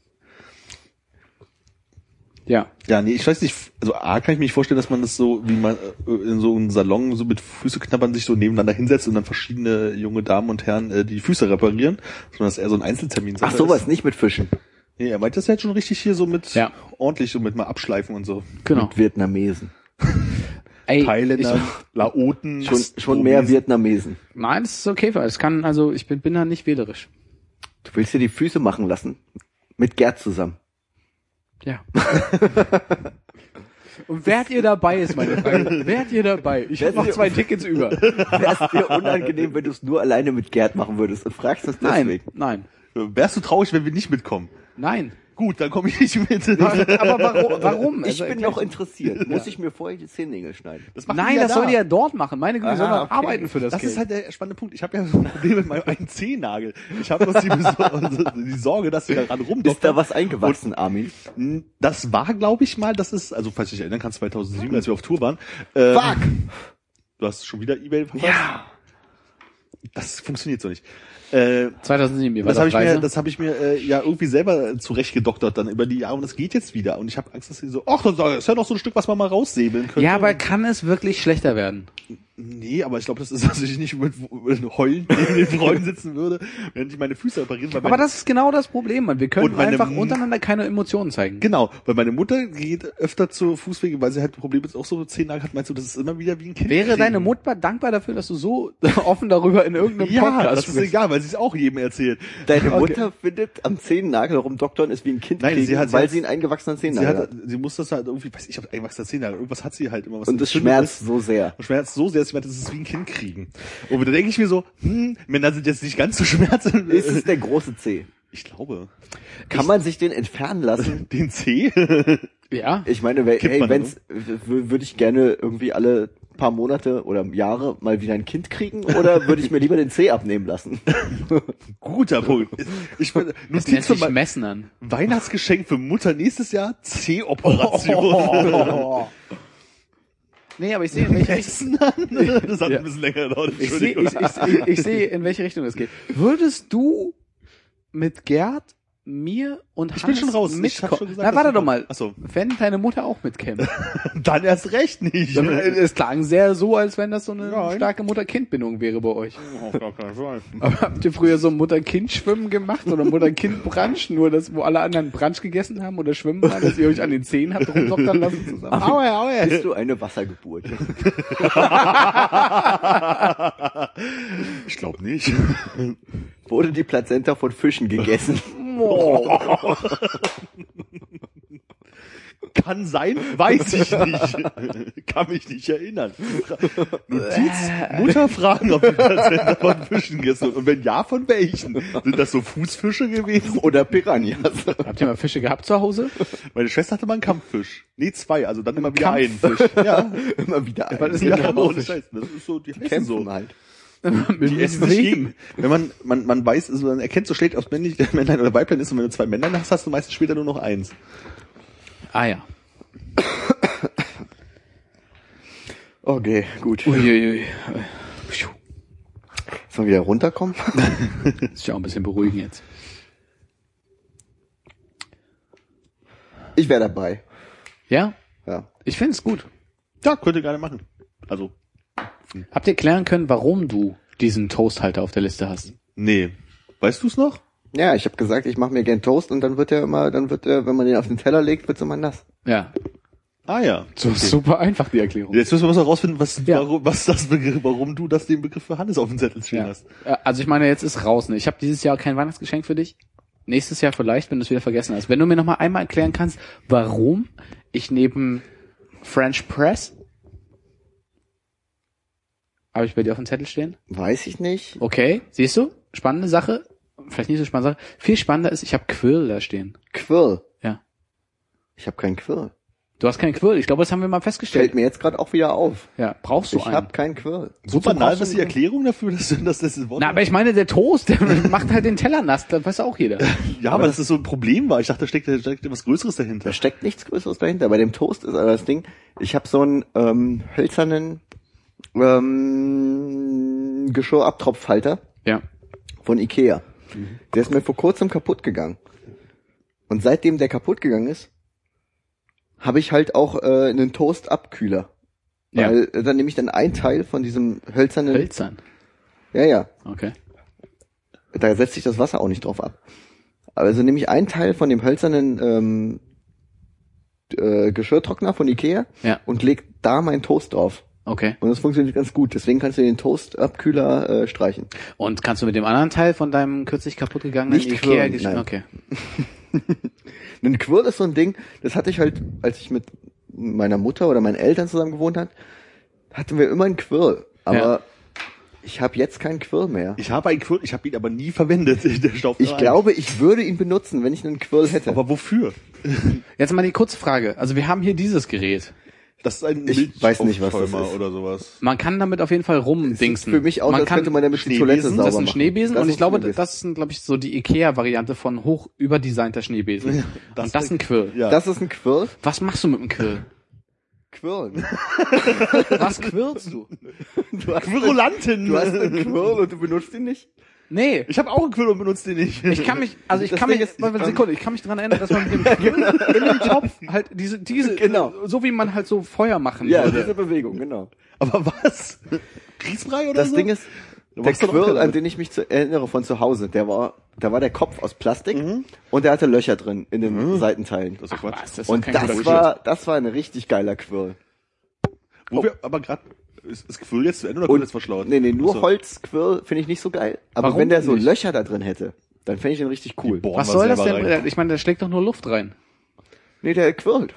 Ja. Ja, nee, ich weiß nicht, also A kann ich mir nicht vorstellen, dass man das so, wie man äh, in so einem Salon so mit Füße knabbern sich so nebeneinander hinsetzt und dann verschiedene junge Damen und Herren äh, die Füße reparieren, sondern dass eher so ein Einzeltermin Ach sowas, nicht mit Fischen. Nee, er meint das ja jetzt schon richtig hier so mit Ja. ordentlich so mit mal abschleifen und so. Genau. Mit Vietnamesen. Ey, Thailänder, ich, Laoten. Schon, schon mehr Vietnamesen. nein, das ist okay, weil es kann, also ich bin, bin da nicht wählerisch. Du willst dir die Füße machen lassen. Mit Gerd zusammen. Ja. Und wärt ihr dabei, ist meine Frage. Wärt ihr dabei? Ich habe Wärt noch ihr- zwei Tickets über. Wäre es dir unangenehm, wenn du es nur alleine mit Gerd machen würdest und fragst es Nein, deswegen? nein, Wärst du traurig, wenn wir nicht mitkommen? nein. Gut, dann komme ich nicht mit. Aber warum? warum? Ich Also, bin erklär- noch interessiert. Muss ich mir vorher die Zehennägel schneiden? Das machen Nein, die ja das da. soll die ja dort machen. Meine Güte, die sollen Aha, doch okay. arbeiten für das, Das Geld. ist halt der spannende Punkt. Ich habe ja so ein Problem mit meinem einen Zehennagel. Ich habe bloß die, Besor- die Sorge, dass sie daran Ist rumdoktern. da was eingewachsen, Armin? Das war, glaube ich mal, das ist, also falls ich dich erinnern kann, zweitausendsieben, als wir auf Tour waren. Ähm, Fuck! Du hast schon wieder E-Mail verfasst? Ja. Das funktioniert so nicht. Äh, zweitausendsieben, wie war das habe das ich mir, Reise? das habe ich mir äh, ja irgendwie selber zurechtgedoktert dann über die Jahre und das geht jetzt wieder. Und ich habe Angst, dass sie so, ach, das ist ja noch so ein Stück, was man mal raussäbeln könnte. Ja, aber kann es wirklich schlechter werden? Nee, aber ich glaube, das ist, dass ich nicht mit, mit Heulen neben den Freunden sitzen würde, während ich meine Füße reparieren. Weil Aber meine, das ist genau das Problem, man. Wir können meine einfach M- untereinander keine Emotionen zeigen. Genau, weil meine Mutter geht öfter zu Fußwege, weil sie halt Probleme jetzt auch so Zehennagel hat. Meinst du, das ist immer wieder wie ein Kind? Wäre kriegen? deine Mutter dankbar dafür, dass du so offen darüber in irgendeinem Ja, Podcast das ist sprichst? egal, weil sie es auch jedem erzählt. Deine Okay. Mutter findet am Zehennagel rumdoktern ist wie ein Kind Nein, kriegen, sie hat- sie weil hat- sie einen eingewachsenen Sie Zehennagel hat, hat. sie muss das halt irgendwie, weiß ich, ob eingewachsener Zehennagel, irgendwas hat sie halt immer was. Und das entzündet schmerzt ist. so sehr. Und schmerzt so sehr, dass ich meinte, das ist wie ein Kind kriegen. Und da denke ich mir so, hm, Männer sind jetzt nicht ganz so schmerzend. Ist es der große C? Ich glaube. Kann man sich den entfernen lassen? Den C? Ja. Ich meine, we- Kippt hey, man wenn's, w- würde ich gerne irgendwie alle paar Monate oder Jahre mal wieder ein Kind kriegen oder würde ich mir lieber den C abnehmen lassen? Guter Punkt. Ich bin, Das Notiz nennt für sich mein Messen an. Weihnachtsgeschenk für Mutter nächstes Jahr, C-Operation. Nee, aber ich sehe, in welche Richtung, Messen an? Das hat Ja. ein bisschen länger gedauert. ich sehe, ich, ich, ich sehe, in welche Richtung es geht. Würdest du mit Gerd, mir und Ich Hannes bin schon raus. Ich hab mitkommen? schon gesagt, Na, dass warte du doch mal. Ach so. Wenn deine Mutter auch mitkäme. Dann erst recht nicht. Es klang sehr so, als wenn das so eine Nein. starke Mutter-Kind-Bindung wäre bei euch. Auf gar keinen Fall. Aber habt ihr früher so Mutter-Kind-Schwimmen gemacht oder Mutter-Kind-Brunch, nur das, wo alle anderen Brunch gegessen haben oder schwimmen waren, dass ihr euch an den Zehen habt rumdoktern lassen zusammen? Aue, aue. Bist du eine Wassergeburt? Ich glaube nicht. Wurde die Plazenta von Fischen gegessen? Kann sein, weiß ich nicht. Kann mich nicht erinnern. Notiz, Mutter fragen, ob die Plazenta von Fischen gegessen wird. Und wenn ja, von welchen? Sind das so Fußfische gewesen? Oder Piranhas? Habt ihr mal Fische gehabt zu Hause? Meine Schwester hatte mal einen Kampffisch. Nee, zwei, also dann immer wieder einen. Kampffisch. Ja, Immer wieder Was ist ein. denn ja, da ohne los? Scheiß. Das ist so, die heißen Kämpfen so. halt. Die essen sich gegen. Wenn man, man, man weiß, also man erkennt so schlecht, ob es männlich, Männlein oder Weiblein ist, und wenn du zwei Männlein hast, hast du meistens später nur noch eins. Ah ja. Okay, gut. Uiuiui. Sollen wir wieder runterkommen? Das ist ja auch ein bisschen beruhigen jetzt. Ich wäre dabei. Ja? Ja. Ich finde es gut. Ja, könnt ihr gerne machen. Also, Habt ihr klären können, warum du diesen Toasthalter auf der Liste hast? nee. Weißt du es noch? Ja, ich habe gesagt, ich mache mir gern Toast und dann wird er immer, dann wird er, wenn man den auf den Teller legt, wird's immer nass. Ja. Ah ja. So super einfach, die Erklärung. Jetzt müssen wir mal herausfinden, was, Ja. warum, was das Begriff, warum du das den Begriff für Hannes auf dem Zettel stehen Ja. hast. Äh, Also ich meine, jetzt ist raus. Ne? Ich habe dieses Jahr kein Weihnachtsgeschenk für dich. Nächstes Jahr vielleicht, wenn du es wieder vergessen hast. Wenn du mir noch mal einmal erklären kannst, warum ich neben French Press habe ich bei dir auf dem Zettel stehen? Weiß ich nicht. Okay, siehst du? Spannende Sache. Vielleicht nicht so spannende Sache. Viel spannender ist, ich habe Quirl da stehen. Quirl. Ja. Ich habe keinen Quirl. Du hast keinen Quirl. Ich glaube, das haben wir mal festgestellt. Fällt mir jetzt gerade auch wieder auf. Ja, brauchst du Ich einen? habe keinen Quirl. So Wozu banal brauchst ist du die einen Erklärung dafür, dass, dass das Wort... Na, aber ich meine, der Toast, der macht halt den Teller nass. Das weiß auch jeder. ja, aber dass das so ein Problem war. Ich dachte, da steckt, da steckt was Größeres dahinter. Da steckt nichts Größeres dahinter. Bei dem Toast ist aber das Ding, ich habe so einen ähm, hölzernen ähm, Geschirrabtropfhalter Ja. von Ikea. Der ist mir vor kurzem kaputt gegangen. Und seitdem der kaputt gegangen ist, habe ich halt auch äh, einen Toastabkühler. Ja. Weil äh, dann nehme ich dann ein Teil von diesem hölzernen... Hölzern. Ja, ja. Okay. Da setzt sich das Wasser auch nicht drauf ab. Also nehme ich einen Teil von dem hölzernen ähm, äh, Geschirrtrockner von Ikea Ja. und leg da meinen Toast drauf. Okay. Und das funktioniert ganz gut. Deswegen kannst du den Toastabkühler äh, streichen. Und kannst du mit dem anderen Teil von deinem kürzlich kaputt gegangenen Nicht Ikea quirlen, nein. Okay. Ein Quirl ist so ein Ding, das hatte ich halt, als ich mit meiner Mutter oder meinen Eltern zusammen gewohnt hat, hatten wir immer einen Quirl. Aber Ja. ich habe jetzt keinen Quirl mehr. Ich habe einen Quirl, ich habe ihn aber nie verwendet. Der staubt Ich nur glaube, ich würde ihn benutzen, wenn ich einen Quirl ein. hätte. Aber wofür? Jetzt mal die kurze Frage. Also wir haben hier dieses Gerät. Das ist ein Ich weiß nicht, was das Milchaufschäumer ist. oder sowas. Man kann damit auf jeden Fall Sieht rumdingsen. für mich aus, man als kann, könnte man damit die Schneebesen, Toilette das sauber das ist ein machen. Schneebesen Das und ist ich glaube, Schneebesen. das ist, glaube ich, so die Ikea-Variante von hoch überdesignter Schneebesen. das und das ist ein Quirl. Ja. Das ist ein Quirl. Was machst du mit dem Quirl? Quirlen. Was quirlst du? Du hast, Quirlanten! du hast einen Quirl und du benutzt ihn nicht? Nee. Ich habe auch einen Quirl und benutze den nicht. Ich kann mich, also ich Das kann Ding mich, ist, warte, ähm, Sekunde, ich kann mich dran erinnern, dass man mit dem Quirl in dem Topf halt diese, diese, Genau. so wie man halt so Feuer machen Ja, würde. diese Bewegung, genau. Aber was? Grießbrei oder Das so? Ding ist, Du der machst doch auch Quirl, keine- an den ich mich zu erinnere von zu Hause, der war, da war der Kopf aus Plastik und der hatte Löcher drin in den Seitenteilen. Das ist doch Quatsch. Was, das ist Und doch kein guter das Quirl. war, das war ein richtig geiler Quirl. Wo wir aber gerade ist, ist Quirl jetzt zu Ende oder kommt jetzt verschlaut? Nee, nee, nur Achso. Holzquirl finde ich nicht so geil. Aber Warum wenn der so nicht? Löcher da drin hätte, dann fände ich den richtig cool. Bohren Was wir soll das selber denn? rein. Ich meine, da steckt doch nur Luft rein. Nee, der quirlt.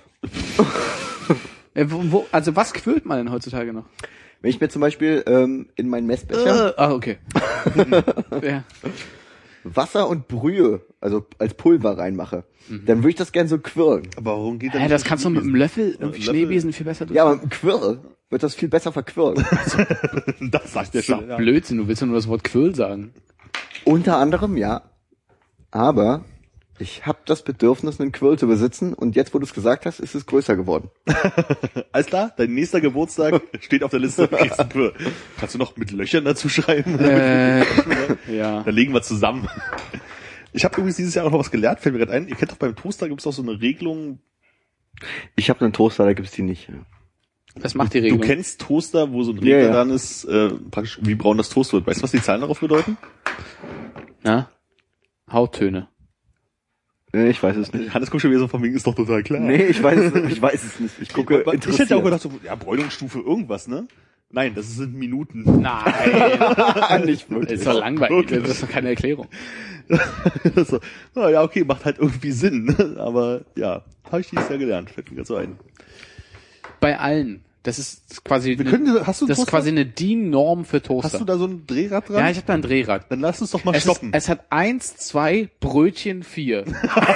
Äh, wo, wo, also was quirlt man denn heutzutage noch? Wenn ich mir zum Beispiel ähm, in meinen Messbecher Äh, ah, okay. ja. Wasser und Brühe, also als Pulver reinmache, dann würde ich das gern so quirlen. Aber warum geht Hä, nicht das mit kannst du mit einem Schneebesen? Löffel, irgendwie Löffel? Schneebesen viel besser durch. Ja, aber mit dem Quirl wird das viel besser verquirlt. Das sagt der Das ist doch schon. Ja. Blödsinn, du willst ja nur das Wort Quirl sagen. Unter anderem, ja. Aber ich habe das Bedürfnis, einen Quirl zu besitzen und jetzt, wo du es gesagt hast, ist es größer geworden. Alles klar, dein nächster Geburtstag steht auf der Liste. Du kriegst einen Quirl. Kannst du noch mit Löchern dazu schreiben? Äh, ja. Dann legen wir zusammen. Ich habe übrigens dieses Jahr auch noch was gelernt, fällt mir gerade ein. Ihr kennt doch beim Toaster gibt's auch so eine Regelung. Ich habe einen Toaster, da gibt's die nicht. Das macht die Du Regelung. kennst Toaster, wo so ein Regler Ja, ja. dran ist, äh, praktisch wie braun das Toast wird. Weißt du, was die Zahlen darauf bedeuten? Na? Hauttöne. Nee, ich weiß es nicht. Hannes guckt schon wieder so von wegen, ist doch total klar. Nee, ich weiß es nicht. Ich weiß es nicht. Ich gucke ich interessiert. hätte ja auch gedacht, so, ja, Bräunungsstufe irgendwas, ne? Nein, das sind Minuten. Nein. nicht Das wirklich. ist doch langweilig. Das ist doch keine Erklärung. so, na ja, okay, macht halt irgendwie Sinn. Ne? Aber ja, habe ich dieses Jahr gelernt. Fällt mir gerade so ein. Bei allen. Das ist quasi, Wir eine, können, hast du einen das ist Toaster? quasi eine D I N-Norm für Toaster. Hast du da so ein Drehrad dran? Ja, ich habe da ein Drehrad. Dann lass uns doch mal Es, ist, stoppen. es hat eins, zwei, Brötchen, vier.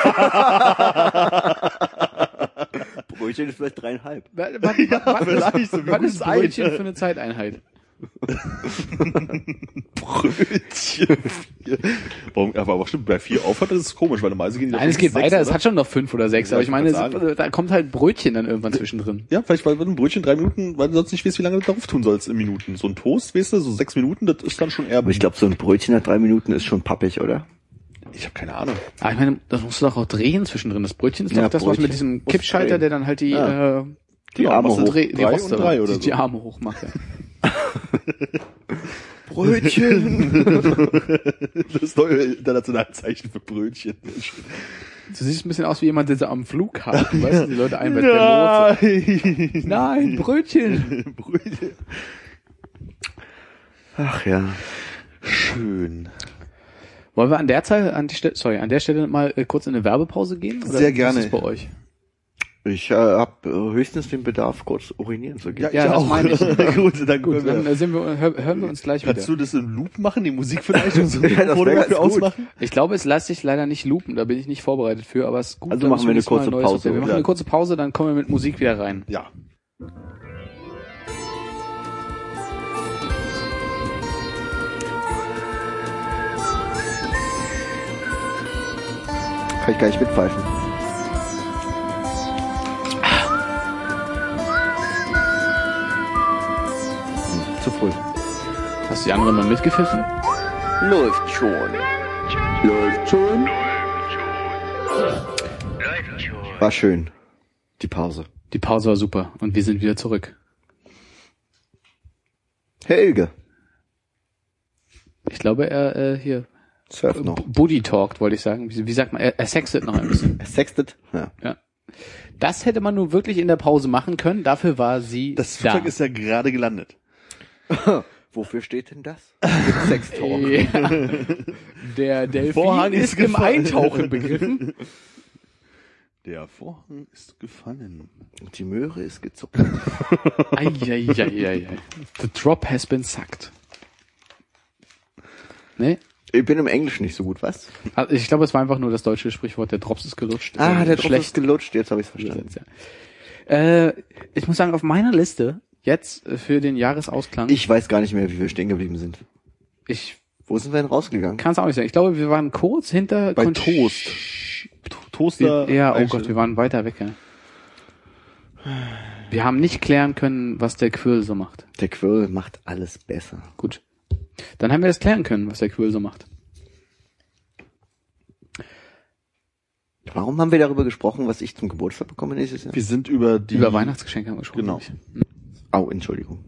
Brötchen ist vielleicht dreieinhalb. Was, was, Ja, was, vielleicht so, wir was müssen ist ein. Brötchen für eine Zeiteinheit? Brötchen. Warum, aber, aber stimmt, bei vier aufhört, das ist komisch, weil normalerweise gehen die doch Nein, es bis geht sechs, weiter. Es oder? hat schon noch fünf oder sechs. Ja, Aber ich ich meine, wollte es, sagen. da kommt halt Brötchen dann irgendwann zwischendrin. Ja, vielleicht, weil ein Brötchen drei Minuten, weil du sonst nicht weißt, wie lange du darauf tun sollst in Minuten. So ein Toast, weißt du, so sechs Minuten, das ist dann schon eher... Aber ich glaube, so ein Brötchen nach drei Minuten ist schon pappig, oder? ich habe keine Ahnung. Aber ich meine, das musst du doch auch drehen zwischendrin. Das Brötchen ist Ja, doch das, was Brötchen. mit diesem Musst Kippschalter, drehen. der dann halt die, Ja. äh, Die Genau, Arme machst du hoch. Dreh, die Drei Roste, und drei oder die, die so. Arme hoch macht. Ja. Brötchen. Das neue internationale Zeichen für Brötchen. Du siehst ein bisschen aus wie jemand, der so am Flughafen, weißt du, die Leute einweiht. Der Nein. Nein, Brötchen. Brötchen. Ach ja. Schön. Wollen wir an der Zeit, an die Stelle, sorry, an der Stelle mal äh, kurz in eine Werbepause gehen? Oder Sehr wie gerne. ist es bei euch? Ich äh, habe äh, höchstens den Bedarf, kurz urinieren zu gehen. Ja, das meine ich. Gut, dann, Gut, können dann wir. äh, sind wir, hör, hören wir uns gleich Kannst wieder. du das in Loop machen, die Musik vielleicht und so ein Ja, das Foto wär dafür ganz gut. ausmachen? Ich glaube, es lässt sich leider nicht loopen, da bin ich nicht vorbereitet für, aber es ist gut. Also dann machen wir eine müssen nächstes Mal kurze neues Pause, Update. Wir machen ja. eine kurze Pause, dann kommen wir mit Musik wieder rein. Ja. Kann ich gar nicht mitpfeifen. Hm, zu früh. Hast du die anderen mal mitgepfiffen? Läuft schon. Läuft schon. War schön. Die Pause. Die Pause war super und wir sind wieder zurück. Helge. Ich glaube, er äh, hier Surft noch. B- Booty talkt, wollte ich sagen. Wie, wie sagt man? Er, er sextet noch ein bisschen. Er sextet? Ja. Ja. Das hätte man nur wirklich in der Pause machen können. Dafür war sie Das da. Flugzeug ist ja gerade gelandet. Wofür steht denn das? Sextalk. Ja. Der Delfin Vorhang ist, ist im gefallen. Eintauchen begriffen. Der Vorhang ist gefallen. Und die Möhre ist gezuckt. Eieieiei. The drop has been sucked. Ne? Ich bin im Englischen nicht so gut, was? Also ich glaube, es war einfach nur das deutsche Sprichwort, der Drops ist gelutscht. Ah, Äh, der Druck ist schlecht gelutscht, jetzt habe ich es verstanden. übersetzt, ja. Äh, ich muss sagen, auf meiner Liste jetzt äh, für den Jahresausklang, Ich weiß gar nicht mehr, wie wir stehen geblieben sind. ich Wo sind wir denn rausgegangen? kann es auch nicht sagen. Ich glaube, wir waren kurz hinter Bei Kon- Toast. To- Toaster. Ja, oh Einstellen. Gott, wir waren weiter weg, ja. Wir haben nicht klären können, was der Quirl so macht. Der Quirl macht alles besser. Gut. Dann haben wir das klären können, was der Quirl so macht. Warum haben wir darüber gesprochen, was ich zum Geburtstag bekomme nächstes Jahr? Wir sind über die... Über Weihnachtsgeschenke haben wir gesprochen. Genau. Au, Entschuldigung.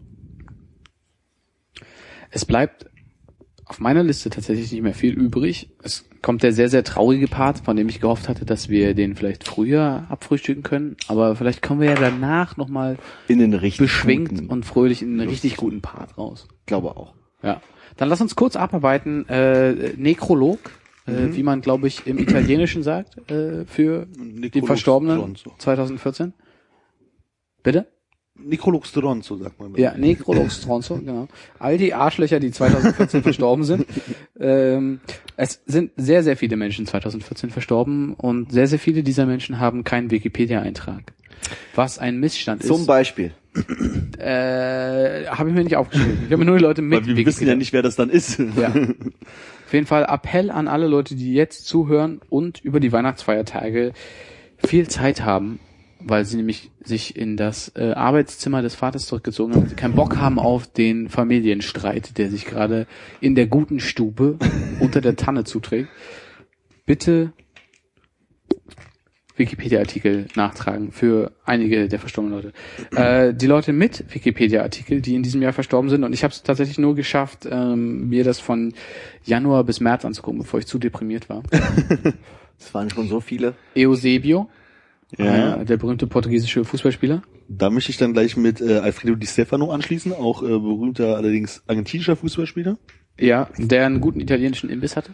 Es bleibt auf meiner Liste tatsächlich nicht mehr viel übrig. Es kommt der sehr, sehr traurige Part, von dem ich gehofft hatte, dass wir den vielleicht früher abfrühstücken können. Aber vielleicht kommen wir ja danach nochmal In den richtig beschwingt guten, und fröhlich in einen richtig guten Part raus. glaube auch. Ja. Dann lass uns kurz abarbeiten. Äh, Nekrolog, äh, Mhm. wie man, glaube ich, im Italienischen sagt, äh, für den Nekrolog Verstorbenen Stronzo. zwanzig vierzehn. Bitte? Nekrolog Stronzo, sagt man. Ja, Nekrolog Stronzo, genau. All die Arschlöcher, die zwanzig vierzehn verstorben sind. Ähm, es sind sehr, sehr viele Menschen zwanzig vierzehn verstorben und sehr, sehr viele dieser Menschen haben keinen Wikipedia-Eintrag. Was ein Missstand Zum ist. Beispiel. Äh, habe ich mir nicht aufgeschrieben. Ich habe mir nur die Leute mit Weil wir Wikipedia. wissen ja nicht, wer das dann ist. Ja. Auf jeden Fall Appell an alle Leute, die jetzt zuhören und über die Weihnachtsfeiertage viel Zeit haben, weil sie nämlich sich in das äh, Arbeitszimmer des Vaters zurückgezogen haben, sie keinen Bock haben auf den Familienstreit, der sich gerade in der guten Stube unter der Tanne zuträgt. Bitte Wikipedia-Artikel nachtragen für einige der verstorbenen Leute. Äh, die Leute mit Wikipedia-Artikel, die in diesem Jahr verstorben sind, und ich habe es tatsächlich nur geschafft, ähm, mir das von Januar bis März anzugucken, bevor ich zu deprimiert war. Es waren schon so viele. Eusebio, Ja. äh, der berühmte portugiesische Fußballspieler. Da möchte ich dann gleich mit äh, Alfredo Di Stefano anschließen, auch äh, berühmter, allerdings argentinischer Fußballspieler. Ja, der einen guten italienischen Imbiss hatte.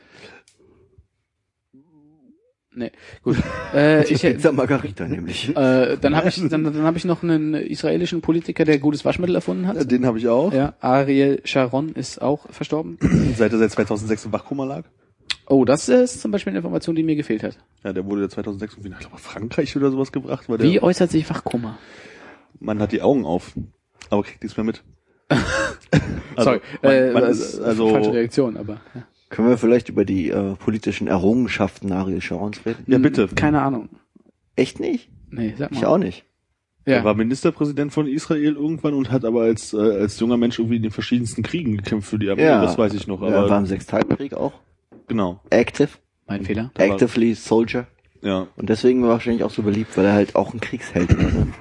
Nee, gut. Äh, ich, Pizza Margarita nämlich. äh, dann habe ich dann, dann habe ich noch einen israelischen Politiker, der gutes Waschmittel erfunden hat. Äh, Den habe ich auch. Ja, Ariel Sharon ist auch verstorben. Seit er seit zweitausendsechs im Wachkoma lag. Oh, das ist zum Beispiel eine Information, die mir gefehlt hat. Ja, der wurde ja zweitausendsechs irgendwie nach, ich glaube, Frankreich oder sowas gebracht. Weil der, Wie äußert sich Wachkoma? man hat die Augen auf, aber kriegt nichts mehr mit. Sorry, man, äh, man das ist, also, falsche Reaktion, aber ja. Können wir vielleicht über die äh, politischen Errungenschaften Ariel Sharons reden? ja bitte. Keine Ahnung. Echt nicht? Nee, sag mal. Ich auch nicht. Er Ja. war Ministerpräsident von Israel irgendwann und hat aber als äh, als junger Mensch irgendwie in den verschiedensten Kriegen gekämpft für die Armee. Ja. Das weiß ich noch. Aber Er war im Sechstagekrieg auch. genau. Active. Mein Fehler. Da war- Actively Soldier. Ja. Und deswegen war er wahrscheinlich auch so beliebt, weil er halt auch ein Kriegsheld war. Ne?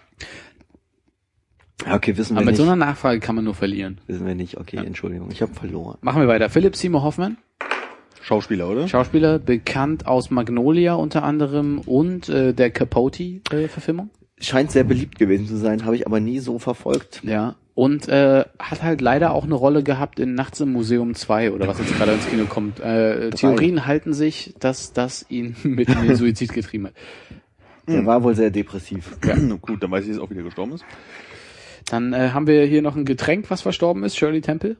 Ja, okay, wissen wir Aber mit nicht. so einer Nachfrage kann man nur verlieren. Wissen wir nicht. Okay, Entschuldigung. Ich habe verloren. Machen wir weiter. Philipp Seymour Hoffman, Schauspieler, oder? Schauspieler, bekannt aus Magnolia unter anderem und äh, der Capote-Verfilmung. Scheint sehr beliebt gewesen zu sein, habe ich aber nie so verfolgt. Ja. Und äh, hat halt leider auch eine Rolle gehabt in Nachts im Museum zwei oder was jetzt gerade ins Kino kommt. Äh, Theorien halten sich, dass das ihn mit in den Suizid getrieben hat. Der war wohl sehr depressiv. Ja. Na gut, dann weiß ich, dass er auch wieder gestorben ist. Dann äh, haben wir hier noch ein Getränk, was verstorben ist, Shirley Temple.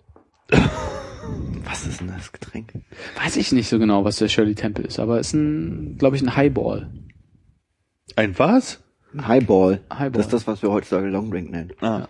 Was ist denn das Getränk? Weiß ich nicht so genau, was der Shirley Temple ist, aber ist ein, glaube ich, ein Highball. Ein was? Highball. Highball. Das ist das, was wir heutzutage Longdrink nennen. Ah.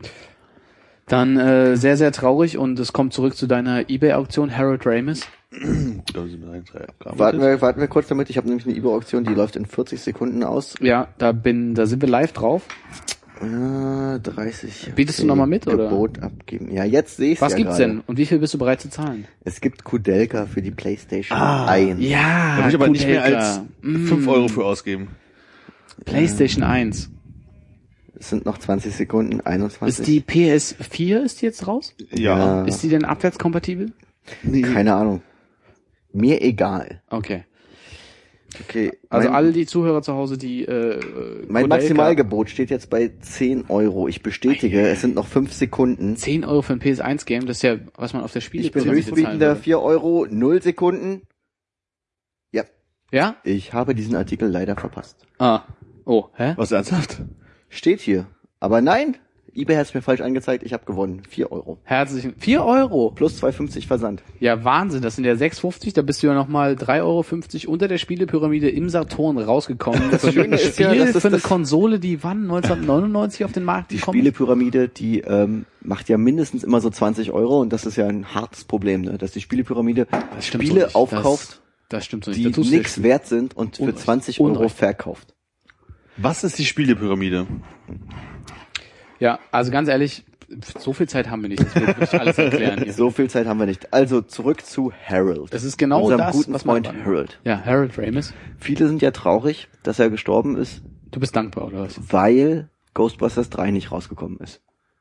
Dann äh, sehr, sehr traurig und es kommt zurück zu deiner eBay-Auktion, Harold Ramis. Da sind wir ein, drei abgearbeitet. Warten wir, warten wir kurz damit. Ich habe nämlich eine eBay-Auktion, die läuft in vierzig Sekunden aus. Ja, da bin, da sind wir live drauf. Ah, dreißig. Bietest du noch mal mit, oder? Gebot abgeben. Ja, jetzt sehe ich Was ja gibt's gerade. denn? Und wie viel bist du bereit zu zahlen? Es gibt Kudelka für die PlayStation Ah, eins. Ja, Da will ich aber nicht mehr als Mm. fünf Euro für ausgeben. PlayStation eins. Es sind noch zwanzig Sekunden, einundzwanzig. Ist die P S vier, ist die jetzt raus? Ja. Ja. Ist die denn abwärtskompatibel? Keine Ahnung. Mir egal. Okay. Okay. Also mein, alle die Zuhörer zu Hause, die äh, mein Kodelka- Maximalgebot steht jetzt bei zehn Euro. Ich bestätige, es sind noch fünf Sekunden. zehn Euro für ein P S eins Game, das ist ja, was man auf der Ich bin Spielepyramide zahlen höchstbietender würde. vier Euro, null Sekunden. Ja, Ja? ich habe diesen Artikel leider verpasst. Ah. Oh, hä? Was, ernsthaft? Steht hier. Aber nein, eBay hat es mir falsch angezeigt. Ich habe gewonnen. vier Euro. Herzlichen vier Euro. Plus zwei fünfzig Versand. Ja, Wahnsinn, das sind ja sechs fünfzig, da bist du ja nochmal drei Euro fünfzig unter der Spielepyramide im Saturn rausgekommen. Das Schöne ein ist Spiel ja, dass das- für eine das- Konsole, die wann neunzehnhundertneunundneunzig auf den Markt Die gekommen ist. Spielepyramide, die ähm, macht ja mindestens immer so zwanzig Euro und das ist ja ein hartes Problem, ne? Dass die Spielepyramide Das stimmt Spiele so nicht. aufkauft, Das, das stimmt so nicht. die Da tust du nichts dir- wert sind und für Unrecht. zwanzig Euro Unrecht. verkauft. Was ist die Spielepyramide? Ja, also ganz ehrlich, So viel Zeit haben wir nicht, dass wir wirklich alles erklären hier. So viel Zeit haben wir nicht. Also zurück zu Harold. Das ist genau unserem das, guten was man Freund Harold. Ja, Harold Ramis. Viele sind ja traurig, dass er gestorben ist, Du bist dankbar, oder was? weil Ghostbusters drei nicht rausgekommen ist.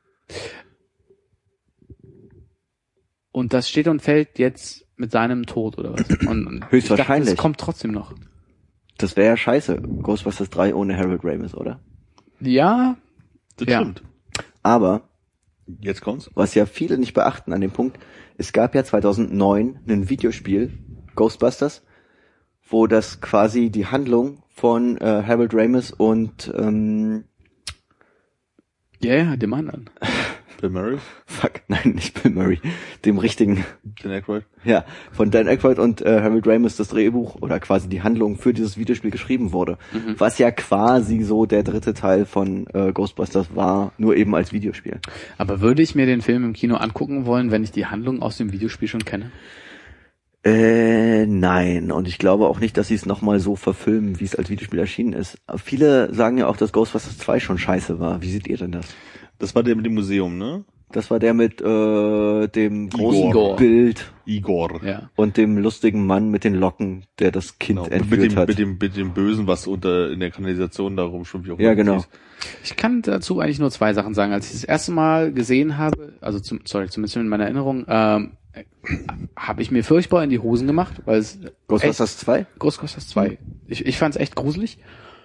Und das steht und fällt jetzt mit seinem Tod, oder was? Und, und Höchstwahrscheinlich. Ich dachte, es kommt trotzdem noch. Das wäre ja scheiße, Ghostbusters drei ohne Harold Ramis, oder? Ja, Das Ja. stimmt. Aber, Jetzt kommt's. was ja viele nicht beachten an dem Punkt, es gab ja zweitausendneun ein Videospiel, Ghostbusters, wo das quasi die Handlung von äh, Harold Ramis und ähm, ja, ja, dem anderen. Bill Murray, fuck, nein, nicht Bill Murray, dem richtigen, Dan Aykroyd. ja, von Dan Aykroyd und äh, Harold Ramis das Drehbuch oder quasi die Handlung für dieses Videospiel geschrieben wurde, Mhm. was ja quasi so der dritte Teil von äh, Ghostbusters war, nur eben als Videospiel. Aber würde ich mir den Film im Kino angucken wollen, wenn ich die Handlung aus dem Videospiel schon kenne? Äh, nein, und ich glaube auch nicht, dass sie es nochmal so verfilmen, wie es als Videospiel erschienen ist. Aber viele sagen ja auch, dass Ghostbusters zwei schon scheiße war. Wie seht ihr denn das? Das war der mit dem Museum, ne? Das war der mit äh, dem großen Igor. Bild Igor. Ja. und dem lustigen Mann mit den Locken, der das Kind Genau. entführt Mit dem, hat. mit dem, mit dem Bösen, was unter, in der Kanalisation da rumschwimmt, wie auch Ja, immer das genau. hieß. Ich kann dazu eigentlich nur zwei Sachen sagen. Als ich das erste Mal gesehen habe, also zum, sorry, zumindest in meiner Erinnerung, ähm, habe ich mir furchtbar in die Hosen gemacht, weil es Ghostbusters zwei? Ghostbusters zwei. Ich, ich fand es echt gruselig.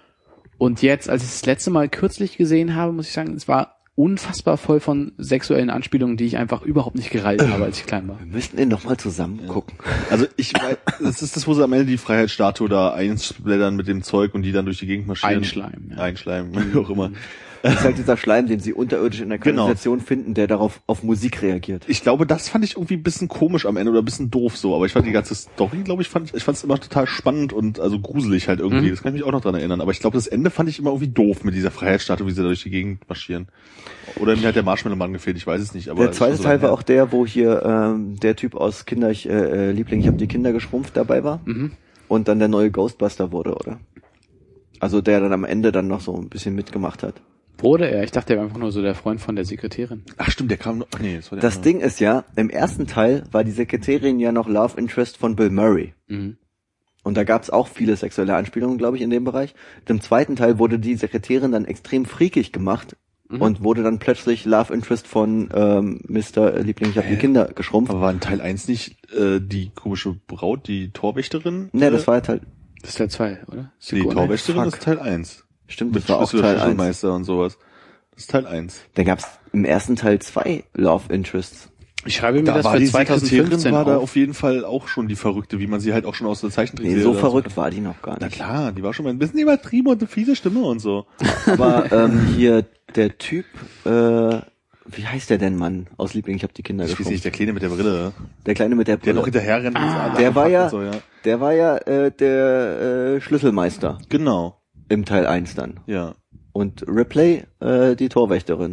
Und jetzt, als ich es das letzte Mal kürzlich gesehen habe, muss ich sagen, es war unfassbar voll von sexuellen Anspielungen, die ich einfach überhaupt nicht gereilt habe, als ich klein war. Wir müssten den nochmal zusammen gucken. Also ich weiß, das ist das, wo sie am Ende die Freiheitsstatue da einsplattern mit dem Zeug und die dann durch die Gegend marschieren. Einschleimen, ja. Einschleimen, wie auch immer. Das ist halt dieser Schleim, den sie unterirdisch in der Genau. Kanalisation finden, der darauf auf Musik reagiert. Ich glaube, das fand ich irgendwie ein bisschen komisch am Ende oder ein bisschen doof so, aber ich fand die ganze Story, glaube ich, fand ich fand es immer total spannend und also gruselig halt irgendwie. Mhm. Das kann ich mich auch noch dran erinnern, aber ich glaube, das Ende fand ich immer irgendwie doof mit dieser Freiheitsstatue, wie sie da durch die Gegend marschieren. Oder mir hat der Marshmallow-Mann gefehlt, ich weiß es nicht, aber Der zweite das ist Teil so war lange auch der, wo hier ähm, der Typ aus Kinder, ich, äh, äh, Liebling, ich habe die Kinder geschrumpft dabei war Mhm. und dann der neue Ghostbuster wurde, oder? Also der dann am Ende dann noch so ein bisschen mitgemacht hat. Wurde er? Ich dachte, er war einfach nur so der Freund von der Sekretärin. her. Ach stimmt, der kam noch, ach nee, das war der Das andere. Ding ist ja, im ersten Teil war die Sekretärin ja noch Love Interest von Bill Murray. Mhm. Und da gab's auch viele sexuelle Anspielungen, glaube ich, in dem Bereich. Und im zweiten Teil wurde die Sekretärin dann extrem freakig gemacht Mhm. und wurde dann plötzlich Love Interest von ähm, Mister Liebling, ich habe die Kinder geschrumpft. Aber war in Teil eins nicht äh, die komische Braut, die Torwächterin? Ne, das war ja Teil, Das ist Teil zwei, oder? Die Sequel. Torwächterin Fuck. ist Teil eins. stimmt, Mit das war auch Schlüssel- Teil eins. Schlüsselmeister und sowas. Das ist Teil eins. Da gab's im ersten Teil zwei Love Interests. Ich schreibe mir Da das war für die zwanzig Sekretärin fünfzehn war da auf. auf jeden Fall auch schon die Verrückte, wie man sie halt auch schon aus der Zeichentrickserie... Nee, so oder verrückt war die noch gar Na nicht. klar, die war schon mal ein bisschen übertrieben und eine fiese Stimme und so. Aber ähm, hier der Typ, äh, wie heißt der denn, Mann, aus Liebling, ich habe die Kinder Ich weiß geschrumpft. nicht, der Kleine mit der Brille. Der Kleine mit der Der Brille. noch hinterher rennt. und so alle Der war abpackt ja, und So, ja. der war ja äh, der äh, Schlüsselmeister Genau, im Teil eins dann. ja. Und Ripley, äh, die Torwächterin.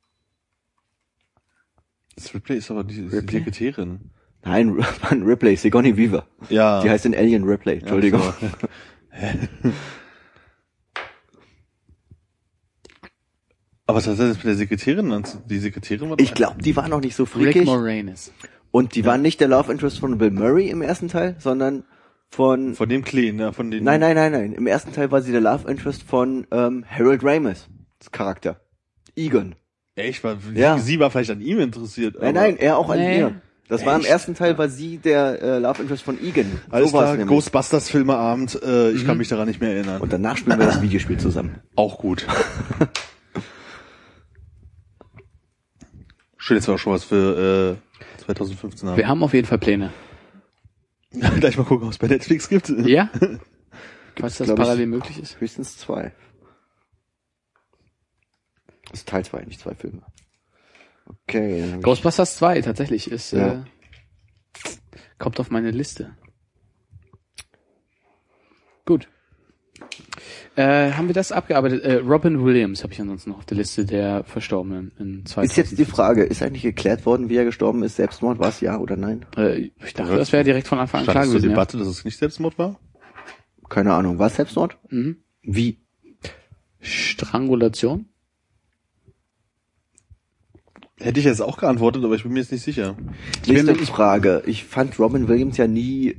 Das Ripley ist aber die, die Ripley? Sekretärin. Nein, Mann, Ripley, Sigourney Weaver. Ja. Die heißt in Alien Ripley, Entschuldigung. Ja, so. Aber was hat das mit der Sekretärin? Die Sekretärin war doch- Ich glaube, die war noch nicht so Rick freakig. Moranis. Und die war nicht der Love Interest von Bill Murray im ersten Teil, sondern von... Von dem Kleinen, ja, von den... Nein, nein, nein, nein. Im ersten Teil war sie der Love Interest von ähm, Harold Ramis. Das Charakter. Egon. Echt? War, Ja. Sie war vielleicht an ihm interessiert. Nein, aber- nein, er auch an Nee. ihr. Das war im Echt? ersten Teil, war sie der äh, Love Interest von Egon. Alles so war's klar, nämlich. Ghostbusters Filmeabend, äh, ich kann mich daran nicht mehr erinnern. Und danach spielen wir das Videospiel zusammen. Auch gut. Schön, jetzt war auch schon was für äh, zwanzig fünfzehn haben. Wir haben auf jeden Fall Pläne. Gleich mal gucken, was es bei Netflix gibt. Ja? Was das glaub ich- parallel möglich ist. Höchstens zwei. Das ist Teil zwei, nicht zwei Filme. Okay. dann hab ich- Ghostbusters zwei tatsächlich ist Ja. äh, kommt auf meine Liste. Gut. Äh, haben wir das abgearbeitet? Äh, Robin Williams habe ich ansonsten noch auf der Liste der Verstorbenen in Ist zweitausend. jetzt die Frage, ist eigentlich geklärt worden, wie er gestorben ist? Selbstmord, war es ja oder nein? Äh, ich dachte, das wäre direkt von Anfang an Stand klar es zur gewesen. Debatte, dass es nicht Selbstmord war? Keine Ahnung, war es Selbstmord? Ja. Mhm. Wie? Strangulation? Hätte ich jetzt auch geantwortet, aber ich bin mir jetzt nicht sicher. Nächste Frage. Ich fand Robin Williams ja nie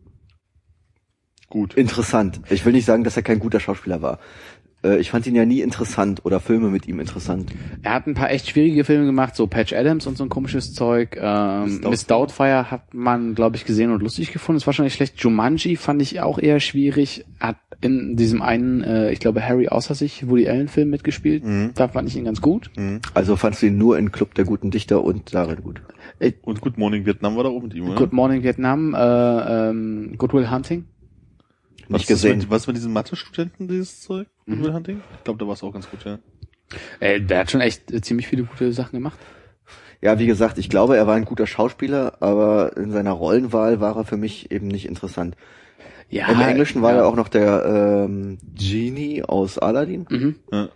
gut interessant. Ich will nicht sagen, dass er kein guter Schauspieler war. Ich fand ihn ja nie interessant oder Filme mit ihm interessant. Er hat ein paar echt schwierige Filme gemacht, so Patch Adams und so ein komisches Zeug. Ähm, Miss Doubtfire hat man, glaube ich, gesehen und lustig gefunden. Ist wahrscheinlich schlecht. Jumanji fand ich auch eher schwierig. Hat in diesem einen, äh, ich glaube, Harry außer sich, Woody Allen Film mitgespielt. Mhm. Da fand ich ihn ganz gut. Mhm. Also fandst du ihn nur in Club der guten Dichter und darin gut? Äh, und Good Morning Vietnam war da oben mit ihm, oder? Good Morning Vietnam, äh, ähm, Good Will Hunting. Nicht gesehen. Mit, was mit diesen Mathe-Studenten, dieses Zeug? Good Will Hunting? Ich glaube, da war es auch ganz gut, ja. Äh, der hat schon echt äh, ziemlich viele gute Sachen gemacht. Ja, wie gesagt, ich glaube, er war ein guter Schauspieler, aber in seiner Rollenwahl war er für mich eben nicht interessant. Ja, Im Englischen war ja. er auch noch der ähm, Genie aus Aladdin. Mhm. Ja.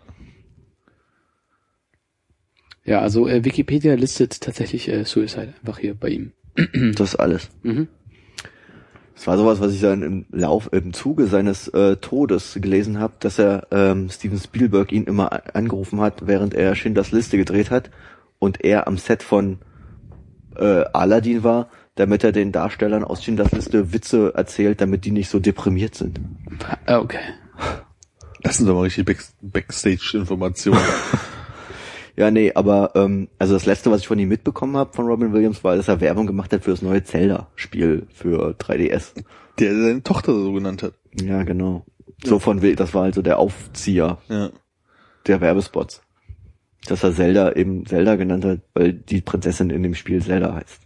Ja, also äh, Wikipedia listet tatsächlich äh, Suicide einfach hier bei ihm. Das ist alles. Mhm. Das war sowas, was ich dann im Lauf, im Zuge seines äh, Todes gelesen habe, dass er ähm, Steven Spielberg ihn immer angerufen hat, während er Schindlers Liste gedreht hat und er am Set von äh, Aladdin war, damit er den Darstellern aus Schindlers Liste Witze erzählt, damit die nicht so deprimiert sind. Okay. Das sind doch mal richtig Back- Backstage-Informationen. Ja, nee, aber ähm, also das letzte, was ich von ihm mitbekommen habe, von Robin Williams, war, dass er Werbung gemacht hat für das neue Zelda-Spiel für drei D S. Der seine Tochter so genannt hat. Ja, genau. So von, das war also der Aufzieher Ja. der Werbespots. Dass er Zelda eben Zelda genannt hat, weil die Prinzessin in dem Spiel Zelda heißt.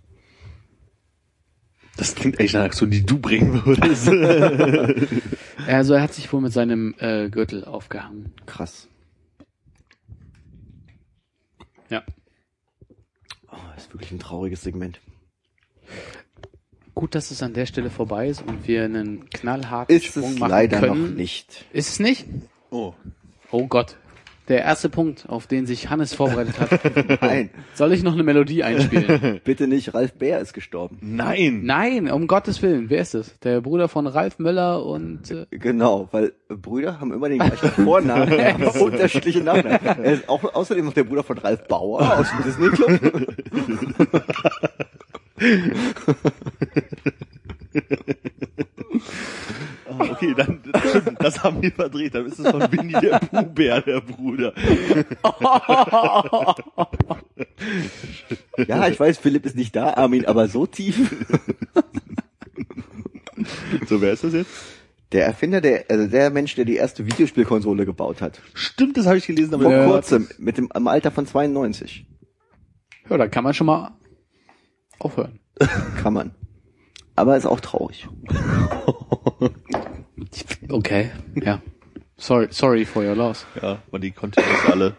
Das klingt echt nach einer Aktion, die du bringen würdest. Also er hat sich wohl mit seinem äh, Gürtel aufgehangen. Krass. Ja. Oh, das ist wirklich ein trauriges Segment. Gut, dass es an der Stelle vorbei ist und wir einen knallharten Ist Sprung es machen leider können. noch nicht. Ist es nicht? Oh. Oh Gott. Der erste Punkt, auf den sich Hannes vorbereitet hat. Nein, Soll ich noch eine Melodie einspielen? bitte nicht. Ralf Bär ist gestorben. Nein! Nein, um Gottes Willen. Wer ist es? Der Bruder von Ralf Möller und... Äh, Genau, weil Brüder haben immer den gleichen Vornamen, aber unterschiedliche Nachnamen. Er ist auch außerdem noch der Bruder von Ralf Bauer aus dem Disney Club. Ah, okay, dann, stimmt, das haben wir verdreht. Dann ist es von Winnie der Pooh-Bär, der Bruder. Ja, ich weiß, Philipp ist nicht da, Armin, aber so tief. So, wer ist das jetzt? Der Erfinder, der, also der Mensch, der die erste Videospielkonsole gebaut hat. Stimmt, das habe ich gelesen, aber Vor Ja. kurzem, mit dem, im Alter von zweiundneunzig. ja, da kann man schon mal aufhören. Kann man. Aber ist auch traurig. Okay, ja. Sorry, sorry for your loss. ja, und die konnten das alle.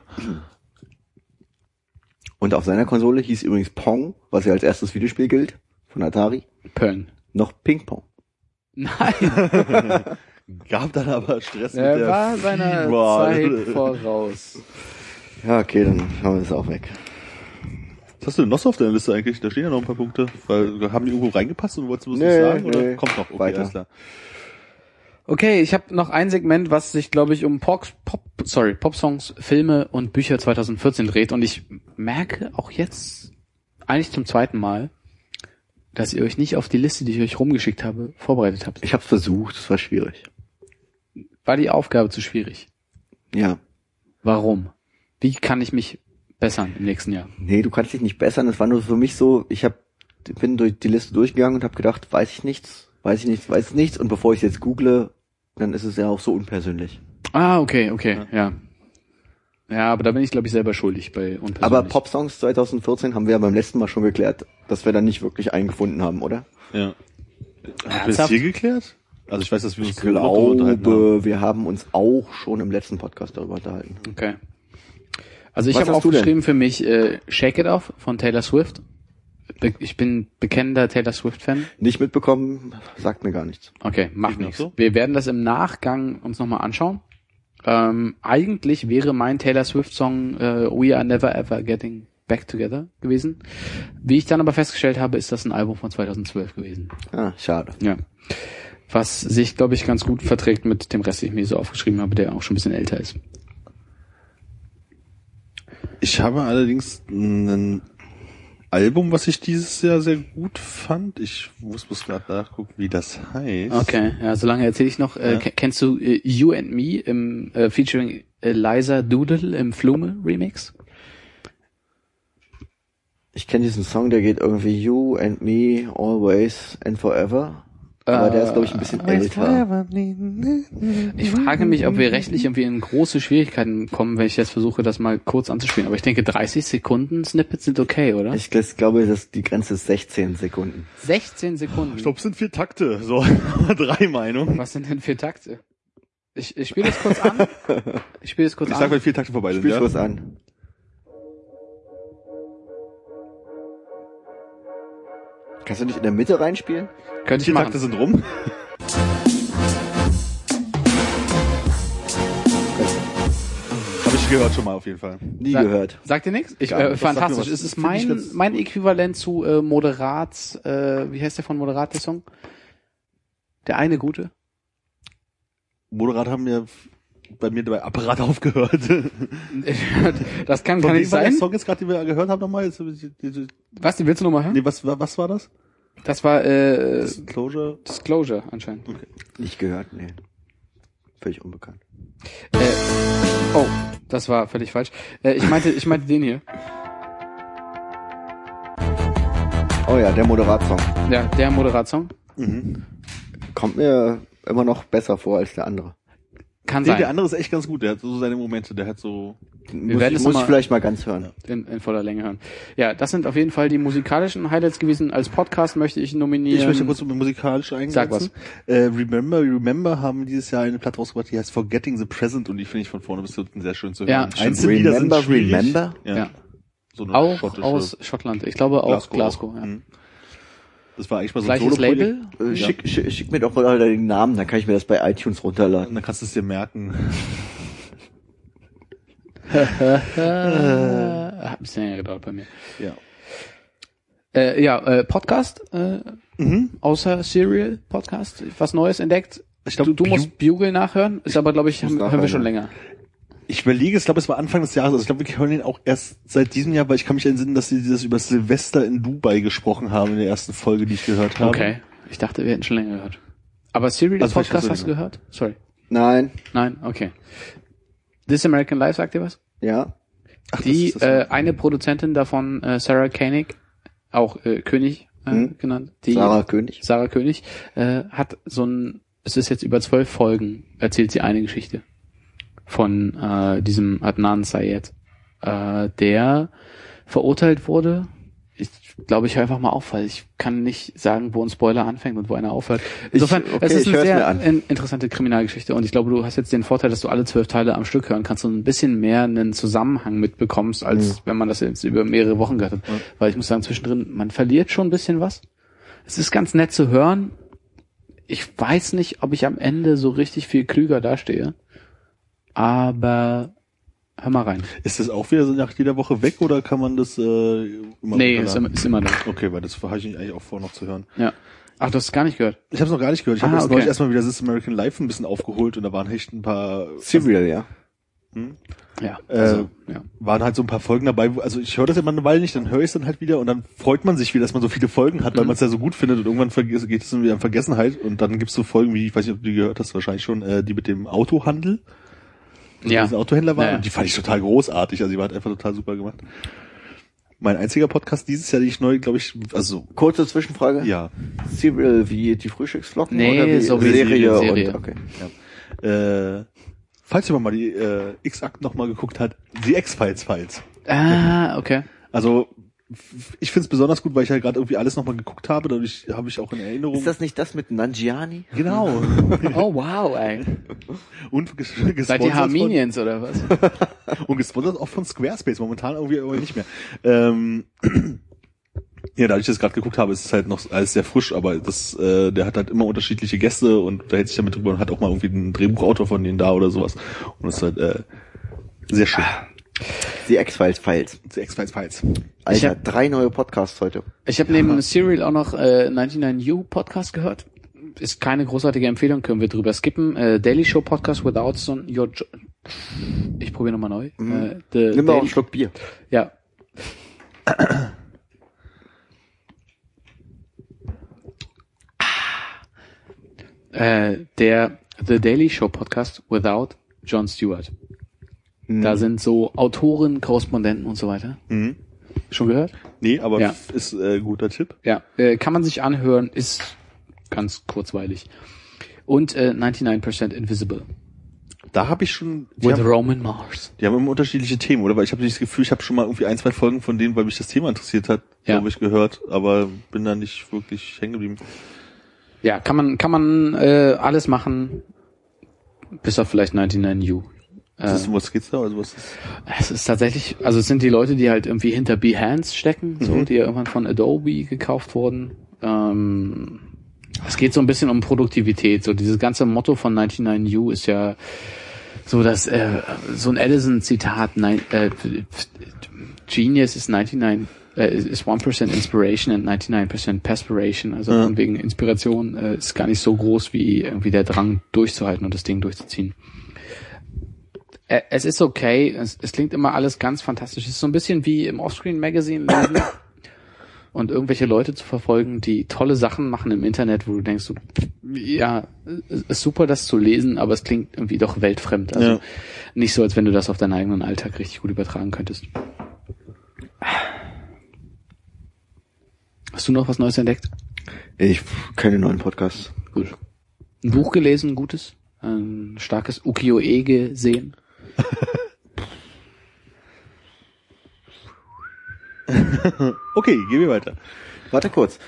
Und auf seiner Konsole hieß übrigens Pong, was ja als erstes Videospiel gilt, von Atari, Pön. noch Ping-Pong. Nein, Gab dann aber Stress mit er der war seiner FIFA. Zeit voraus. Ja, okay, dann haben wir das auch weg. Was hast du denn noch so auf deiner Liste eigentlich? Da stehen ja noch ein paar Punkte. Weil, haben die irgendwo reingepasst und wolltest du was Nee, nicht sagen? Oder nee. kommt noch? Okay, Weiter. alles klar. Okay, ich habe noch ein Segment, was sich, glaube ich, um Pop, Pop, sorry, Popsongs, Filme und Bücher zwanzig vierzehn dreht. Und ich merke auch jetzt, eigentlich zum zweiten Mal, dass ihr euch nicht auf die Liste, die ich euch rumgeschickt habe, vorbereitet habt. Ich hab's versucht, es war schwierig. War die Aufgabe zu schwierig? Ja. Warum? Wie kann ich mich bessern im nächsten Jahr? Nee, du kannst dich nicht bessern, es war nur für mich so, ich hab, bin durch die Liste durchgegangen und habe gedacht, weiß ich nichts, weiß ich nichts, weiß nichts. Und bevor ich jetzt google, dann ist es ja auch so unpersönlich. Ah, okay, okay, ja. Ja, aber da bin ich, glaube ich, selber schuldig bei unpersönlich. Aber Popsongs zwanzig vierzehn haben wir ja beim letzten Mal schon geklärt, dass wir da nicht wirklich einen gefunden haben, oder? Ja. Haben wir das Ernsthaft? hier geklärt? Also ich weiß, dass wir uns Ich darüber unterhalten haben. glaube, wir haben uns auch schon im letzten Podcast darüber unterhalten. Okay. Also ich Was habe hast du aufgeschrieben für mich äh, Shake It Off von Taylor Swift. Be- ich bin bekennender Taylor Swift-Fan. Nicht mitbekommen, sagt mir gar nichts. Okay, macht Geht noch nichts. so? Wir werden das im Nachgang uns nochmal anschauen. Ähm, eigentlich wäre mein Taylor Swift-Song äh, We Are Never Ever Getting Back Together gewesen. Wie ich dann aber festgestellt habe, ist das ein Album von zwanzig zwölf gewesen. Ah, schade. Ja. Was sich, glaube ich, ganz gut verträgt mit dem Rest, den ich mir so aufgeschrieben habe, der auch schon ein bisschen älter ist. Ich habe allerdings ein Album, was ich dieses Jahr sehr gut fand. Ich muss bloß gerade nachgucken, wie das heißt. Okay, ja, solange erzähle ich noch. Äh, Ja. Kennst du äh, You and Me im äh, featuring Eliza Doolittle im Flume Remix? Ich kenne diesen Song, der geht irgendwie You and Me, Always and Forever. Aber Äh, der ist, glaube ich, ein bisschen älter. Ich frage mich, ob wir rechtlich irgendwie in große Schwierigkeiten kommen, wenn ich jetzt versuche, das mal kurz anzuspielen. Aber ich denke, dreißig Sekunden Snippets sind okay, oder? Ich glaube, dass die Grenze ist sechzehn Sekunden. sechzehn Sekunden. Ich glaube, es sind vier Takte. So, drei Meinungen. Was sind denn vier Takte? Ich, ich spiele das kurz an. Ich spiele das kurz Ich an. sag, wenn vier Takte vorbei sind, Spielst ja? du was an? Kannst du nicht in der Mitte reinspielen? Könnte ich Vier machen. Takte sind rum. Habe ich gehört schon mal auf jeden Fall. Nie Sag- gehört. Sagt ihr nichts? Ich, Ja, äh, das sagt mir fantastisch. was. Es ist Find ich mein, ganz mein Äquivalent zu äh, Moderat, äh, wie heißt der von Moderat, der Song? Der eine gute? Moderat haben ja bei mir bei Apparat aufgehört. Das kann Von gar wem nicht war der sein. Song jetzt gerade, den wir gehört haben nochmal? Jetzt, die- die- Was, die willst du nochmal hören? Nee, was, war- was war das? Das war äh, Disclosure? Disclosure anscheinend. Nicht gehört, nee. Völlig unbekannt. Äh, oh, das war völlig falsch. Äh, ich meinte, ich meinte den hier. Oh ja, der Moderatsong. Ja, der Moderat-Song. Mhm. Kommt mir immer noch besser vor als der andere. Kann Nee, sein. der andere ist echt ganz gut. Der hat so seine Momente. Der hat so... Muss, werden ich, es muss noch ich mal- vielleicht mal ganz hören. In, in voller Länge hören. Ja, das sind auf jeden Fall die musikalischen Highlights gewesen. Als Podcast möchte ich nominieren. Ich möchte kurz mit musikalisch Sag einsetzen. Äh, Remember, Remember haben dieses Jahr eine Platte rausgebracht, die heißt Forgetting the Present und die finde ich von vorne bis hinten sehr schön zu hören. Ja, Einzelne stimmt. Lieder sind Remember, schwierig. Remember? Ja. Ja. So eine Auch schottische- aus Schottland. Ich glaube auch Glasgow. ja. Mhm. Das war eigentlich mal so ein Gleiches Solo-Projekt. Label. Äh, schick, schick, schick mir doch mal den Namen, dann kann ich mir das bei iTunes Und runterladen. dann kannst du es dir merken. Äh, hat ein bisschen länger gedauert bei mir. Ja. Äh, ja, äh, Podcast, äh, Mhm. außer Serial Podcast, was Neues entdeckt. Ich glaub, du, du Bu- musst Bugle nachhören, ist aber, glaube ich, muss haben, hören wir nachhören, schon ja. länger. Ich überlege, ich glaube, es war Anfang des Jahres. Also ich glaube, wir hören den auch erst seit diesem Jahr, weil ich kann mich entsinnen, dass sie das über Silvester in Dubai gesprochen haben in der ersten Folge, die ich gehört habe. Okay. Ich dachte, wir hätten schon länger gehört. Aber Serial Also vielleicht Podcast hast hast du du gehört? Sorry. Nein, Nein, okay. This American Life, sagt ihr was? ja. Ach, das Die, ist das äh, eine Produzentin davon, äh, Sarah Koenig, auch äh, König äh, Hm. genannt, die Sarah König. Sarah König, äh, hat so ein, es ist jetzt über zwölf Folgen, erzählt sie eine Geschichte von äh, diesem Adnan Syed, äh, der verurteilt wurde. Ich glaube, ich höre einfach mal auf, weil ich kann nicht sagen, wo ein Spoiler anfängt und wo einer aufhört. Insofern, okay, es ist ich eine hör's mir sehr an. in, interessante Kriminalgeschichte und ich glaube, du hast jetzt den Vorteil, dass du alle zwölf Teile am Stück hören kannst und ein bisschen mehr einen Zusammenhang mitbekommst, als Mhm. wenn man das jetzt über mehrere Wochen gehört hat. Mhm. Weil ich muss sagen, zwischendrin, man verliert schon ein bisschen was. Es ist ganz nett zu hören. Ich weiß nicht, ob ich am Ende so richtig viel klüger dastehe. Aber hör mal rein. Ist das auch wieder so nach jeder Woche weg oder kann man das äh, immer Nee, ist runterladen? immer, ist immer da. Okay, weil das habe ich eigentlich auch vor, noch zu hören. Ja. Ach, du hast es gar nicht gehört. Ich habe es noch gar nicht gehört. Ich Ah, habe jetzt okay. neulich erstmal wieder This American Life ein bisschen aufgeholt und da waren echt ein paar Serial, ja. Ja. Äh, Also, ja. waren halt so ein paar Folgen dabei, wo, also ich höre das immer eine Weile nicht, dann höre ich es dann halt wieder und dann freut man sich wieder, dass man so viele Folgen hat, weil Mhm. man es ja so gut findet und irgendwann verge- geht es dann wieder in Vergessenheit und dann gibt's so Folgen wie, ich weiß nicht, ob du die gehört hast, wahrscheinlich schon, äh, die mit dem Autohandel, wo Ja. dieser Autohändler war Ja, ja. und die fand ich total großartig, also die war halt einfach total super gemacht. Mein einziger Podcast dieses Jahr, den ich neu, glaube ich, also Kurze Zwischenfrage. ja, Serial wie die Frühstücksflocken? Nee, oder wie so wie Serie, Serie. und, okay. äh, falls jemand mal die äh, X-Akten nochmal geguckt hat, die X-Files-Files. Ah, okay. Also f- ich finde es besonders gut, weil ich ja gerade irgendwie alles nochmal geguckt habe, dadurch habe ich auch in Erinnerung. Ist das nicht das mit Nanjiani? Genau. Oh, wow, ey. Und ges Seid ihr gesponsert Harminians oder was? von, und gesponsert auch von Squarespace, momentan irgendwie aber nicht mehr. Ähm, ja, dadurch, dass ich das gerade geguckt habe, ist es halt noch alles sehr frisch, aber das, äh, der hat halt immer unterschiedliche Gäste und da hält sich damit drüber und hat auch mal irgendwie einen Drehbuchautor von denen da oder sowas. Und das ist halt äh, sehr schön. Die X-Files Files. Die X-Files Files. Ich Alter, hab- drei neue Podcasts heute. Ich habe neben Serial auch noch äh, neunundneunzig U Podcast gehört. Ist keine großartige Empfehlung, können wir drüber skippen. Äh, Daily Show Podcast without Son, your jo Ich probiere nochmal neu. Mhm. Äh, the Nimm mal auch einen Daily- Schluck Bier. Ja. äh, der The Daily Show Podcast without Jon Stewart. Mhm. Da sind so Autoren, Korrespondenten und so weiter. Mhm. Schon gehört? Nee, aber Ja. ist äh, guter Tipp. Ja, äh, kann man sich anhören, ist ganz kurzweilig. Und äh, neunundneunzig Percent Invisible Da habe ich schon, die with haben, Roman Mars. die haben immer unterschiedliche Themen, oder? Weil ich habe das Gefühl, ich habe schon mal irgendwie ein, zwei Folgen von denen, weil mich das Thema interessiert hat, Ja. glaube ich, gehört, aber bin da nicht wirklich hängen geblieben. Ja, kann man kann man äh, alles machen, bis auf vielleicht neunundneunzig U. Was, Äh, ist, um was geht's da? Also was ist, Es ist tatsächlich, also es sind die Leute, die halt irgendwie hinter Behance stecken, so, Mhm. die ja irgendwann von Adobe gekauft wurden. Ähm, es geht so ein bisschen um Produktivität. So dieses ganze Motto von neunundneunzig U ist ja so, dass äh, so ein Edison-Zitat, nein, äh, Genius ist neunundneunzig äh, ist one percent Inspiration and ninety-nine percent Perspiration. Also Ja. von wegen Inspiration äh, ist gar nicht so groß wie irgendwie der Drang durchzuhalten und das Ding durchzuziehen. Äh, Es ist okay, es, es klingt immer alles ganz fantastisch. Es ist so ein bisschen wie im Offscreen Magazine lesen und irgendwelche Leute zu verfolgen, die tolle Sachen machen im Internet, wo du denkst, so, ja, es ist super, das zu lesen, aber es klingt irgendwie doch weltfremd. Also Ja. nicht so, als wenn du das auf deinen eigenen Alltag richtig gut übertragen könntest. Hast du noch was Neues entdeckt? Ich, keine neuen Podcasts. Gut. Ein Buch gelesen, ein gutes? Ein starkes Ukiyo-e gesehen? okay, gehen wir weiter. Warte kurz.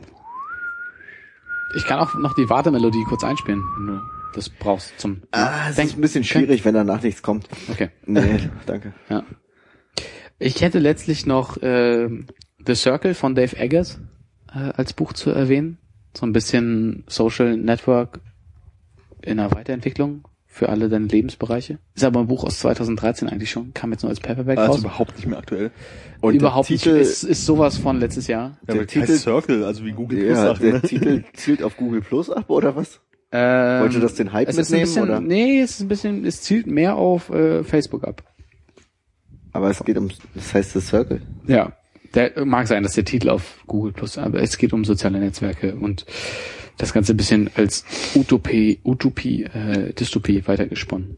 Ich kann auch noch die Wartemelodie kurz einspielen, wenn du das brauchst zum Ah, es Denk- ist ein bisschen schwierig, wenn danach nichts kommt. Okay. Nee, danke. Ja. Ich hätte letztlich noch äh, The Circle von Dave Eggers äh, als Buch zu erwähnen. So ein bisschen Social Network in der Weiterentwicklung für alle deine Lebensbereiche. Ist aber ein Buch aus zweitausenddreizehn eigentlich schon, kam jetzt nur als Paperback Also raus. überhaupt nicht mehr aktuell. Und Überhaupt der nicht. Titel, Ist, ist sowas von letztes Jahr. Ja, Der aber Titel- heißt Circle, also wie Google Plus ja, sagt, der ne? Titel zielt auf Google Plus ab, oder was? Ähm, Wollte das den Hype es ist ein mitnehmen, bisschen, oder? Nee, es ist ein bisschen, es zielt mehr auf äh, Facebook ab. Aber es geht um, das heißt The Circle. Ja, der mag sein, dass der Titel auf Google Plus, aber es geht um soziale Netzwerke und das Ganze ein bisschen als Utopie, Utopie, äh, Dystopie weitergesponnen.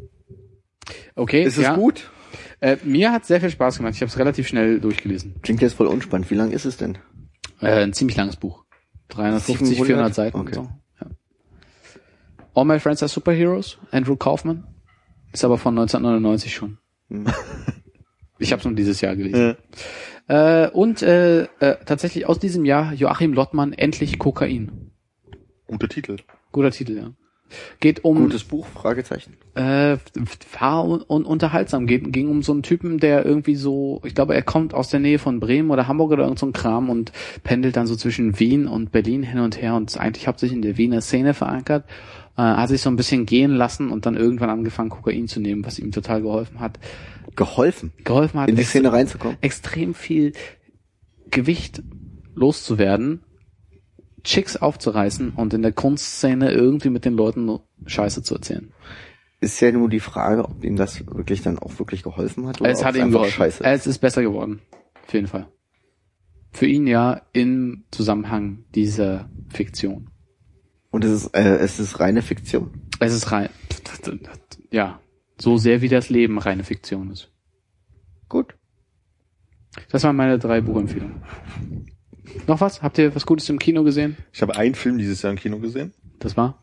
Okay, Ist es ja. gut? Äh, mir hat sehr viel Spaß gemacht. Ich habe es relativ schnell durchgelesen. Klingt jetzt voll unspannend. Wie lang ist es denn? Äh, ein ziemlich langes Buch, dreihundertfünfzig, siebenhundert? vierhundert Seiten. Okay. Und so. Ja. All My Friends Are Superheroes, Andrew Kaufman, ist aber von neunzehnhundertneunundneunzig schon. Hm. Ich habe es nur dieses Jahr gelesen. Ja. Äh, und äh, äh, tatsächlich aus diesem Jahr Joachim Lottmann, Endlich Kokain. Guter Titel. Guter Titel, ja. Geht um Gutes Buch? Fragezeichen. äh, war un un unterhaltsam. Geht, ging um so einen Typen, der irgendwie so, ich glaube, er kommt aus der Nähe von Bremen oder Hamburg oder irgend so ein Kram und pendelt dann so zwischen Wien und Berlin hin und her und ist eigentlich hauptsächlich in der Wiener Szene verankert. Äh, hat sich so ein bisschen gehen lassen und dann irgendwann angefangen, Kokain zu nehmen, was ihm total geholfen hat. Geholfen, Geholfen hat, in die ex Szene reinzukommen. extrem viel Gewicht loszuwerden, Chicks aufzureißen und in der Kunstszene irgendwie mit den Leuten Scheiße zu erzählen. Ist ja nur die Frage, ob ihm das wirklich dann auch wirklich geholfen hat oder Es ob hat es ihm einfach geholfen. scheiße ist. Es ist besser geworden. Auf jeden Fall. Für ihn ja im Zusammenhang dieser Fiktion. Und es ist, äh, es ist reine Fiktion. Es ist rein, ja, so sehr wie das Leben reine Fiktion ist. Gut. Das waren meine drei Buchempfehlungen. Noch was? Habt ihr was Gutes im Kino gesehen? Ich habe einen Film dieses Jahr im Kino gesehen. Das war?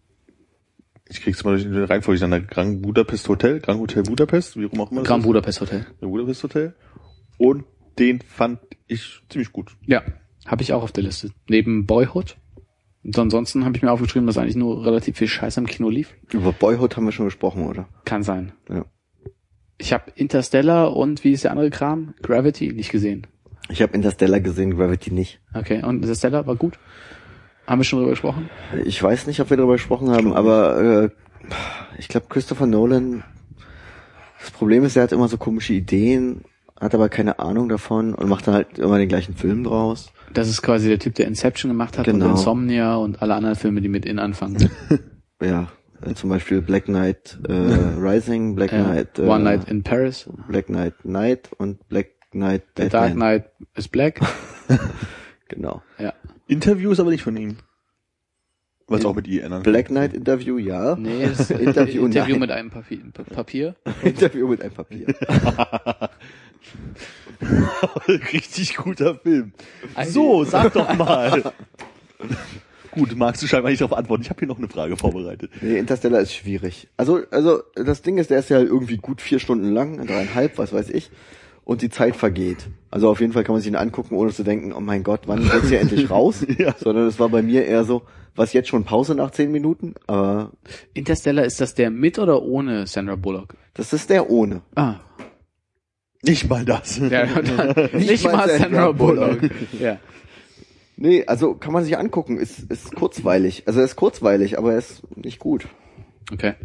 Ich krieg's mal durch die Reihenfolge durcheinander. Grand Budapest Hotel, Grand Hotel Budapest, wie rum auch immer. das Grand ist. Budapest Hotel. Grand Budapest Hotel. Und den fand ich ziemlich gut. Ja, habe ich auch auf der Liste. Neben Boyhood. Und ansonsten habe ich mir aufgeschrieben, dass eigentlich nur relativ viel Scheiß im Kino lief. Über Boyhood haben wir schon gesprochen, oder? Kann sein. Ja. Ich habe Interstellar und wie ist der andere Kram? Gravity nicht gesehen. Ich habe Interstellar gesehen, Gravity nicht. Okay, und Interstellar war gut? Haben wir schon drüber gesprochen? Ich weiß nicht, ob wir darüber gesprochen haben, aber äh, ich glaube, Christopher Nolan, das Problem ist, er hat immer so komische Ideen, hat aber keine Ahnung davon und macht dann halt immer den gleichen Film draus. Das ist quasi der Typ, der Inception gemacht hat Genau. und Insomnia und alle anderen Filme, die mit In anfangen. Ja, Äh, zum Beispiel Black Knight äh, Rising, Black Ja. Knight äh, One Night in Paris. Black Knight Night und Black Knight The Dead Dark Man. Knight is Black. Genau. Ja. Interview ist aber nicht von ihm. Was auch mit I ändern. Black Knight Interview, ja. Nee, das Interview, Interview nein. mit einem Papier. Papier. Interview mit einem Papier. Richtig guter Film. Ein- So, sag doch mal. Gut, magst du scheinbar nicht darauf antworten. Ich habe hier noch eine Frage vorbereitet. Nee, Interstellar ist schwierig. Also, also das Ding ist, der ist ja irgendwie gut vier Stunden lang, dreieinhalb, was weiß ich. Und die Zeit vergeht. Also auf jeden Fall kann man sich ihn angucken, ohne zu denken, oh mein Gott, wann wird's hier endlich raus? Ja. Sondern es war bei mir eher so, was jetzt schon Pause nach zehn Minuten? Aber Interstellar, ist das der mit oder ohne Sandra Bullock? das ist der ohne. Ah. Nicht mal das. Ja, dann, nicht, Nicht mal mal Sandra Sandra Bullock. Ja. Nee, also kann man sich angucken, ist, ist kurzweilig. Also er ist kurzweilig, aber er ist nicht gut. Okay.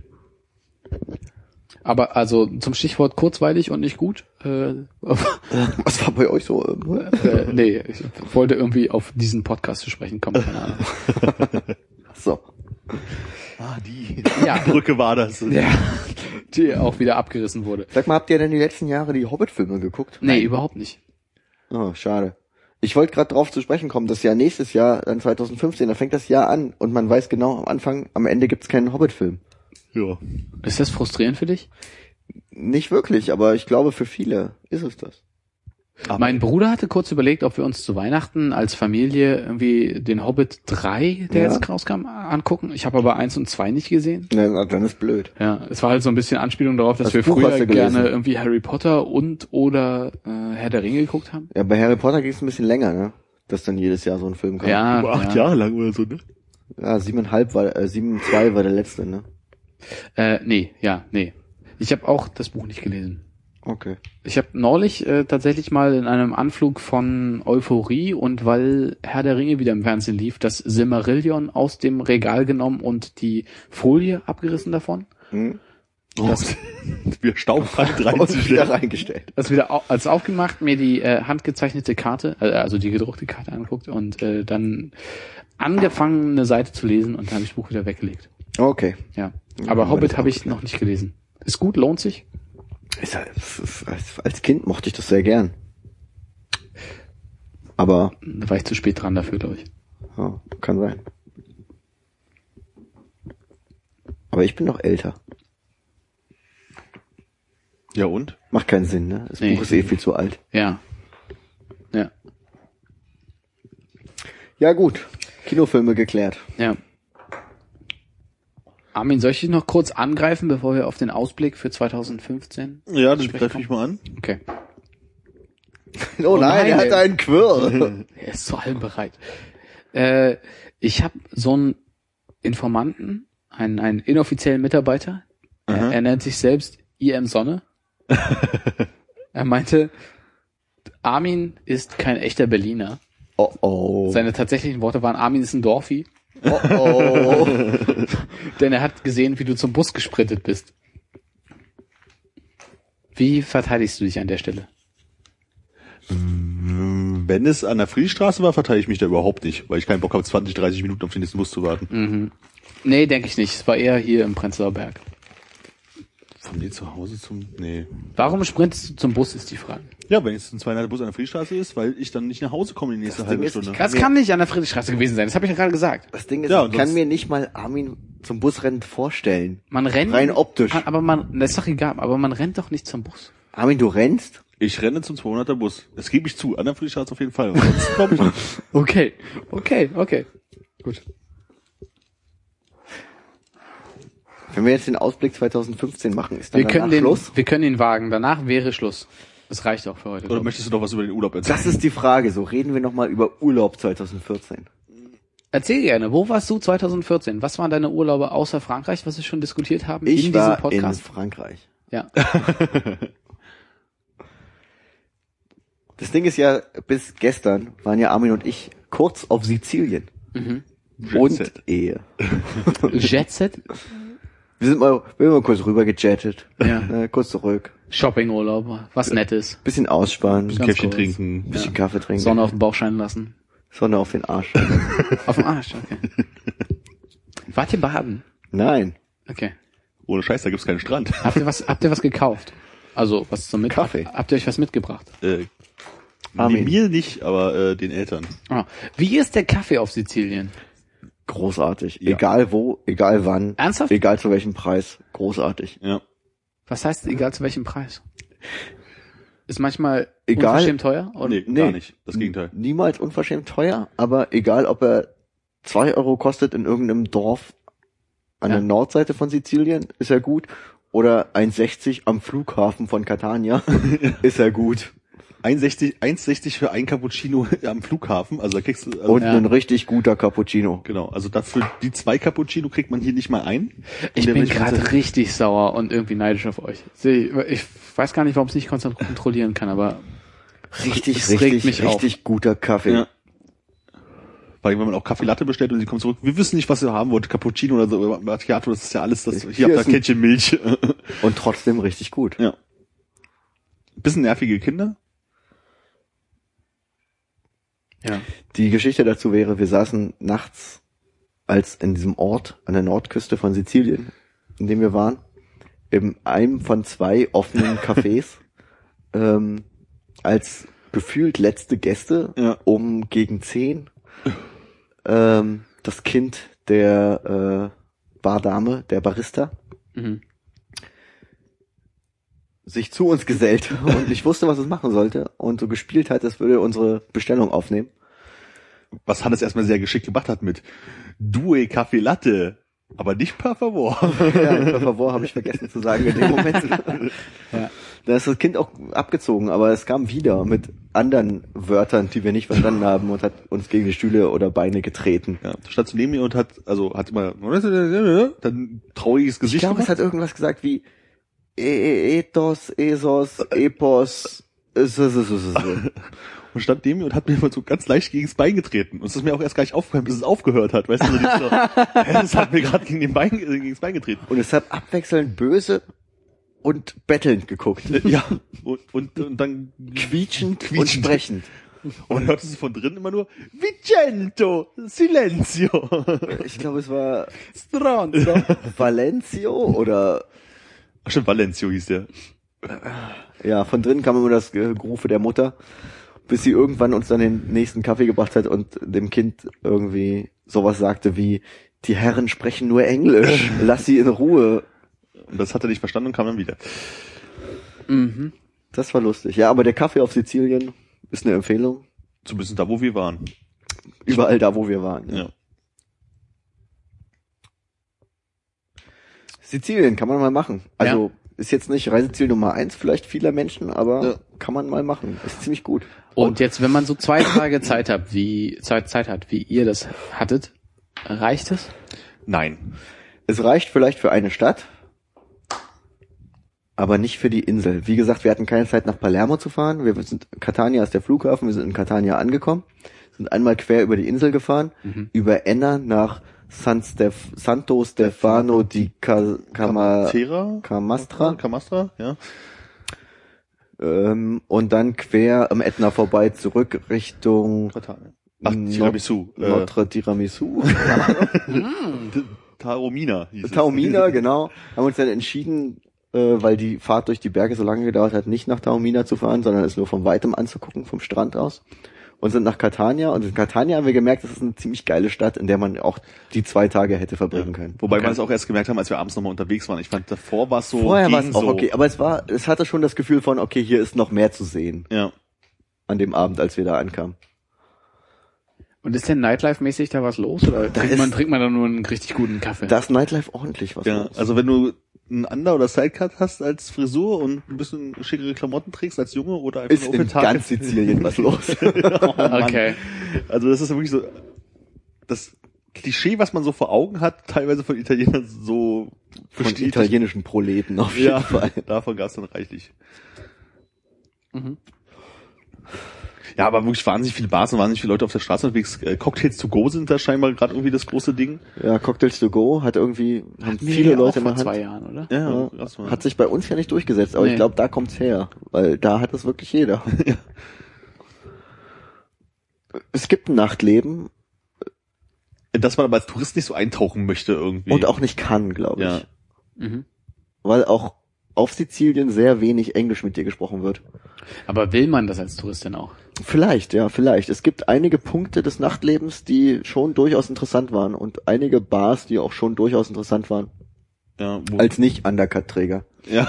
Aber also zum Stichwort kurzweilig und nicht gut. Äh, Was war bei euch so? äh, nee, ich wollte irgendwie auf diesen Podcast zu sprechen kommen. Keine Ahnung. So. Ah, die Ja. Brücke war das. Ja, die auch wieder abgerissen wurde. Sag mal, habt ihr denn die letzten Jahre die Hobbit-Filme geguckt? Nee, überhaupt nicht. Oh, schade. Ich wollte gerade drauf zu sprechen kommen, das Jahr nächstes Jahr, dann zwanzig fünfzehn, da fängt das Jahr an und man weiß genau am Anfang, am Ende gibt's keinen Hobbit-Film. Ja. Ist das frustrierend für dich? Nicht wirklich, aber ich glaube, für viele ist es das. Aber Mein Bruder hatte kurz überlegt, ob wir uns zu Weihnachten als Familie irgendwie den Hobbit drei, der Ja. jetzt rauskam, angucken. Ich habe aber eins und zwei nicht gesehen. Na, na, dann ist blöd. Ja, es war halt so ein bisschen Anspielung darauf, dass Das wir Buch hast früher du gelesen. gerne irgendwie Harry Potter und oder äh, Herr der Ringe geguckt haben. Ja, bei Harry Potter geht's ein bisschen länger, ne? Dass dann jedes Jahr so ein Film kommt. Ja, über acht ja. Jahre lang oder so, ne? Ja, siebeneinhalb war, äh, sieben, zwei war der letzte, ne? Äh, nee, ja, nee. Ich habe auch das Buch nicht gelesen. Okay. Ich habe neulich äh, tatsächlich mal in einem Anflug von Euphorie und weil Herr der Ringe wieder im Fernsehen lief, das Silmarillion aus dem Regal genommen und die Folie abgerissen davon. Hm? Das, Wir Staubpfand Und wieder reinzustellen. reingestellt. das wieder au als aufgemacht, mir die äh, handgezeichnete Karte, äh, also die gedruckte Karte angeguckt und äh, dann angefangen, eine Seite zu lesen und dann habe ich das Buch wieder weggelegt. Okay. Ja. Ja, Aber aber Hobbit das habe auch ich noch nicht gelesen. Ist gut, lohnt sich. Ist halt, es ist- als, als Kind mochte ich das sehr gern. Aber, Da war ich zu spät dran dafür, glaube ich. ja, kann sein. Aber ich bin noch älter. Ja und? Macht keinen Sinn, ne? Das Nee. Buch ist eh viel zu alt. Ja. Ja. Ja gut, Kinofilme geklärt. Ja. Armin, soll ich dich noch kurz angreifen, bevor wir auf den Ausblick für zwanzig fünfzehn? Ja, das Sprechen greife ich mal an. Okay. Oh, nein, er nein, hat einen Quirl. Er ist zu allem bereit. Äh, ich habe so einen Informanten, einen, einen inoffiziellen Mitarbeiter. Er, Aha. er nennt sich selbst I M Sonne. Er meinte, Armin ist kein echter Berliner. Oh oh. Seine tatsächlichen Worte waren, Armin ist ein Dorfi. Oh oh. Denn er hat gesehen, wie du zum Bus gesprintet bist. Wie verteidigst du dich an der Stelle? Wenn es an der Friedrichstraße war, verteile ich mich da überhaupt nicht, weil ich keinen Bock habe, zwanzig, dreißig Minuten auf den nächsten Bus zu warten. Mhm. Nee, denke ich nicht. Es war eher hier im Prenzlauer Berg. Von dir zu Hause zum... Nee. Warum sprintest du zum Bus, ist die Frage. Ja, wenn jetzt ein zweiter Bus an der Friedrichstraße ist, weil ich dann nicht nach Hause komme in die nächste Das halbe Ding ist, Stunde. Das kann nicht an der Friedrichstraße gewesen sein. Das habe ich ja gerade gesagt. Das Ding ist, Ja, ich und kann sonst- mir nicht mal Armin zum Busrennen vorstellen. Man rennt. Rein optisch. Man, aber man, das ist doch egal, aber man rennt doch nicht zum Bus. Armin, du rennst? Ich renne zum zweihunderter Bus. Das gebe ich zu. An der Friedrichstraße auf jeden Fall. Sonst glaube ich nicht. Okay. Okay, okay. Gut. Wenn wir jetzt den Ausblick zwanzig fünfzehn machen, ist dann Wir können danach den, Schluss? wir können ihn wagen. Danach wäre Schluss. Das reicht auch für heute. Oder glaub ich. möchtest du noch was über den Urlaub erzählen? Das ist die Frage. So reden wir nochmal über Urlaub zwanzig vierzehn. Erzähl gerne. Wo warst du zwanzig vierzehn? Was waren deine Urlaube außer Frankreich, was wir schon diskutiert haben Ich in war diesem Podcast? in Frankreich. Ja. Das Ding ist ja, bis gestern waren ja Armin und ich kurz auf Sizilien. Mhm. Und Jet-Set. Ehe. Jet Set? Wir sind mal, wir sind mal kurz rüber gejettet. Ja. Äh, kurz zurück. Shoppingurlaub. Was Nettes. Bisschen aussparen. Ein Ganz Käffchen kurz. trinken. Bisschen Kaffee trinken. Sonne auf den Bauch scheinen lassen. Sonne auf den Arsch. Auf dem Arsch, okay. Wart ihr baden? Nein. Okay. Ohne Scheiß, da gibt's keinen Strand. Habt ihr was, habt ihr was gekauft? Also, was zum mit Kaffee. Habt ihr euch was mitgebracht? Äh, Armin. mir nicht, aber äh, den Eltern. Ah. Wie ist der Kaffee auf Sizilien? Großartig. Ja. Egal wo, egal wann. Ernsthaft? Egal zu welchem Preis. Großartig. Ja. Was heißt, egal zu welchem Preis? Ist manchmal Egal. unverschämt teuer? Oder? Nee, Nee. gar nicht. Das Gegenteil. Niemals unverschämt teuer, aber egal ob er zwei Euro kostet in irgendeinem Dorf an Ja. der Nordseite von Sizilien, ist er gut. Oder eins sechzig am Flughafen von Catania, ist er gut. eins sechzig für ein Cappuccino am Flughafen, also da kriegst du, also, Und Ja. ein richtig guter Cappuccino. genau, also dafür die zwei Cappuccino kriegt man hier nicht mal ein. Ich Und bin der- gerade richtig sauer und irgendwie neidisch auf euch. Ich ich weiß gar nicht, warum ich es nicht konstant kontrollieren kann, aber Richtig, Das regt richtig, mich auf. richtig guter Kaffee. Ja. Weil wenn man auch Kaffee Latte bestellt und sie kommt zurück, wir wissen nicht, was ihr haben wollt, Cappuccino oder so, Macchiato, das ist ja alles, das, hier, Hier habt ihr ist ein ein- Kännchen Milch. Und trotzdem richtig gut. Ja. Bisschen nervige Kinder. ja. Die Geschichte dazu wäre, wir saßen nachts, als in diesem Ort an der Nordküste von Sizilien, in dem wir waren, in einem von zwei offenen Cafés, ähm, als gefühlt letzte Gäste Ja. um gegen zehn ähm, das Kind der äh, Bardame, der Barista, Mhm. sich zu uns gesellt und ich wusste, was es machen sollte und so gespielt hat, es würde unsere Bestellung aufnehmen. Was Hannes erstmal sehr geschickt gemacht hat mit Due Kaffee Latte, aber nicht per favor. Ja, per favor habe ich vergessen zu sagen in dem Moment. Ja. Da ist das Kind auch abgezogen, aber es kam wieder mit anderen Wörtern, die wir nicht verstanden haben und hat uns gegen die Stühle oder Beine getreten. Ja, da stand zu neben mir und hat, also hat immer dann ein trauriges Ich Gesicht glaube, es gemacht. hat irgendwas gesagt wie E- E- Ethos, Esos, Epos. es- es- es- es- es- Und stand neben mir und hat mir immer so ganz leicht gegen das Bein getreten. Und es ist mir auch erst gar nicht aufgefallen, bis es aufgehört hat. Weißt du, so nicht so, hä, es hat mir gerade gegen den Bein, äh, gegen das Bein getreten. Und es hat abwechselnd böse und bettelnd geguckt. Ja, und, und, und dann Quietschend, und Quietschend. sprechend. Und hörtest du von drin immer nur Vicento, Silenzio. Ich glaube, es war Stronzo. Valencio oder Ach stimmt, Valencio hieß der. ja, von drinnen kam immer das äh, Gerufe der Mutter, bis sie irgendwann uns dann den nächsten Kaffee gebracht hat und dem Kind irgendwie sowas sagte wie, die Herren sprechen nur Englisch, lass sie in Ruhe. Und das hat er nicht verstanden und kam dann wieder. Mhm. Das war lustig. Ja, aber der Kaffee auf Sizilien ist eine Empfehlung. Zumindest da, wo wir waren. Überall da, wo wir waren. Ja. Sizilien kann man mal machen. Also ist jetzt nicht Reiseziel Nummer eins vielleicht vieler Menschen, aber Ja. kann man mal machen. Ist ziemlich gut. Und jetzt, wenn man so zwei Tage Zeit hat, wie Zeit, Zeit hat, wie ihr das hattet, reicht es? Nein. Es reicht vielleicht für eine Stadt, aber nicht für die Insel. Wie gesagt, wir hatten keine Zeit nach Palermo zu fahren. Wir sind, Catania ist der Flughafen, wir sind in Catania angekommen, sind einmal quer über die Insel gefahren, Mhm. über Enna nach San Stef, Santo Stefano di Ca, Cama, Camastera? Camastra Camastra, ja. ähm, und dann quer am Ätna vorbei zurück Richtung Catania. Ach, Not- Tiramisu. Äh, Notre Tiramisu. Taormina hieß es. Taormina, genau. Haben uns dann entschieden, äh, weil die Fahrt durch die Berge so lange gedauert hat, nicht nach Taormina zu fahren, sondern es nur von weitem anzugucken, vom Strand aus. Und sind nach Catania. Und in Catania haben wir gemerkt, das ist eine ziemlich geile Stadt, in der man auch die zwei Tage hätte verbringen können. Wobei Okay. wir es auch erst gemerkt haben, als wir abends nochmal unterwegs waren. Ich fand, davor war es so. Vorher war es ging auch so. okay, aber es war, es hatte schon das Gefühl von, okay, hier ist noch mehr zu sehen Ja. an dem Abend, als wir da ankamen. Und ist denn Nightlife-mäßig da was los? Oder Da trinkt ist- man, trinkt man da nur einen richtig guten Kaffee? Da ist Nightlife ordentlich was Ja, los. also wenn du einen Under- oder Sidecut hast als Frisur und ein bisschen schickere Klamotten trägst als Junge oder einfach ist nur auf in den Tag. ganz Sizilien was los. Oh Mann. Okay. Also das ist ja wirklich so das Klischee, was man so vor Augen hat, teilweise von Italienern so Von bestätigt. italienischen Proleten auf jeden Ja, Fall. davon gab es dann reichlich. Mhm. Ja, aber wirklich wahnsinnig viele Bars und wahnsinnig viele Leute auf der Straße unterwegs. Äh, Cocktails to go sind da scheinbar gerade irgendwie das große Ding. Ja, Cocktails to go hat irgendwie, haben Wir viele ja auch Leute in vor der Hand. zwei Jahren, oder? Ja, Ja, lass mal. hat sich bei uns ja nicht durchgesetzt, aber Nee. ich glaube, da kommt's her, weil da hat es wirklich jeder. Es gibt ein Nachtleben dass man aber als Tourist nicht so eintauchen möchte irgendwie. und auch nicht kann, glaube ich. Ja. Mhm. Weil auch auf Sizilien sehr wenig Englisch mit dir gesprochen wird. Aber will man das als Tourist denn auch? Vielleicht, ja, vielleicht. Es gibt einige Punkte des Nachtlebens, die schon durchaus interessant waren und einige Bars, die auch schon durchaus interessant waren. Ja, wo, Als Nicht-Undercut-Träger. ja.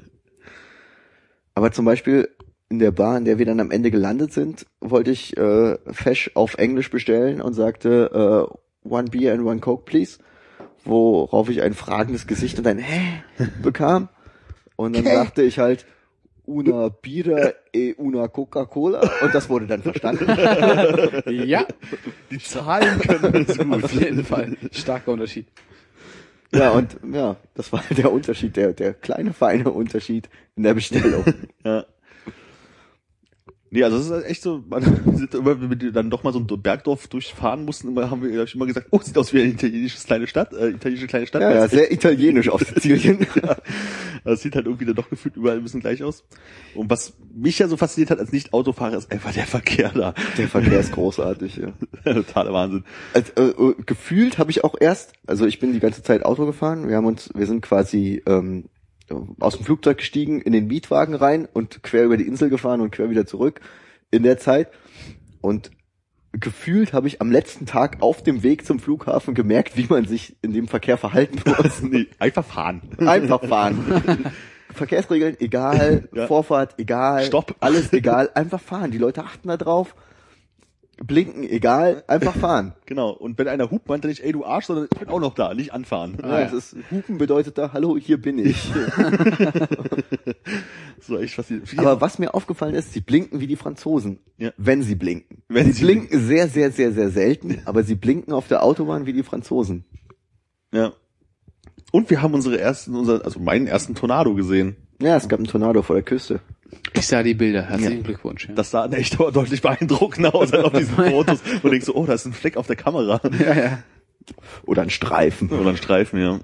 Aber zum Beispiel in der Bar, in der wir dann am Ende gelandet sind, wollte ich äh, Fesch auf Englisch bestellen und sagte äh, one beer and one coke, please. Worauf ich ein fragendes Gesicht und ein Hä bekam. Und dann sagte ich halt una Bira e una Coca-Cola und das wurde dann verstanden. Ja, Die Zahlen können wir so gut. auf jeden Fall. Starker Unterschied. Ja, und ja, das war der Unterschied, der der kleine, feine Unterschied in der Bestellung. Ja. Nee, also es ist halt echt so, man sind immer, wenn wir dann doch mal so ein Bergdorf durchfahren mussten, immer haben wir hab ich immer gesagt, oh, sieht aus wie eine italienische kleine Stadt, äh, italienische kleine Stadt. Ja, ja, sehr italienisch auf Sizilien. Ja, das sieht halt irgendwie dann doch gefühlt überall ein bisschen gleich aus. Und was mich ja so fasziniert hat als Nicht-Autofahrer, ist einfach der Verkehr da. Der Verkehr ist großartig, ja. Totaler Wahnsinn. Also, äh, gefühlt habe ich auch erst, also ich bin die ganze Zeit Auto gefahren, wir haben uns, wir sind quasi ähm, aus dem Flugzeug gestiegen, in den Mietwagen rein und quer über die Insel gefahren und quer wieder zurück in der Zeit. Und gefühlt habe ich am letzten Tag auf dem Weg zum Flughafen gemerkt, wie man sich in dem Verkehr verhalten muss. Nee, einfach fahren. Einfach fahren. Verkehrsregeln, egal, Ja. Vorfahrt, egal, Stopp. alles egal, einfach fahren. Die Leute achten da drauf. Blinken, egal, einfach fahren. Genau. Und wenn einer hupt, meint er nicht, ey, du Arsch, sondern ich bin auch noch da, nicht anfahren. Ja, es ist, Hupen bedeutet da, hallo, hier bin ich. So, echt faszinierend. Aber was mir aufgefallen ist, sie blinken wie die Franzosen, Ja. wenn sie blinken. Wenn sie sie blinken sehr, sehr, sehr, sehr selten, aber sie blinken auf der Autobahn wie die Franzosen. Ja. Und wir haben unsere ersten, unser, also meinen ersten Tornado gesehen. Ja, es gab einen Tornado vor der Küste. Ich sah die Bilder. Herzlichen Ja. Glückwunsch. Ja. Das sah echt deutlich beeindruckender aus als auf diesen Fotos. Und du denkst so, oh, da ist ein Fleck auf der Kamera. ja, ja. Oder ein Streifen. Oder ein Streifen, ja.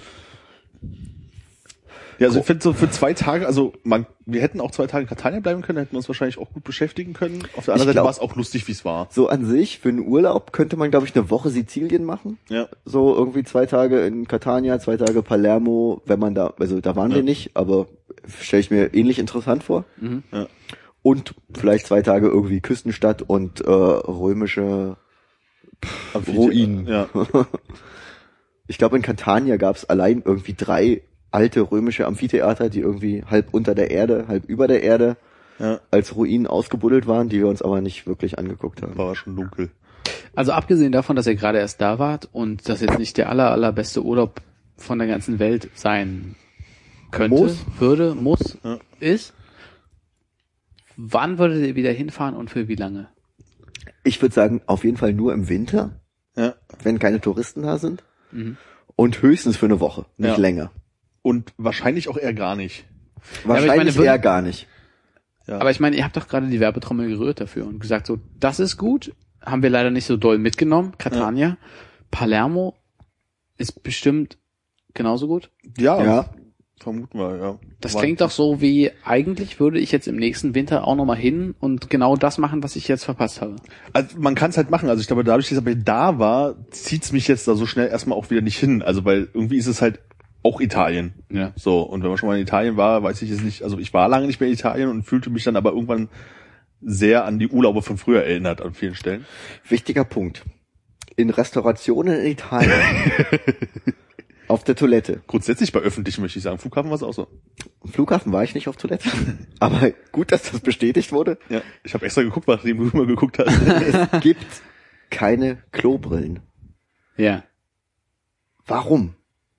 Ja, also ich finde so für zwei Tage, also man, wir hätten auch zwei Tage in Catania bleiben können, hätten wir uns wahrscheinlich auch gut beschäftigen können. Auf der anderen Ich Seite glaub- war es auch lustig, wie es war. So an sich, für einen Urlaub könnte man, glaube ich, eine Woche Sizilien machen. Ja. So irgendwie zwei Tage in Catania, zwei Tage Palermo, wenn man da, also da waren Ja. wir nicht, aber stelle ich mir ähnlich interessant vor. Mhm. Ja. Und vielleicht zwei Tage irgendwie Küstenstadt und äh, römische Ruinen. Ja. Ich glaube, in Catania gab es allein irgendwie drei alte römische Amphitheater, die irgendwie halb unter der Erde, halb über der Erde Ja. als Ruinen ausgebuddelt waren, die wir uns aber nicht wirklich angeguckt haben. War schon dunkel. Also abgesehen davon, dass ihr gerade erst da wart und das jetzt nicht der aller, allerbeste Urlaub von der ganzen Welt sein könnte, Muss. würde, muss, Ja. ist, wann würdet ihr wieder hinfahren und für wie lange? Ich würde sagen, auf jeden Fall nur im Winter, Ja. wenn keine Touristen da sind. Mhm. Und höchstens für eine Woche, nicht Ja. länger. Und wahrscheinlich auch eher gar nicht. Wahrscheinlich aber ich meine, würde- eher gar nicht. Ja. Aber ich meine, ihr habt doch gerade die Werbetrommel gerührt dafür und gesagt so, das ist gut, haben wir leider nicht so doll mitgenommen, Catania, Palermo ist bestimmt genauso gut. Ja. Ja. Vermuten wir, ja. Das War- klingt doch so wie, eigentlich würde ich jetzt im nächsten Winter auch nochmal hin und genau das machen, was ich jetzt verpasst habe. Also man kann es halt machen. Also ich glaube, dadurch, dass ich aber da war, zieht's mich jetzt da so schnell erstmal auch wieder nicht hin. Also weil irgendwie ist es halt auch Italien. Ja. So, und wenn man schon mal in Italien war, weiß ich jetzt nicht, also ich war lange nicht mehr in Italien und fühlte mich dann aber irgendwann sehr an die Urlaube von früher erinnert an vielen Stellen. Wichtiger Punkt. In Restaurationen in Italien. Auf der Toilette. Grundsätzlich bei öffentlichen möchte ich sagen, Flughafen war es auch so. Am Flughafen war ich nicht auf Toilette. Aber gut, dass das bestätigt wurde. Ja, ich habe extra geguckt, nachdem du immer geguckt hast. Es gibt keine Klobrillen. Ja. Warum?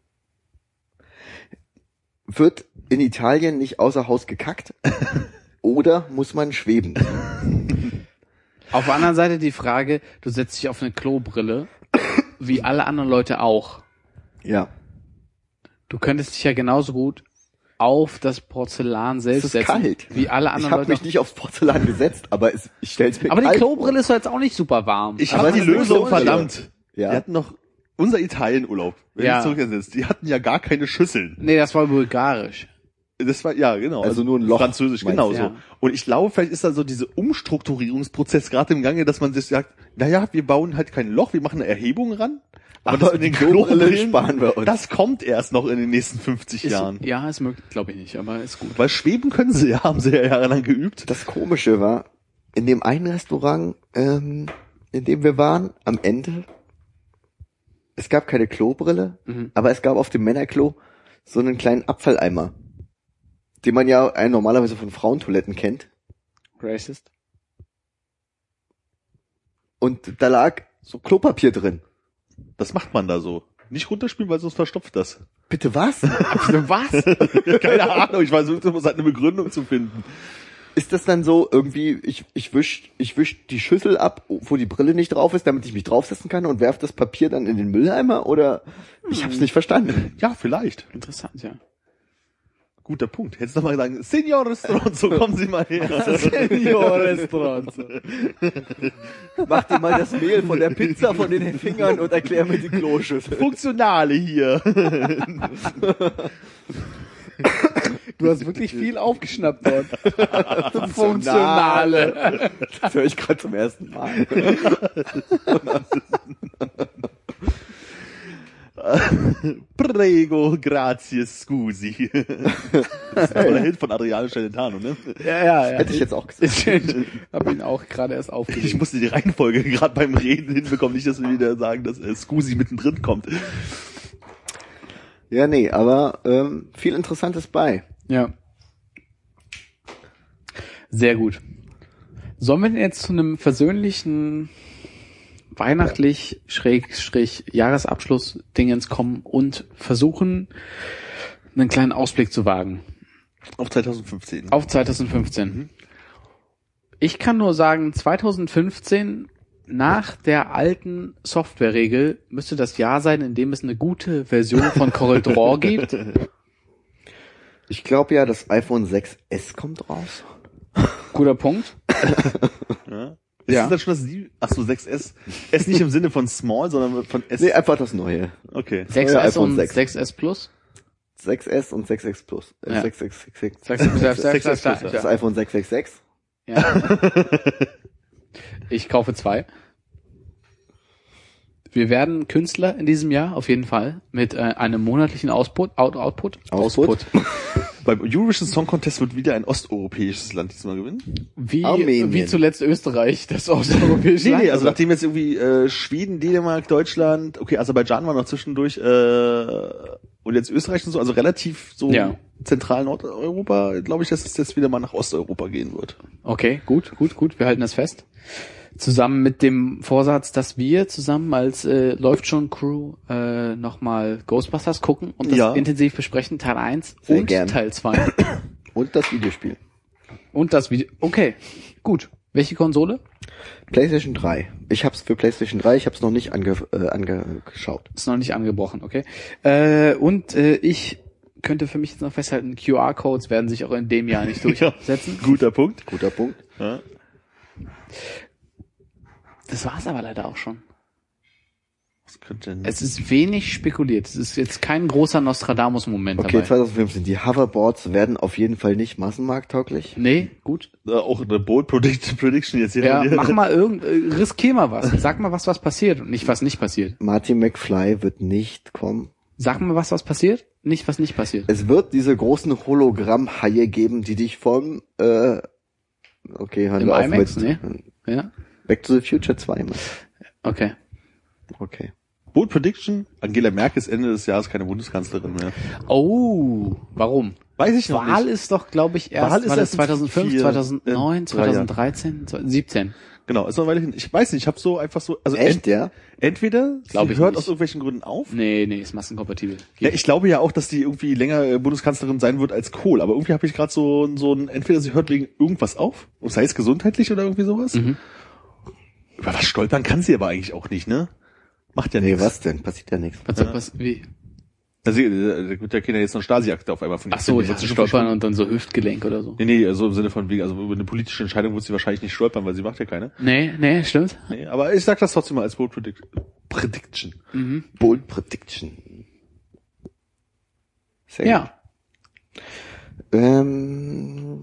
Wird in Italien nicht außer Haus gekackt? Oder muss man schweben? Auf der anderen Seite die Frage, du setzt dich auf eine Klobrille, wie alle anderen Leute auch. Ja. Du könntest dich ja genauso gut auf das Porzellan selbst Es ist setzen, kalt. wie alle Ich anderen habe Leute mich auch. nicht aufs Porzellan gesetzt, aber es, ich stell's mir Aber die kalt Klobrille ist doch jetzt auch nicht super warm. Ich Aber habe die es ist Lösung, so verdammt. Ja. Wir hatten noch unser Italienurlaub, wenn Ja. ich zurücksetzt. Die hatten ja gar keine Schüsseln. Nee, das war bulgarisch. Das war, ja, genau. Also nur ein Loch, Französisch, meinst genau du? so. Ja. Und ich glaube, vielleicht ist da so dieser Umstrukturierungsprozess gerade im Gange, dass man sich sagt, naja, wir bauen halt kein Loch, wir machen eine Erhebung ran, Aber, das mit den Klobrillen sparen wir uns. Das kommt erst noch in den nächsten fünfzig Ist, Jahren. ja, ist möglich, glaube ich nicht, aber ist gut. Weil schweben können sie ja, haben sie ja jahrelang geübt. Das Komische war, in dem einen Restaurant, ähm, in dem wir waren, am Ende, es gab keine Klobrille, Mhm. aber es gab auf dem Männerklo so einen kleinen Abfalleimer, den man ja äh, normalerweise von Frauentoiletten kennt. Racist. Und da lag so Klopapier drin. Das macht man da so. Nicht runterspielen, weil sonst verstopft das. Bitte was? Was? Keine Ahnung, ich versuche immer halt eine Begründung zu finden. Ist das dann so irgendwie, ich, ich wisch, ich wisch die Schüssel ab, wo die Brille nicht drauf ist, damit ich mich draufsetzen kann und werf das Papier dann in den Mülleimer? Oder ich hab's nicht verstanden. Ja, vielleicht. Interessant, ja. Guter Punkt. Hättest du noch mal sagen, Signor Restaurant, so kommen Sie mal her. Senior-Restaurant. Mach dir mal das Mehl von der Pizza von den Fingern und erklär mir die Kloschüssel. Funktionale hier. Du hast wirklich viel aufgeschnappt dort. Funktionale. Das höre ich gerade zum ersten Mal. Prego, grazie, scusi. Das ist aber der Hit von Adriano Celentano, ne? Ja, ja, ja. Hätte ich jetzt auch gesagt. Ich habe ihn auch gerade erst aufgelegt. Ich musste die Reihenfolge gerade beim Reden hinbekommen, nicht, dass wir wieder sagen, dass äh, Scusi mittendrin kommt. Ja, nee, aber ähm, viel Interessantes bei. Ja. Sehr gut. Sollen wir denn jetzt zu einem versöhnlichen weihnachtlich Schrägstrich Jahresabschluss Dingens kommen und versuchen, einen kleinen Ausblick zu wagen? Auf zwanzig fünfzehn. Auf zwanzig fünfzehn. Ich kann nur sagen, zwanzig fünfzehn nach der alten Softwareregel müsste das Jahr sein, in dem es eine gute Version von CorelDRAW gibt. Ich glaube ja, das iPhone sechs S kommt raus. Guter Punkt. Ja. Ist Ja. das dann schon das Sie? Ach so, sechs S. S nicht im Sinne von Small, sondern von S. Nee, einfach das Neue. Okay. sechs Neue S iPhone und sechs. sechs S Plus. sechs S und sechs X Plus. Äh, Ja. sechs X X X. sechs S sechs S Plus, Das ja. iPhone sechs sechs sechs. Ja. Ich kaufe zwei. Wir werden Künstler in diesem Jahr, auf jeden Fall, mit äh, einem monatlichen Output, Out, Output, Output. Beim Eurovision Song Contest wird wieder ein osteuropäisches Land diesmal gewinnen. Wie, Armenien. wie zuletzt Österreich, das osteuropäische Nee, Land. nee, also nachdem jetzt irgendwie äh, Schweden, Dänemark, Deutschland, okay, Aserbaidschan war noch zwischendurch äh, und jetzt Österreich und so, also relativ so Ja. zentral Nordeuropa, glaube ich, dass es jetzt wieder mal nach Osteuropa gehen wird. Okay, gut, gut, gut, wir halten das fest. Zusammen mit dem Vorsatz, dass wir zusammen als äh, Läuft schon Crew äh, nochmal Ghostbusters gucken und das Ja. intensiv besprechen, Teil eins Sehr und gern. Teil zwei. Und das Videospiel. Und das Video. Okay, gut. Welche Konsole? PlayStation drei. Ich hab's für PlayStation drei, ich hab's noch nicht ange, äh, angeschaut. Ist noch nicht angebrochen, okay. Äh, und äh, ich könnte für mich jetzt noch festhalten, Q R-Codes werden sich auch in dem Jahr nicht durchsetzen. Guter Punkt. Guter Punkt. Ja. Das war's aber leider auch schon. Was könnte denn? Es ist wenig spekuliert. Es ist jetzt kein großer Nostradamus-Moment Okay, dabei. zwanzig fünfzehn. Die Hoverboards werden auf jeden Fall nicht massenmarkttauglich. Nee, gut. Äh, auch eine Bold Predict Prediction jetzt hier. Ja, von dir. mach mal irgend, äh, riskier mal was. Sag mal was, was passiert und nicht was nicht passiert. Martin McFly wird nicht kommen. Sag mal was, was passiert, nicht was nicht passiert. Es wird diese großen Hologrammhaie geben, die dich vom, äh, okay, hören Im wir auf IMAX, mit, ne? Ja, Back to the Future zwei, Mann. okay. Okay. Bold Prediction, Angela Merkel ist Ende des Jahres keine Bundeskanzlerin mehr. Oh, warum? Weiß ich noch Wahl nicht. ist doch, glaube ich, erst, Wahl ist war das erst in zweitausendfünf, vier, zweitausendneun, äh, drei Jahren. zweitausenddreizehn, siebzehn. Genau, ist noch eine Weile hin. Ich weiß nicht, ich habe so einfach so, also Echt, ja? entweder Glaub sie ich hört nicht. aus irgendwelchen Gründen auf. Nee, nee, ist massenkompatibel. Ja, ich glaube ja auch, dass die irgendwie länger äh, Bundeskanzlerin sein wird als Kohl, aber irgendwie habe ich gerade so so ein, entweder sie hört wegen irgendwas auf, sei es gesundheitlich oder irgendwie sowas. Mhm. Über was stolpern kann sie aber eigentlich auch nicht, ne? Macht ja Nee, nichts. was denn? Passiert ja nichts. Was, was, wie? Also, äh, da wird ja jetzt noch Stasi-Akte auf einmal von Ach so, ich wird hatte sie schon stolpern verschwunden. und dann so Hüftgelenk oder so. Nee, nee, also im Sinne von wegen, also über eine politische Entscheidung wird sie wahrscheinlich nicht stolpern, weil sie macht ja keine. Nee, nee, stimmt. Nee, aber ich sag das trotzdem mal als Bold Predict Prediction. Mhm. Bold Prediction. Sehr Ja. gut. Ähm,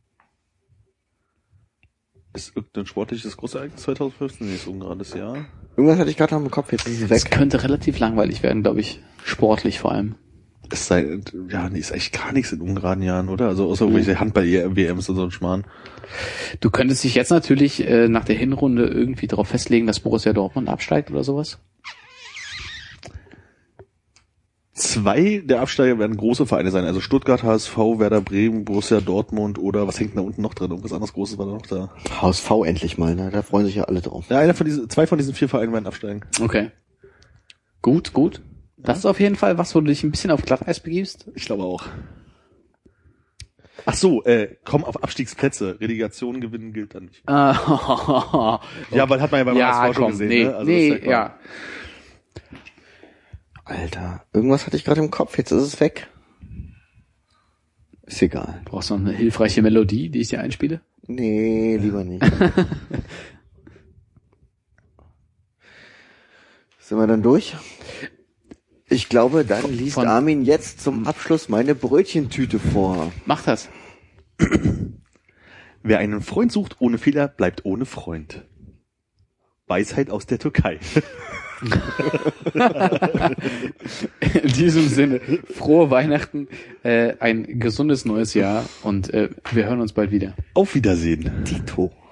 Ist irgendein sportliches Großereignis zwanzig fünfzehn? Nee, ist Ungarn das Jahr. Irgendwas hatte ich gerade noch im Kopf, jetzt ist es Es weg. könnte relativ langweilig werden, glaube ich. Sportlich vor allem. Es sei, ja, nee, ist eigentlich gar nichts in ungeraden Jahren, oder? Also außer irgendwelche Handball-W Ms und so ein Schmarrn. Du könntest dich jetzt natürlich äh, nach der Hinrunde irgendwie darauf festlegen, dass Borussia Dortmund absteigt oder sowas. Zwei der Absteiger werden große Vereine sein, also Stuttgart, H S V, Werder Bremen, Borussia Dortmund oder was hängt denn da unten noch drin? Irgendwas anderes Großes war da noch da. H S V endlich mal, ne? Da freuen sich ja alle drauf. Ja, einer von diesen, zwei von diesen vier Vereinen werden absteigen. Okay. Gut, gut. Das ist auf jeden Fall was, wo du dich ein bisschen auf Glatteis begibst. Ich glaube auch. Ach so, äh, komm auf Abstiegsplätze. Relegation gewinnen gilt dann nicht. Ah, Ja, weil hat man ja beim ja, H S V schon komm, gesehen, nee, ne? Also nee, das ist ja. Alter, irgendwas hatte ich gerade im Kopf, jetzt ist es weg. Ist egal. Brauchst du noch eine hilfreiche Melodie, die ich dir einspiele? Nee, lieber nicht. Sind wir dann durch? Ich glaube, dann liest Von- Armin jetzt zum Abschluss meine Brötchentüte vor. Mach das. Wer einen Freund sucht ohne Fehler, bleibt ohne Freund. Weisheit aus der Türkei. In diesem Sinne, frohe Weihnachten, äh, ein gesundes neues Jahr und äh, wir hören uns bald wieder. Auf Wiedersehen. Tito.